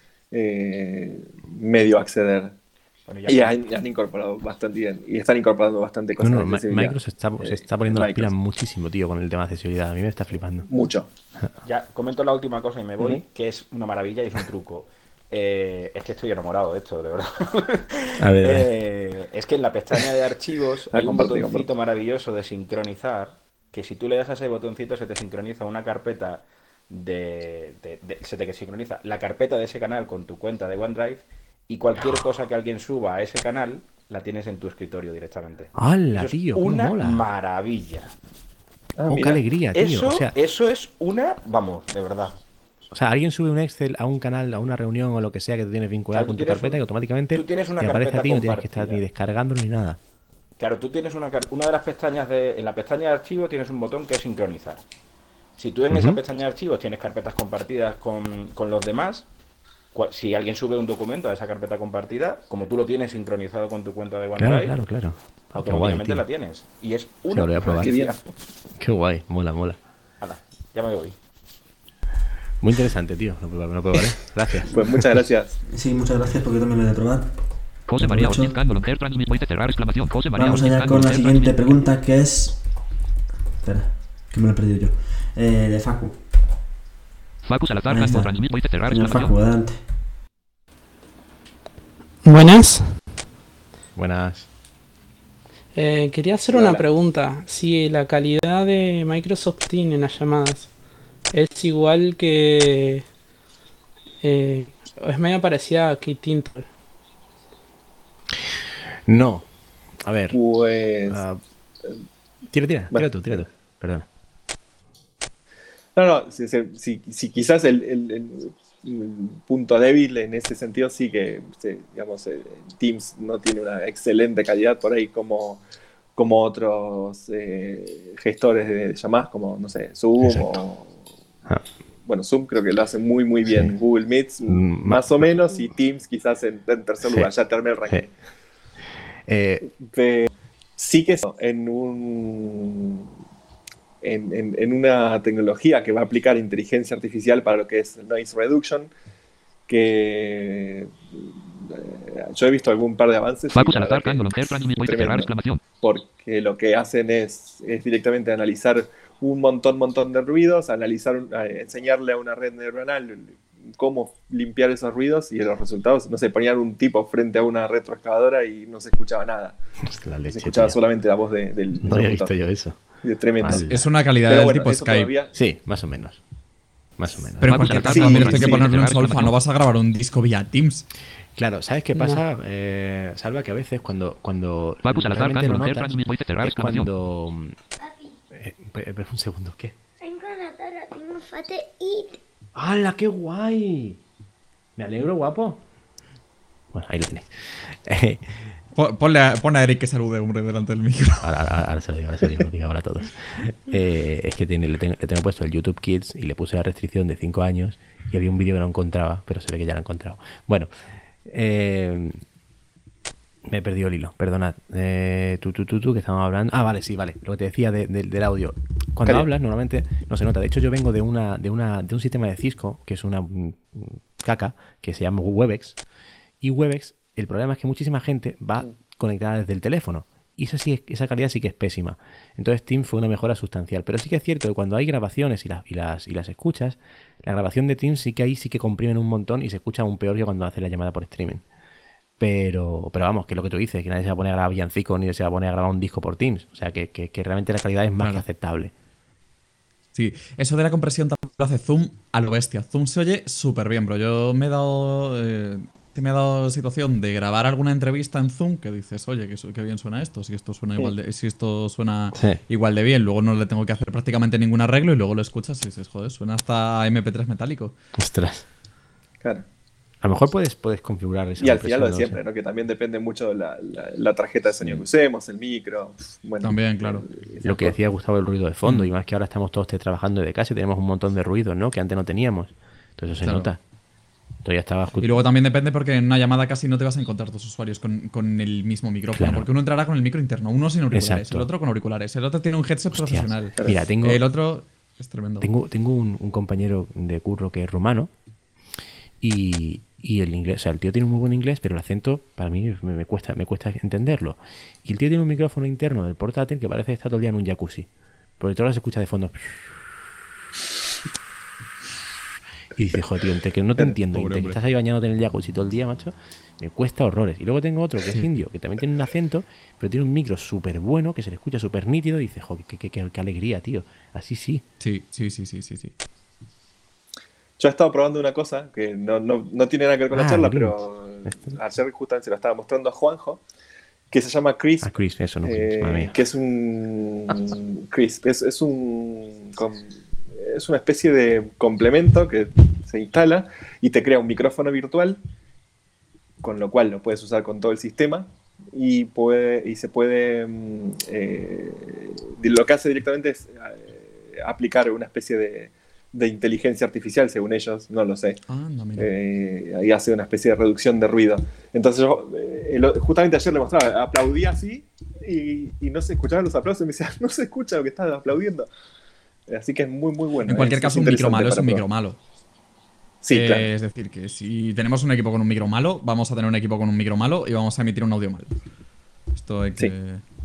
medio acceder. Bueno, Y han incorporado bastante bien. Y están incorporando bastante cosas de accesibilidad. Microsoft se está poniendo las pilas Microsoft. muchísimo, tío, con el tema de accesibilidad. A mí me está flipando. Mucho. Ya comento la última cosa y me voy, que es una maravilla y es un truco. Es que estoy enamorado de esto, de verdad. A ver. Es que en la pestaña de archivos hay un botoncito maravilloso de sincronizar, que si tú le das a ese botoncito se te sincroniza una carpeta se te sincroniza la carpeta de ese canal con tu cuenta de OneDrive y cualquier cosa que alguien suba a ese canal la tienes en tu escritorio directamente. ¡Hala, Eso es tío! ¡Cómo una mola! maravilla. ¡Oh, qué alegría, tío! Eso es una, vamos, de verdad. O sea, alguien sube un Excel a un canal, a una reunión o lo que sea que tú tienes vinculado con tu carpeta y automáticamente tú tienes una te aparece a ti, carpeta no tienes que estar compartida. ni descargándolo ni nada. Claro, tú tienes una de las pestañas en la pestaña de archivos tienes un botón que es sincronizar. Si tú en esa pestaña de archivos tienes carpetas compartidas con los demás, si alguien sube un documento a esa carpeta compartida, como tú lo tienes sincronizado con tu cuenta de OneDrive, Claro. automáticamente la tienes. Y es lo una voy a probar. Qué bien. Qué guay, mola. Hala, ya me voy. Muy interesante, tío. Lo probaré. Gracias. Pues muchas gracias. Sí, muchas gracias porque yo también lo he de probar. José María Aprovecho. Ortiz Cando Longer Transmis Voice cerrar exclamación. José María Vamos Ortiz allá Cando con la Longer siguiente Transmis. pregunta que es... Espera, que me lo he perdido yo. De Facu. Facu Salazar Ahí Cando está. Transmis Voice cerrar Señor exclamación. Facu, adelante. Buenas. Buenas. Quería hacer una pregunta. Si la calidad de Microsoft Teams en las llamadas es igual que es medio parecida a Kate Tintle. No. A ver. Pues. Tira Bueno. tú. Perdona. No, si quizás el punto débil en ese sentido sí que, digamos, Teams no tiene una excelente calidad por ahí como otros gestores de llamadas, como, no sé, Zoom Exacto. Bueno, Zoom creo que lo hace muy, muy bien. Sí. Google Meets más o menos, y Teams quizás en tercer Sí. lugar, ya terminé el ranking. Sí. Pero sí que en una tecnología que va a aplicar inteligencia artificial para lo que es noise reduction, que yo he visto algún par de avances. Focus y la al azar, verdad que Candle, Hair, Training, Voice, tremendo. cerrar, exclamación. Porque lo que hacen es directamente analizar un montón de ruidos, enseñarle a una red neuronal cómo limpiar esos ruidos, y los resultados, no sé, ponían un tipo frente a una retroexcavadora y no se escuchaba nada. Es la leche, Se escuchaba tío. solamente la voz del No había locutor. visto yo eso. Tremendo. Vale. Es una calidad Pero del bueno, tipo eso Skype. todavía- Sí, más o menos. Pero en Focus cualquier al caso azar, también sí, esto hay que sí, ponerle un cerrar, solfa, exclamación. no vas a grabar un disco vía Teams. Claro, ¿sabes qué pasa? Salva, que a veces cuando Focus al azar, realmente lo Candle, Hair, notas Training, Voice, cerrar, es exclamación. cuando... Papi, Espera un segundo, ¿qué? I'm gonna tinc un fate eat. ¡Hala, qué guay! Me alegro, guapo. Bueno, ahí lo tenéis. Pon a Eric que salude, hombre, delante del micro. Ahora se lo digo ahora a todos. Es que le tengo puesto el YouTube Kids y le puse la restricción de 5 años y había un vídeo que no encontraba, pero se ve que ya lo he encontrado. Bueno, me he perdido el hilo, perdonad. Tú, que estábamos hablando. Ah, vale, sí, vale. Lo que te decía del audio. Cuando Calla. hablas, normalmente no se nota. De hecho, yo vengo de un sistema de Cisco, que es una caca, que se llama Webex. Y Webex, el problema es que muchísima gente va conectada desde el teléfono. Y esa calidad sí que es pésima. Entonces Teams fue una mejora sustancial. Pero sí que es cierto que cuando hay grabaciones y las escuchas, la grabación de Teams sí que comprimen un montón y se escucha aún peor que cuando hace la llamada por streaming. Pero vamos, que es lo que tú dices, que nadie se va a poner a grabar villancicos ni se va a poner a grabar un disco por Teams. O sea, que realmente la calidad es más Claro. que aceptable. Sí, eso de la compresión también lo hace Zoom a lo bestia. Zoom se oye súper bien, bro. Yo me he dado situación de grabar alguna entrevista en Zoom que dices, oye, qué bien suena esto, si esto suena Sí. igual de bien, luego no le tengo que hacer prácticamente ningún arreglo y luego lo escuchas y dices, joder, suena hasta MP3 metálico. Ostras. Claro. A lo mejor puedes configurar esa Y al final lo de compresión, siempre, no ¿no? Que también depende mucho de la tarjeta de sonido que usemos, el micro. Bueno, También, claro. sé. Lo que decía Gustavo, el ruido de fondo. Y más que ahora estamos todos trabajando de casa y tenemos un montón de ruidos, ¿no? Que antes no teníamos. Entonces eso se Claro. nota. Entonces ya estaba Y luego también depende porque en una llamada casi no te vas a encontrar dos usuarios con el mismo micrófono. Claro. Porque uno entrará con el micro interno, uno sin auriculares, Exacto. el otro con auriculares, el otro tiene un headset Hostias. profesional. Mira, El otro es tremendo. Tengo un compañero de curro que es rumano y el inglés, o sea, el tío tiene un muy buen inglés, pero el acento para mí me cuesta entenderlo. Y el tío tiene un micrófono interno del portátil que parece que está todo el día en un jacuzzi. Porque todo lo se escucha de fondo. Y dices, joder, tío, entre que no te entiendo y Pobre que hombre. estás ahí bañándote en el jacuzzi todo el día, macho, me cuesta horrores. Y luego tengo otro que es indio, que también tiene un acento, pero tiene un micro súper bueno, que se le escucha súper nítido y dices, joder, qué alegría, tío. Así sí. Sí. yo he estado probando una cosa que no tiene nada que ver con la charla, Bruno. pero ayer justamente se lo estaba mostrando a Juanjo, que se llama Crisp. A Chris, eso no. Madre mía. Que es un Crisp, es una especie de complemento que se instala y te crea un micrófono virtual, con lo cual lo puedes usar con todo el sistema y se puede lo que hace directamente es aplicar una especie de inteligencia artificial, según ellos, no lo sé. Anda, mira. Ahí hace una especie de reducción de ruido. Entonces yo justamente ayer le mostraba, aplaudía así y no se escuchaban los aplausos y me decía, no se escucha lo que estás aplaudiendo. Así que es muy, muy bueno. En cualquier Es caso, un micro interesante malo es para un micro probar. malo. Sí, claro. Es decir, que si tenemos un equipo con un micro malo, vamos a tener un equipo con un micro malo y vamos a emitir un audio malo. Esto hay que... Sí.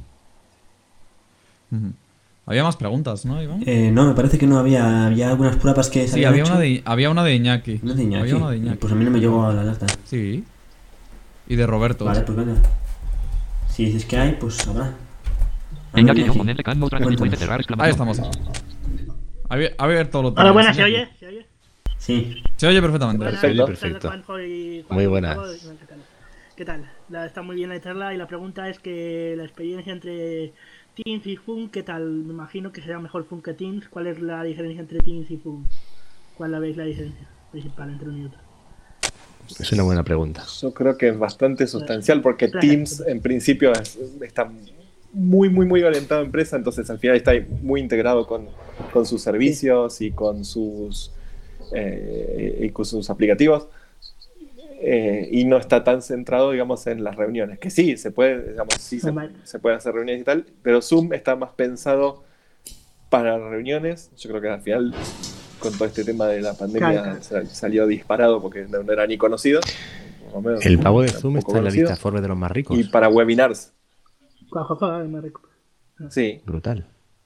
Ujú. Había más preguntas, ¿no, Iván? No, me parece que no había algunas pruebas que se Sí, habían había hecho. una de Iñaki. Una de Iñaki. Había una de Iñaki. Pues a mí no me llegó a la alerta. Sí. Y de Roberto. Vale, pues venga. Si dices que hay, pues habrá. A ver, Iñaki, Iñaki. ponerle Candle, Training, Voice, cerrar, Ahí exclamación. estamos. A ver todo lo Hola, buenas, tenías, ¿se Iñaki. oye? ¿Se oye? Sí. Se oye perfectamente. Buenas, Perfecto. Perfecto. Juanjo y Juan, Muy buenas. ¿qué tal? ¿Qué tal? Está muy bien la charla y la pregunta es que la experiencia entre Teams y Zoom, ¿qué tal? Me imagino que será mejor Zoom que Teams. ¿Cuál es la diferencia entre Teams y Zoom? ¿Cuál la veis la diferencia principal entre uno y otro? Es una buena pregunta. Yo creo que es bastante sustancial porque Claro. Teams en principio está muy orientado a empresa, entonces al final está muy integrado con sus servicios y con sus aplicativos, y no está tan centrado, digamos, en las reuniones, que sí, se puede, digamos, sí se puede hacer reuniones y tal, pero Zoom está más pensado para reuniones. Yo creo que al final, con todo este tema de la pandemia, salió disparado porque no era ni conocido. Por lo menos El pavo de era Zoom poco está en la conocido. lista Forbes de los más ricos. Y para webinars, Me recupero. sí. Brutal.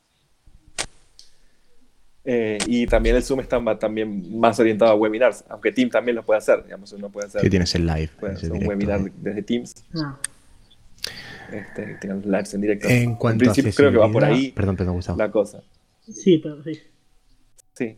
Y también el Zoom está también más orientado a webinars, aunque Teams también lo puede hacer, digamos, uno puede hacer, Sí, tienes el live. puede ese hacer un directo, webinar ¿eh? desde Teams, No. tengan lives en directo. En cuanto a principio creo que va por ahí Perdón, Gustavo. la cosa. Sí, pero sí. Sí.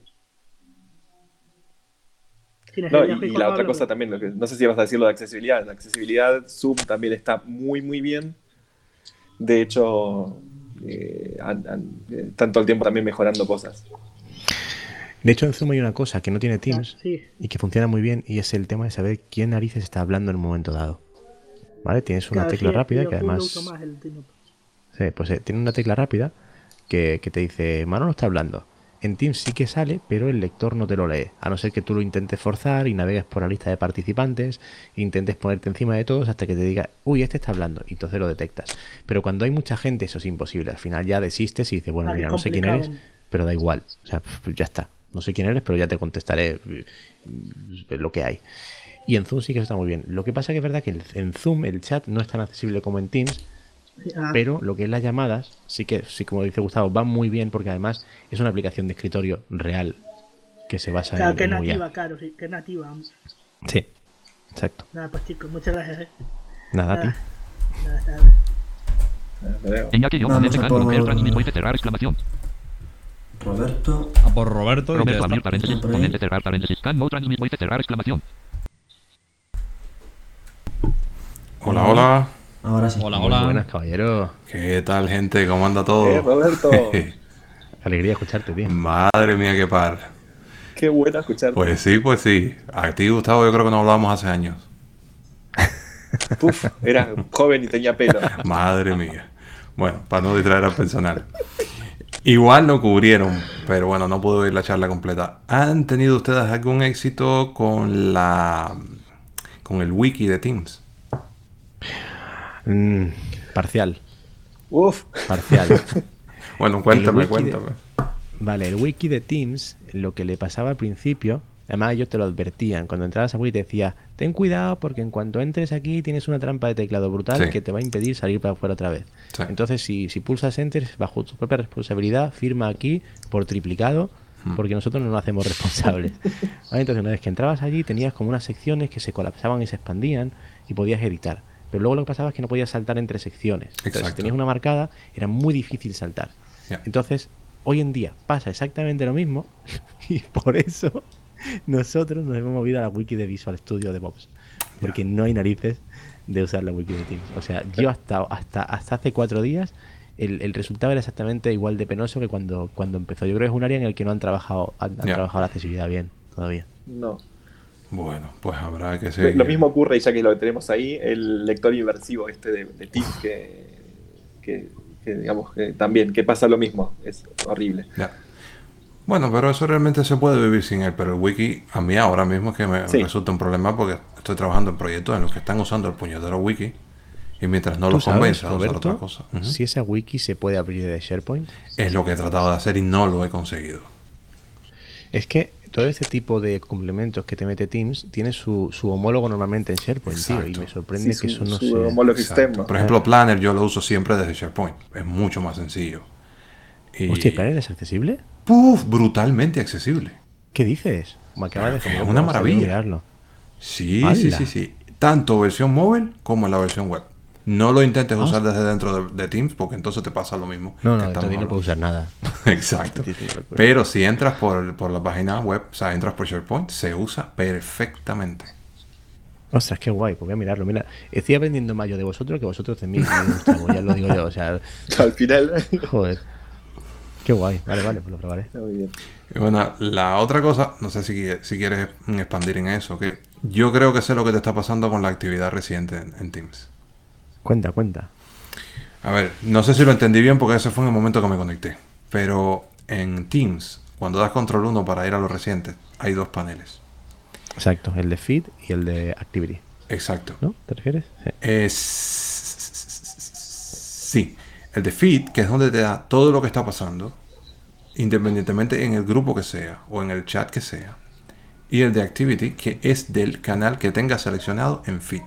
Tienes No, el viaje, y Juan la otra Pablo, cosa también, no sé si vas a decir lo de accesibilidad. La accesibilidad, Zoom también está muy bien. De hecho, están todo el tiempo también mejorando cosas. De hecho, en Zoom hay una cosa que no tiene Teams Sí. y que funciona muy bien, y es el tema de saber quién narices está hablando en un momento dado. ¿Vale? Tienes una Claro, tecla sí, rápida yo que Zoom lo además... uso más, el Teams. Sí, pues tiene una tecla rápida que te dice, Manolo está hablando. En Teams sí que sale, pero el lector no te lo lee. A no ser que tú lo intentes forzar y navegues por la lista de participantes, intentes ponerte encima de todos hasta que te diga, uy, este está hablando, y entonces lo detectas. Pero cuando hay mucha gente, eso es imposible. Al final ya desistes y dices, bueno, Ah, mira, es no sé quién complicado. eres, pero da igual. O sea, ya está. No sé quién eres, pero ya te contestaré lo que hay. Y en Zoom sí que está muy bien. Lo que pasa que es verdad que en Zoom el chat no es tan accesible como en Teams, Sí, pero lo que es las llamadas, sí, como dice Gustavo, va muy bien porque además es una aplicación de escritorio real que se basa claro, en que es muy nativa, bien. claro, sí, que es nativa. Sí, exacto. Nada, pues chicos, muchas gracias. Nada, a ti. Nada. Vamos a por Voice cerrar exclamación. Roberto. A por Roberto y ya Roberto abrir está. paréntesis, Por ahí. ponente cerrar paréntesis, can no transmit voice cerrar exclamación. Hola. Ahora sí. Hola, Muy hola. buenas, caballero. ¿Qué tal, gente? ¿Cómo anda todo? Roberto, Alegría escucharte, tío. Madre mía, qué par. qué bueno escucharte. Pues sí. A ti, Gustavo, yo creo que no hablábamos hace años. Uf, era joven y tenía pelo. Madre mía. Bueno, para no distraer al personal. Igual no cubrieron, pero bueno, no pude oír la charla completa. ¿Han tenido ustedes algún éxito con el wiki de Teams? Parcial. Uf, Parcial. Bueno, cuéntame. Vale, el wiki de Teams, lo que le pasaba al principio, además ellos te lo advertían, cuando entrabas a wiki te decía, ten cuidado porque en cuanto entres aquí tienes una trampa de teclado brutal Sí. que te va a impedir salir para afuera otra vez. Sí. Entonces, si pulsas Enter, bajo tu propia responsabilidad, firma aquí por triplicado, porque nosotros no nos hacemos responsables. ¿Vale? Entonces, una vez que entrabas allí, tenías como unas secciones que se colapsaban y se expandían y podías editar. Pero luego lo que pasaba es que no podías saltar entre secciones. Entonces, Exacto. si tenías una marcada, era muy difícil saltar. Ya. Entonces, hoy en día pasa exactamente lo mismo y por eso nosotros nos hemos movido a la wiki de Visual Studio DevOps. Porque no hay narices de usar la wiki de Teams. O sea, yo hasta hace 4 días el resultado era exactamente igual de penoso que cuando empezó. Yo creo que es un área en el que no han trabajado trabajado la accesibilidad bien todavía. no. Bueno, pues habrá que seguir. Lo mismo ocurre, y ya que lo tenemos ahí, el lector inversivo de Teams, que digamos que también, que pasa lo mismo, es horrible. Ya. Bueno, pero eso realmente se puede vivir sin él, pero el wiki a mí ahora mismo es que me Sí. resulta un problema porque estoy trabajando en proyectos en los que están usando el puñetero wiki y mientras no ¿Tú los sabes, convenza a usar Roberto, otra cosa. Ujú. si esa wiki se puede abrir de SharePoint? Es lo que he tratado de hacer y no lo he conseguido. Es que todo este tipo de complementos que te mete Teams tiene su homólogo normalmente en SharePoint, tío, y Exacto. me sorprende Sí, que eso no su sea... homólogo Exacto. externo. Por ejemplo, Planner yo lo uso siempre desde SharePoint. Es mucho más sencillo. Y... Hostia, ¿Planner es accesible? ¡Puf! Brutalmente accesible. ¿Qué dices? Me acaba de Es como una maravilla. mirarlo. Sí, ¡Hala! sí. Tanto versión móvil como la versión web. No lo intentes usar desde dentro de Teams porque entonces te pasa lo mismo. No, que entonces no estamos puedo usar nada. Exacto. Pero si entras por la página web, o sea, entras por SharePoint, se usa perfectamente. Ostras, qué guay, pues voy a mirarlo. Mira, estoy aprendiendo más yo de vosotros que vosotros de mí, Gustavo, ya lo digo yo, o sea... Al final. Joder. Qué guay, vale, pues lo probaré. Muy bien. Y bueno, la otra cosa, no sé si quieres expandir en eso, que yo creo que sé lo que te está pasando con la actividad reciente en Teams. Cuenta. A ver, no sé si lo entendí bien porque ese fue en el momento que me conecté, pero en Teams, cuando das control 1 para ir a los recientes, hay 2 paneles. Exacto, el de Feed y el de Activity. Exacto. ¿No? ¿Te refieres? Sí, el de Feed, que es donde te da todo lo que está pasando, independientemente en el grupo que sea o en el chat que sea. Y el de Activity, que es del canal que tengas seleccionado en Feed.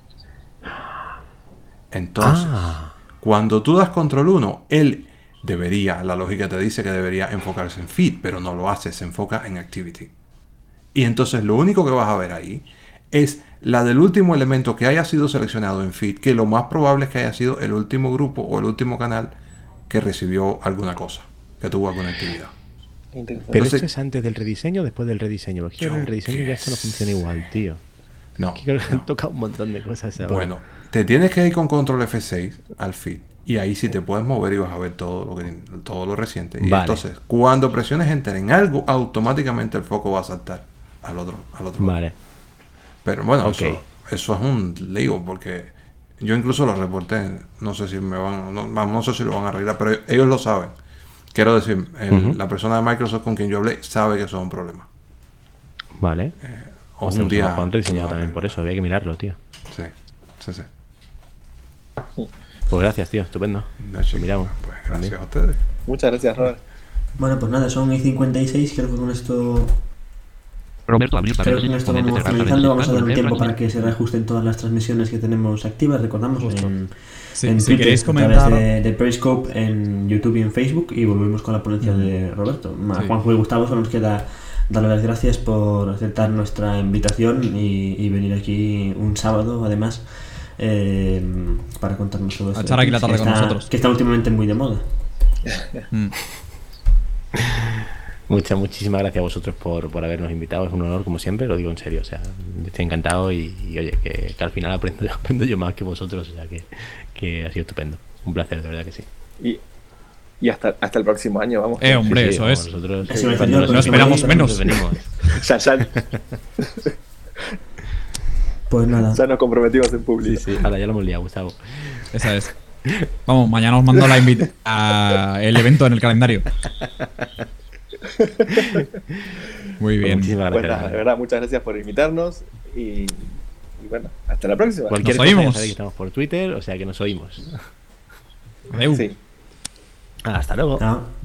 Entonces, cuando tú das control 1, él debería, la lógica te dice que debería enfocarse en Feed, pero no lo hace, se enfoca en Activity. Y entonces lo único que vas a ver ahí es la del último elemento que haya sido seleccionado en Feed, que lo más probable es que haya sido el último grupo o el último canal que recibió alguna cosa, que tuvo alguna actividad. Pero Entonces, esto es antes del rediseño o después del rediseño. Porque en el rediseño ya esto no funciona igual, tío. No. Aquí creo que han tocado un montón de cosas ahora. Bueno, te tienes que ir con control F6 al Feed. Y ahí sí te puedes mover y vas a ver todo lo reciente. Y Vale. entonces, cuando presiones Enter en algo, automáticamente el foco va a saltar al otro Vale. lado. Pero bueno, Ok. eso es un lío porque yo incluso lo reporté. No sé si no sé si lo van a arreglar, pero ellos lo saben. Quiero decir, la persona de Microsoft con quien yo hablé sabe que eso es un problema. Vale. O Ostras, un día pues lo han rediseñado también por eso, había que mirarlo, tío. Sí. Pues gracias, tío, estupendo. No, Lo chico, miramos. pues gracias a ustedes. Muchas gracias, Robert. Bueno, pues nada, son 56, creo que con esto... Roberto, abrir Creo que paréntesis, con esto poner vamos cerrar finalizando, vamos a dar un paréntesis, tiempo cerrar para que se reajusten todas las transmisiones que tenemos activas, recordamos, Justo. en Sí, en si Twitter, queréis a comentar... través de Periscope, en YouTube y en Facebook, y volvemos con la ponencia de Roberto. A Sí. Juanjo y Gustavo solo nos queda darle las gracias por aceptar nuestra invitación y venir aquí un sábado, además, para contarnos todo esto. A echar aquí la tarde que con está- nosotros. Que está últimamente muy de moda. Mm. Muchísimas gracias a vosotros por habernos invitado. Es un honor, como siempre, lo digo en serio. O sea, estoy encantado y oye, que al final aprendo yo más que vosotros. O sea, que ha sido estupendo. Un placer, de verdad que sí. Y hasta el próximo año, vamos. Hombre, Sí, eso vamos, es. Nosotros, Así me cuando entendió, no esperamos menos. venimos. Pues nada. Ya nos comprometimos en Sí, público. sí, ahora ya lo hemos liado, Gustavo. Esa es. Vamos, mañana os mando el evento en el calendario. Muy bien. Muchísimas Pues gracias. nada, de verdad, muchas gracias por invitarnos y bueno, hasta la próxima. Cualquier Nos cosa, ya oímos. sabéis que estamos por Twitter, o sea que nos oímos. Adeu. Sí. Hasta luego. Chao.